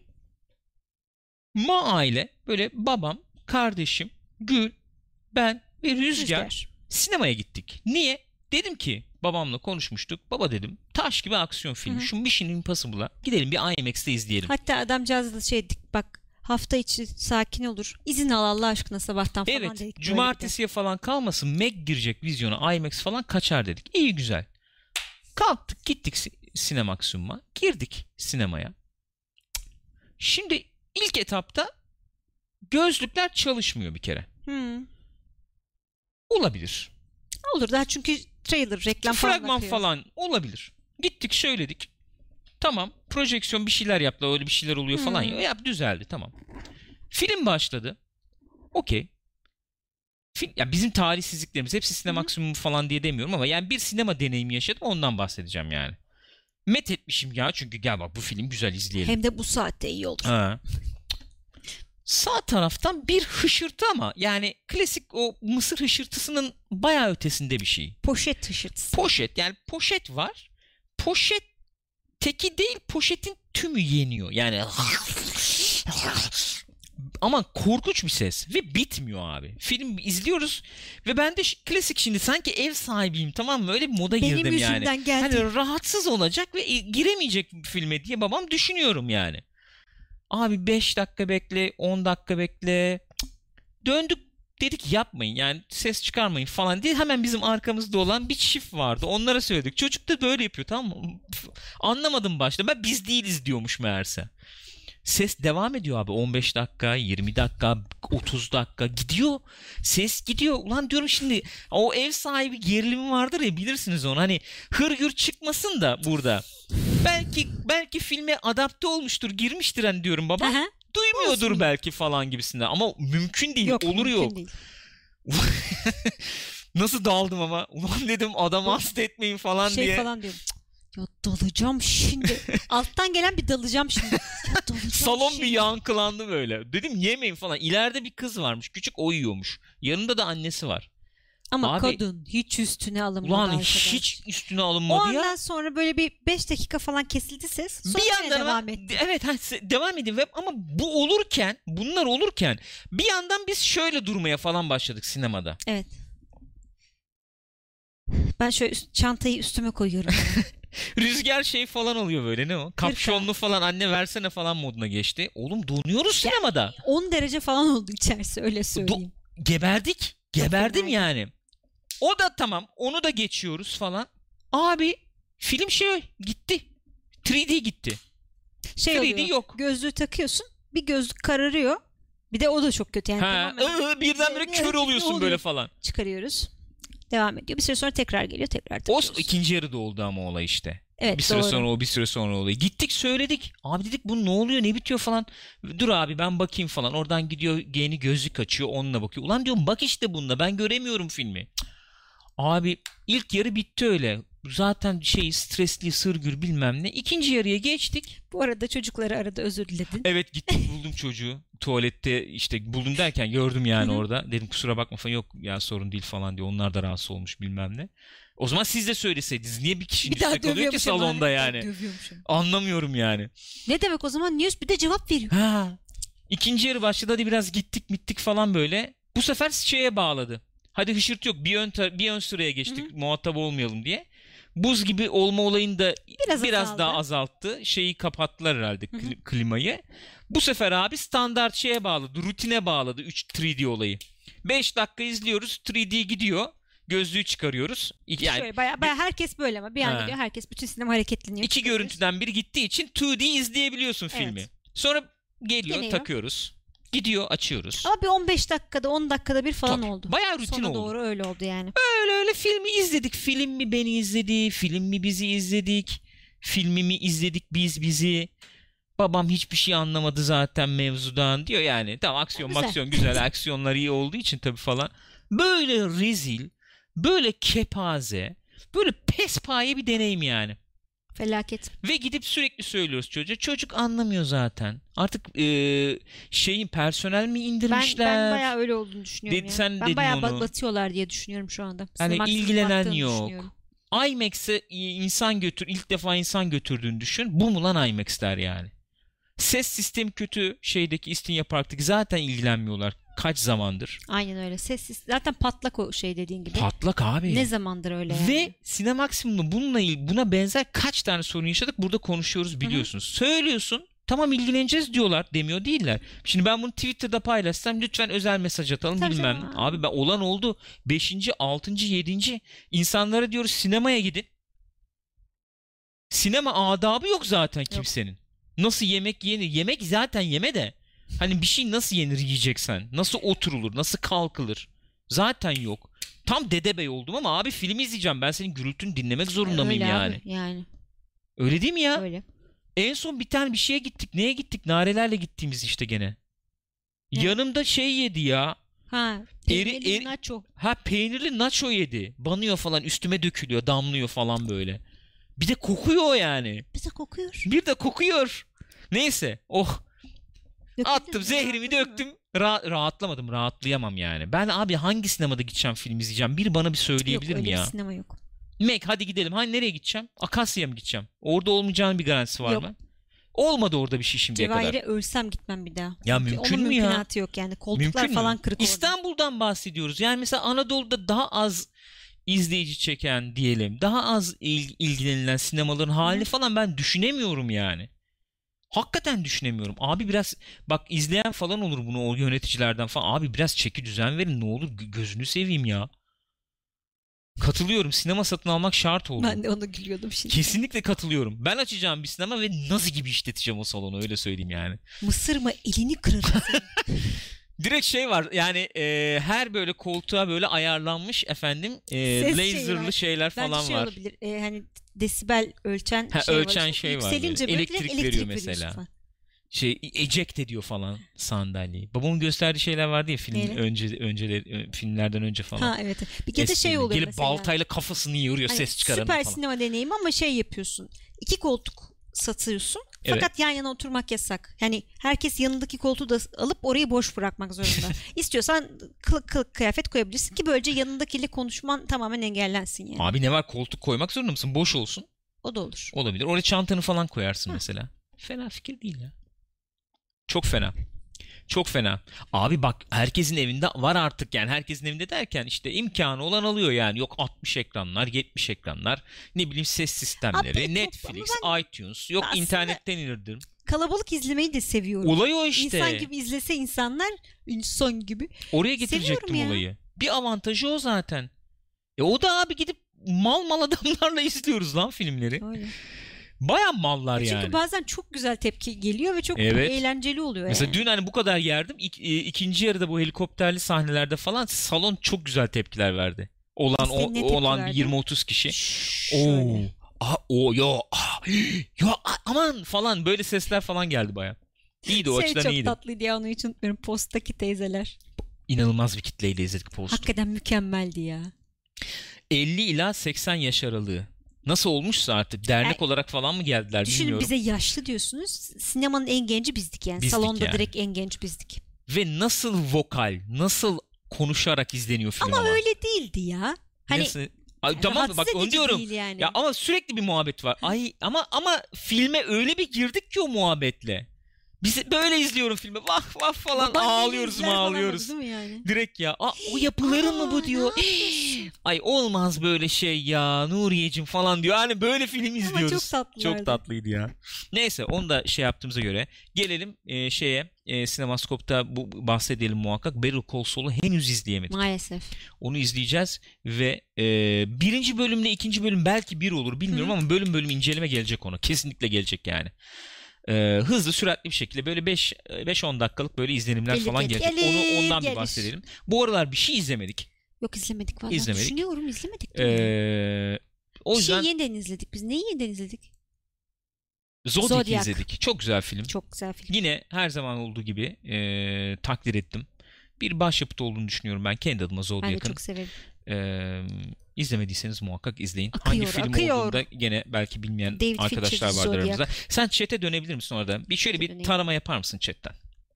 Speaker 1: aile böyle babam, kardeşim, Gül, ben ve Rüzgar sinemaya gittik. Niye? Dedim ki babamla konuşmuştuk. Baba dedim taş gibi aksiyon filmi.
Speaker 2: Hı hı.
Speaker 1: Şu Mission Impossible'a gidelim bir IMAX'te izleyelim.
Speaker 2: Hatta adamcağız da şey dedik, bak hafta içi sakin olur. İzin al Allah aşkına sabahtan falan
Speaker 1: Evet,
Speaker 2: dedik.
Speaker 1: cumartesiye falan kalmasın. Meg girecek vizyona, IMAX falan kaçar dedik. İyi güzel. Kalktık gittik Cinemaxim'a. Girdik sinemaya. Şimdi ilk etapta gözlükler çalışmıyor bir kere. Olabilir.
Speaker 2: Olur daha çünkü trailer, reklam falan
Speaker 1: Fragman
Speaker 2: akıyor.
Speaker 1: falan olabilir. Gittik söyledik. Tamam. Projeksiyon bir şeyler yaptı. Öyle bir şeyler oluyor falan. Yap düzeldi. Tamam. Film başladı. Okey. Ya bizim talihsizliklerimiz hepsi Cinemaximum falan diye demiyorum ama yani bir sinema deneyimi yaşadım, ondan bahsedeceğim yani. Met etmişim ya çünkü gel bak bu film güzel izleyelim.
Speaker 2: Hem de bu saatte iyi olur.
Speaker 1: Ha. Sağ taraftan bir hışırtı ama yani klasik o mısır hışırtısının bayağı ötesinde bir şey.
Speaker 2: Poşet hışırtısı.
Speaker 1: Poşet yani poşet var. Poşet teki değil, poşetin tümü yeniyor. Yani ama korkunç bir ses ve bitmiyor abi. Film izliyoruz ve ben de klasik şimdi sanki ev sahibiyim, tamam mı? Öyle bir moda
Speaker 2: Benim
Speaker 1: girdim yani.
Speaker 2: yüzümden geldi.
Speaker 1: Hani rahatsız olacak ve giremeyecek filme diye babam düşünüyorum yani. Abi 5 dakika bekle, 10 dakika bekle. Döndük dedik yapmayın yani ses çıkarmayın falan diye hemen bizim arkamızda olan bir çift vardı. Onlara söyledik. Çocuk da böyle yapıyor, tamam mı? Anlamadım başta. Ben biz değiliz diyormuş meğerse. Ses devam ediyor abi. 15 dakika, 20 dakika, 30 dakika gidiyor. Ses gidiyor. Ulan diyorum şimdi o ev sahibi gerilimi vardır ya, bilirsiniz onu. Hani hırgür çıkmasın da burada. Belki filme adapte olmuştur, girmiştir hani diyorum baba.
Speaker 2: Aha.
Speaker 1: Duymuyordur
Speaker 2: Olsun.
Speaker 1: belki falan gibisinden. Ama mümkün değil.
Speaker 2: Yok,
Speaker 1: Olur
Speaker 2: mümkün
Speaker 1: yok.
Speaker 2: değil.
Speaker 1: Nasıl daldım ama. Ulan dedim adam hasta etmeyin falan
Speaker 2: Şey
Speaker 1: diye.
Speaker 2: falan diyorum. Ya dalacağım şimdi. Alttan gelen bir dalacağım şimdi. Ya dalacağım
Speaker 1: Salon
Speaker 2: şimdi.
Speaker 1: bir yankılandı böyle. Dedim yemeyin falan. İleride bir kız varmış. Küçük, o yiyormuş. Yanında da annesi var.
Speaker 2: Ama
Speaker 1: Abi,
Speaker 2: kadın hiç üstüne alınmadı
Speaker 1: ulan
Speaker 2: arkadaş.
Speaker 1: hiç üstüne
Speaker 2: O
Speaker 1: alınmadı ya.
Speaker 2: andan sonra böyle bir 5 dakika falan kesildi ses. Sonra
Speaker 1: Bir
Speaker 2: yine
Speaker 1: yandan
Speaker 2: devam etti.
Speaker 1: evet devam edin ama bunlar olurken bir yandan biz şöyle durmaya falan başladık sinemada.
Speaker 2: Evet. Ben şöyle çantayı üstüme koyuyorum.
Speaker 1: Rüzgar şey falan oluyor böyle, ne o? Kapşonlu falan, anne versene falan moduna geçti. Oğlum donuyoruz sinemada.
Speaker 2: 10 derece falan oldu içerisi, öyle söyleyeyim.
Speaker 1: Geberdim yani. O da tamam, onu da geçiyoruz falan. Abi film gitti. 3D gitti.
Speaker 2: 3D
Speaker 1: oluyor. Yok.
Speaker 2: Gözlüğü takıyorsun. Bir gözlük kararıyor. Bir de o da çok kötü yani.
Speaker 1: Birdenbire kör oluyorsun böyle falan.
Speaker 2: Çıkarıyoruz. Devam ediyor. Bir süre sonra tekrar geliyor. Tekrar
Speaker 1: O
Speaker 2: takıyoruz.
Speaker 1: ikinci yarıda oldu ama olay işte.
Speaker 2: Evet,
Speaker 1: bir süre
Speaker 2: doğru.
Speaker 1: sonra o, bir süre sonra oluyor. Gittik söyledik. Abi dedik bu ne oluyor, ne bitiyor falan. Dur abi ben bakayım falan. Oradan gidiyor yeni gözlük açıyor, onunla bakıyor. Ulan diyorum bak işte bunda ben göremiyorum filmi. Abi ilk yarı bitti öyle. Zaten stresli, sırgür bilmem ne. İkinci yarıya geçtik.
Speaker 2: Bu arada çocukları arada özür diledin.
Speaker 1: Evet gittim buldum çocuğu. Tuvalette işte buldum derken gördüm yani orada. Dedim kusura bakma falan, yok ya sorun değil falan diyor. Onlar da rahatsız olmuş bilmem ne. O zaman siz de söyleseydiniz. Niye bir kişinin üstüne kalıyor ki salonda yani? Anlamıyorum yani.
Speaker 2: Ne demek o zaman? Niye bir de cevap veriyor?
Speaker 1: Ha. İkinci yarı başladı, hadi biraz gittik falan böyle. Bu sefer şeye bağladı. Hadi hışırt yok, bir ön sıraya geçtik, muhatap olmayalım diye. Buz gibi olma olayını da biraz daha azalttı. Şeyi kapattılar herhalde, klimayı. Bu sefer abi standart şeye bağladı, rutine bağladı 3D olayı. 5 dakika izliyoruz, 3D gidiyor. Gözlüğü çıkarıyoruz.
Speaker 2: Yani, şöyle bayağı herkes böyle ama bir an gidiyor, herkes bütün sinema hareketleniyor.
Speaker 1: İki görüntüden biri gittiği için 2D izleyebiliyorsun filmi. Evet. Sonra geliyor, takıyoruz. Gidiyor, açıyoruz.
Speaker 2: Ama bir 15 dakikada 10 dakikada bir falan oldu.
Speaker 1: Bayağı rutin
Speaker 2: Sona
Speaker 1: oldu.
Speaker 2: Doğru öyle oldu yani.
Speaker 1: Öyle filmi izledik. Film mi beni izledi? Film mi bizi izledik? Filmi mi izledik biz bizi? Babam hiçbir şey anlamadı zaten mevzudan diyor yani. Tamam aksiyon güzel aksiyonlar iyi olduğu için tabii falan. Böyle rezil, böyle kepaze, böyle pespaye bir deneyim yani.
Speaker 2: Felaket.
Speaker 1: Ve gidip sürekli söylüyoruz çocuğa. Çocuk anlamıyor zaten. Artık personel mi indirmişler?
Speaker 2: Ben bayağı öyle olduğunu düşünüyorum. Ben bayağı batıyorlar diye düşünüyorum şu anda.
Speaker 1: Yani ilgilenen yok. IMAX'e ilk defa insan götürdüğünü düşün. Bu mu lan IMAX'ler yani? Ses sistemi kötü, İstinye Park'taki zaten ilgilenmiyorlar. Kaç zamandır.
Speaker 2: Aynen öyle. Ses zaten patlak o dediğin gibi.
Speaker 1: Patlak abi.
Speaker 2: Ne zamandır öyle yani.
Speaker 1: Ve Cinemaximum'da buna benzer kaç tane sorun yaşadık. Burada konuşuyoruz biliyorsunuz. Söylüyorsun. Tamam ilgileneceğiz diyorlar. Demiyor değiller. Şimdi ben bunu Twitter'da paylaşsam lütfen özel mesaj atalım bilmem. Abi ben olan oldu. 5. 6. 7. insanlara diyoruz sinemaya gidin. Sinema adabı yok zaten kimsenin. Yok. Nasıl yemek yenir? Yemek zaten yeme de. Hani bir şey nasıl yenir yiyeceksen? Nasıl oturulur? Nasıl kalkılır? Zaten yok. Tam dedebey oldum ama abi film izleyeceğim. Ben senin gürültünü dinlemek zorunda mıyım yani?
Speaker 2: Yani.
Speaker 1: Öyle değil mi ya?
Speaker 2: Öyle.
Speaker 1: En son bir şeye gittik. Neye gittik? Narelerle gittiğimiz işte gene. Ne? Yanımda yedi ya.
Speaker 2: Peynirli nacho.
Speaker 1: Peynirli nacho yedi. Banıyor falan, üstüme dökülüyor, damlıyor falan böyle. Bir de kokuyor yani. Bir de kokuyor. Neyse. Attım zehrimi döktüm. Rahatlamadım. Rahatlayamam yani. Ben abi hangi sinemada gideceğim film izleyeceğim? Biri bana bir söyleyebilir mi ya?
Speaker 2: Yok sinema yok.
Speaker 1: Hadi gidelim. Nereye gideceğim? Akasya'ya mı gideceğim? Orada olmayacağının bir garantisi var mı? Olmadı orada bir şey şimdiye kadar.
Speaker 2: Cevahir'e ölsem gitmem bir daha.
Speaker 1: Ya mümkün mü ya?
Speaker 2: Onun mümkünatı yok yani. Koltuklar falan kırık orada.
Speaker 1: İstanbul'dan bahsediyoruz. Yani mesela Anadolu'da daha az izleyici çeken diyelim. Daha az ilgilenilen sinemaların halini falan ben düşünemiyorum yani. Hakikaten düşünemiyorum. Abi biraz bak izleyen falan olur bunu o yöneticilerden falan. Abi biraz çeki düzen verin ne olur, gözünü seveyim ya. Katılıyorum. Sinema satın almak şart oldu.
Speaker 2: Ben de ona gülüyordum şimdi.
Speaker 1: Kesinlikle katılıyorum. Ben açacağım bir sinema ve Nazi gibi işleteceğim o salonu, öyle söyleyeyim yani.
Speaker 2: Mısırma elini kırarım.
Speaker 1: Direkt var yani her böyle koltuğa böyle ayarlanmış laserlı şeyler falan var.
Speaker 2: Olabilir. Hani desibel ölçen
Speaker 1: şey var.
Speaker 2: Yükselince
Speaker 1: elektrik veriyor mesela. Eject ediyor falan sandalyeyi. Babamın gösterdiği şeyler vardı ya filmlerden önce falan.
Speaker 2: Evet. Bir kez oluyor
Speaker 1: gelip
Speaker 2: mesela.
Speaker 1: Baltayla kafasını yoruyor ses çıkaran
Speaker 2: süper
Speaker 1: falan.
Speaker 2: sinema deneyimi ama yapıyorsun. 2 koltuk satıyorsun. Fakat yan yana oturmak yasak. Yani herkes yanındaki koltuğu da alıp orayı boş bırakmak zorunda. İstiyorsan kılık kıyafet koyabilirsin ki böylece yanındakiyle konuşman tamamen engellensin yani.
Speaker 1: Abi ne var, koltuk koymak zorunda mısın? Boş olsun.
Speaker 2: O da olur.
Speaker 1: Olabilir. Oraya çantanı falan koyarsın mesela. Fena fikir değil ya. Çok fena. Çok fena. Abi bak herkesin evinde var artık yani, herkesin evinde derken işte imkanı olan alıyor yani. Yok 60 ekranlar, 70 ekranlar, ne bileyim ses sistemleri, abi, Netflix, iTunes, yok internetten indirdim.
Speaker 2: Kalabalık izlemeyi de seviyorum.
Speaker 1: Olay o işte.
Speaker 2: İnsan gibi izlese insanlar, insan gibi.
Speaker 1: Oraya getirecektim olayı. Bir avantajı o zaten. O da abi gidip mal adamlarla izliyoruz lan filmleri. Öyle. Baya mallar yani.
Speaker 2: Çünkü bazen çok güzel tepki geliyor ve çok eğlenceli oluyor.
Speaker 1: Mesela dün bu kadar yerdim. İkinci yarıda bu helikopterli sahnelerde falan salon çok güzel tepkiler verdi. Olan 20-30 kişi. Aman falan böyle sesler falan geldi baya. İyiydi, o açıdan
Speaker 2: çok
Speaker 1: iyiydi.
Speaker 2: Çok tatlıydı ya, onu hiç unutmuyorum. Post'taki teyzeler.
Speaker 1: İnanılmaz bir kitleyle izledik Post'u.
Speaker 2: Hakikaten mükemmeldi ya.
Speaker 1: 50 ila 80 yaş aralığı. Nasıl olmuşsa artık dernek olarak falan mı geldiler bilmiyorum.
Speaker 2: Düşünün, bize yaşlı diyorsunuz. Sinemanın en genci bizdik yani. Salonda yani. Direkt en genç bizdik.
Speaker 1: Ve nasıl vokal, nasıl konuşarak izleniyor film ama.
Speaker 2: Öyle değildi ya. Hani
Speaker 1: tamam bak onu diyorum.
Speaker 2: Yani.
Speaker 1: Ya ama sürekli bir muhabbet var. Ama filme öyle bir girdik ki o muhabbetle. Biz böyle izliyorum filmi. Vah vah falan ağlıyoruz.
Speaker 2: Yani?
Speaker 1: Direkt ya. O yapıların mı bu diyor. Ay olmaz böyle şey ya Nuriyeciğim falan diyor. Hani böyle film izliyoruz.
Speaker 2: Ama çok tatlıydı.
Speaker 1: Çok tatlıydı ya. Neyse onu da şey yaptığımıza göre gelelim Sinemaskop'ta bahsedelim muhakkak. Better Call Saul'u henüz izleyemedik.
Speaker 2: Maalesef.
Speaker 1: Onu izleyeceğiz ve birinci bölümle ikinci bölüm belki bir olur bilmiyorum ama bölüm inceleme gelecek ona. Kesinlikle gelecek yani. Hızlı süratli bir şekilde böyle 5-10 dakikalık böyle izlenimler falan gelecek. Ondan bir bahsedelim. Bu aralar bir şey izlemedik.
Speaker 2: Yok, izlemedik vallahi. İzlemedik. Düşünüyorum, izlemedik.
Speaker 1: O yüzden
Speaker 2: yeniden izledik. Biz neyi yeniden izledik?
Speaker 1: Zodiac izledik. Çok güzel film.
Speaker 2: Çok güzel film.
Speaker 1: Yine her zaman olduğu gibi takdir ettim. Bir başyapıt olduğunu düşünüyorum ben kendi adıma Zodiac'ın.
Speaker 2: Ben de çok severim.
Speaker 1: İzlemediyseniz muhakkak izleyin.
Speaker 2: Akıyor,
Speaker 1: Hangi film olduğunu da gene belki bilmeyen David arkadaşlar Fincher, vardır aramızda. Sen chat'e dönebilir misin orada? Bir tarama yapar mısın chat'ten?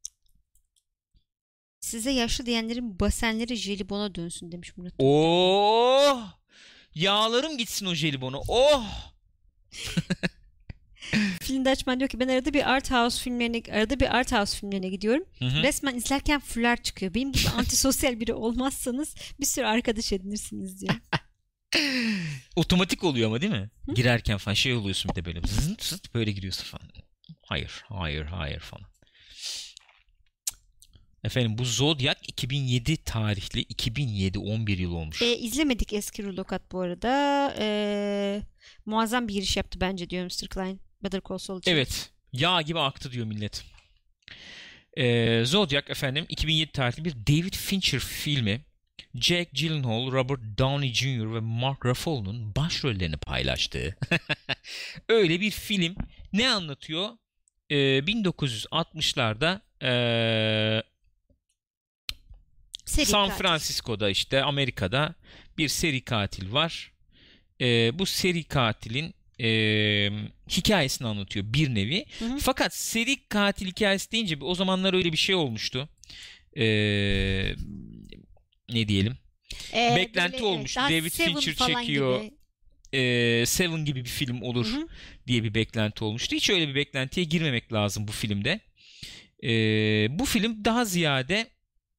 Speaker 2: Size yaşlı diyenlerin basenleri jelibona dönsün demiş Murat.
Speaker 1: Yağlarım gitsin o jelibona.
Speaker 2: Filmde açman diyor ki ben arada bir art house filmlerine gidiyorum. Hı-hı. Resmen izlerken fuller çıkıyor. Benim gibi antisosyal biri olmazsanız bir sürü arkadaş edinirsiniz diyor.
Speaker 1: Otomatik oluyor ama değil mi? Hı? Girerken falan şey oluyorsun bir de böyle zıt böyle giriyorsun falan. Hayır falan. Efendim bu Zodiac 2007 tarihli. 2007 11 yıl olmuş.
Speaker 2: İzlemedik eski Rulokat bu arada. Muazzam bir giriş yaptı bence diyor Mr. Klein. Better Call Saul için.
Speaker 1: Evet. Yağ gibi aktı diyor millet. Zodiac efendim 2007 tarihli bir David Fincher filmi. Jake Gyllenhaal, Robert Downey Jr. ve Mark Ruffalo'nun başrollerini paylaştığı öyle bir film. Ne anlatıyor? 1960'larda San Francisco'da işte Amerika'da bir seri katil var. Bu seri katilin hikayesini anlatıyor bir nevi. Hı-hı. Fakat seri katil hikayesi deyince o zamanlar öyle bir şey olmuştu. Ne diyelim? Beklenti böyle, olmuştu. David Fincher çekiyor. Seven gibi bir film olur Hı-hı. diye bir beklenti olmuştu. Hiç öyle bir beklentiye girmemek lazım bu filmde. Bu film daha ziyade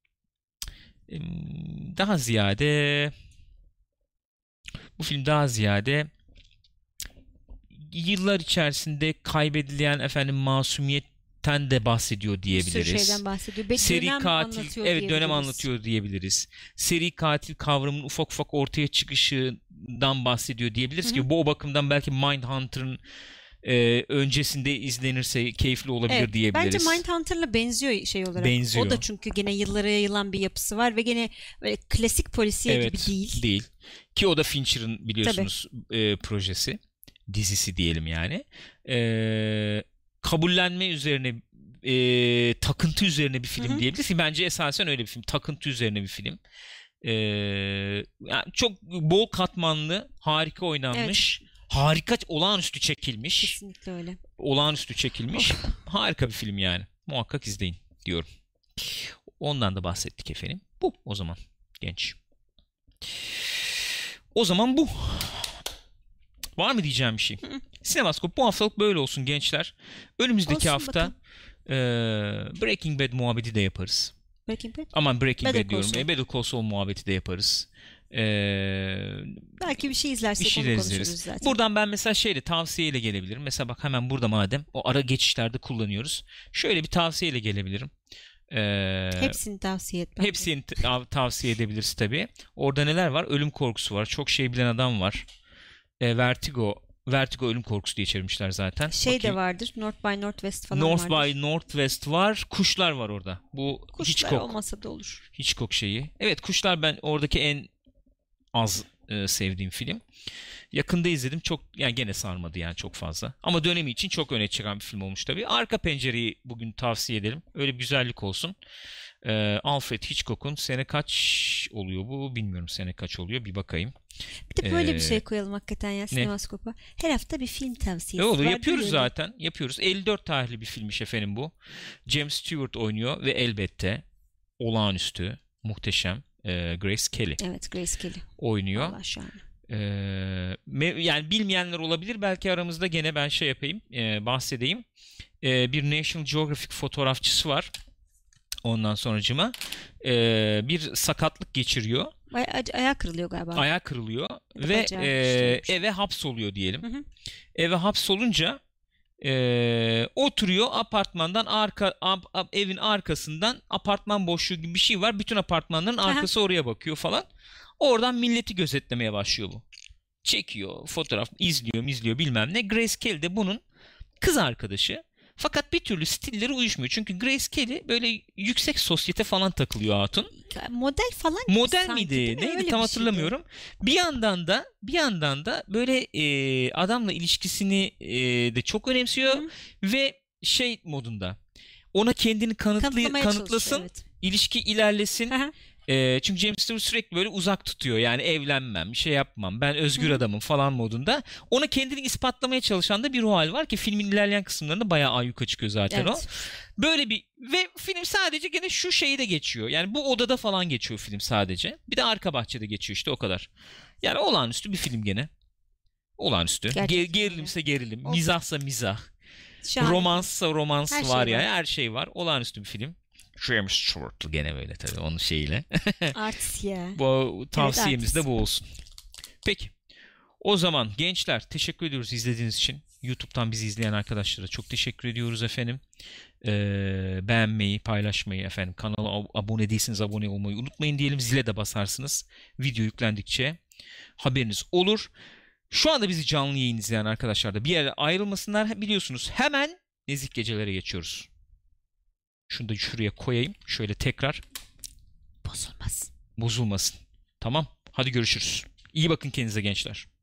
Speaker 1: yıllar içerisinde kaybedilen masumiyetten de bahsediyor diyebiliriz. Bir sürü şeyden bahsediyor. Seri katil, dönem anlatıyor diyebiliriz. Seri katil kavramının ufak ufak ortaya çıkışından bahsediyor diyebiliriz. Hı-hı. ki bu o bakımdan belki Mindhunter'ın öncesinde izlenirse keyifli olabilir diyebiliriz.
Speaker 2: Bence Mindhunter'la benziyor şey olarak. Benziyor. O da çünkü gene yıllara yayılan bir yapısı var ve gene böyle klasik polisiye gibi değil.
Speaker 1: Ki o da Fincher'ın biliyorsunuz projesi. Dizisi diyelim yani. Kabullenme üzerine takıntı üzerine bir film Hı-hı. diyebiliriz. Bence esasen öyle bir film. Takıntı üzerine bir film. Yani çok bol katmanlı, harika oynanmış. Evet. Harika, olağanüstü çekilmiş.
Speaker 2: Kesinlikle öyle.
Speaker 1: Olağanüstü çekilmiş. Harika bir film yani. Muhakkak izleyin diyorum. Ondan da bahsettik efendim. Bu o zaman genç. O zaman bu. Var mı diyeceğim bir şey? Sinemaskop bu haftalık böyle olsun gençler. Önümüzdeki hafta Breaking Bad muhabbeti de yaparız.
Speaker 2: Breaking Bad?
Speaker 1: Aman Breaking Bad diyorum. Better Call Saul muhabbeti de yaparız.
Speaker 2: Belki bir şey izlersek onu konuşuruz zaten.
Speaker 1: Buradan ben mesela tavsiyeyle gelebilirim. Mesela bak hemen burada madem o ara geçişlerde kullanıyoruz. Şöyle bir tavsiyeyle gelebilirim.
Speaker 2: Hepsini tavsiye et.
Speaker 1: Hepsini tavsiye edebiliriz tabii. Orada neler var? Ölüm korkusu var. Çok şey bilen adam var. Vertigo ölüm korkusu diye çevirmişler zaten.
Speaker 2: De vardır. North by Northwest falan
Speaker 1: vardır. North by Northwest var. Kuşlar var orada. Bu
Speaker 2: Kuşlar
Speaker 1: Hitchcock
Speaker 2: olmasa da olur.
Speaker 1: Hitchcock şeyi. Evet, kuşlar ben oradaki en az sevdiğim film. Yakında izledim. Çok yani gene sarmadı yani çok fazla. Ama dönemi için çok öne çıkan bir film olmuş tabii. Arka Pencereyi bugün tavsiye edelim. Öyle bir güzellik olsun. Alfred Hitchcock'un sene kaç oluyor bu bilmiyorum, sene kaç oluyor bir bakayım.
Speaker 2: Bir de böyle bir şey koyalım hakikaten ya Sinemaskop'a. Her hafta bir film tavsiyesi.
Speaker 1: Olur, yapıyoruz zaten. Yapıyoruz. 54 tarihli bir filmmiş efendim bu. James Stewart oynuyor ve elbette olağanüstü, muhteşem Grace Kelly.
Speaker 2: Evet, Grace Kelly
Speaker 1: oynuyor.
Speaker 2: Vallahi şahane.
Speaker 1: Yani bilmeyenler olabilir. Belki aramızda gene ben şey yapayım, bahsedeyim. Bir National Geographic fotoğrafçısı var. Ondan sonracıma bir sakatlık geçiriyor.
Speaker 2: Ayağı kırılıyor galiba.
Speaker 1: Ayağı kırılıyor ve eve hapsoluyor diyelim.
Speaker 2: Hı.
Speaker 1: Eve hapsolunca oturuyor apartmandan evin arkasından, apartman boşluğu gibi bir şey var. Bütün apartmanların arkası oraya bakıyor falan. Oradan milleti gözetlemeye başlıyor bu. Çekiyor, fotoğraf izliyor bilmem ne. Grace Kelly de bunun kız arkadaşı. Fakat bir türlü stilleri uyuşmuyor. Çünkü Grace Kelly böyle yüksek sosyete falan takılıyor hatun.
Speaker 2: Model falan.
Speaker 1: Model miydi? Neydi tam hatırlamıyorum. Bir yandan da böyle adamla ilişkisini de çok önemsiyor. Ve şey modunda. Ona kendini kanıtlasın. Evet. İlişki ilerlesin. Çünkü James Stewart sürekli böyle uzak tutuyor. Yani evlenmem, bir şey yapmam, ben özgür adamım falan modunda. Ona kendini ispatlamaya çalışan da bir ruh hali var ki filmin ilerleyen kısımlarında bayağı ayyuka çıkıyor zaten o. Böyle bir ve film sadece gene şu şeyi de geçiyor. Yani bu odada falan geçiyor film sadece. Bir de arka bahçede geçiyor işte, o kadar. Yani olağanüstü bir film gene. Olağanüstü. Gerilimse gerilim, mizahsa mizah. Romanssa romans her var ya, her şey var. Olağanüstü bir film. James Stewart'lu gene böyle tabii onun şeyiyle.
Speaker 2: Artist ya.
Speaker 1: Bu tavsiyemiz de bu olsun. Peki. O zaman gençler teşekkür ediyoruz izlediğiniz için. YouTube'dan bizi izleyen arkadaşlara çok teşekkür ediyoruz efendim. Beğenmeyi, paylaşmayı efendim. Kanala abone değilseniz abone olmayı unutmayın diyelim. Zile de basarsınız. Video yüklendikçe haberiniz olur. Şu anda bizi canlı yayın izleyen arkadaşlar da bir yere ayrılmasınlar. Biliyorsunuz hemen Nezih Gecelere geçiyoruz. Şunu da şuraya koyayım. Şöyle tekrar.
Speaker 2: Bozulmasın.
Speaker 1: Bozulmasın. Tamam. Hadi görüşürüz. İyi bakın kendinize gençler.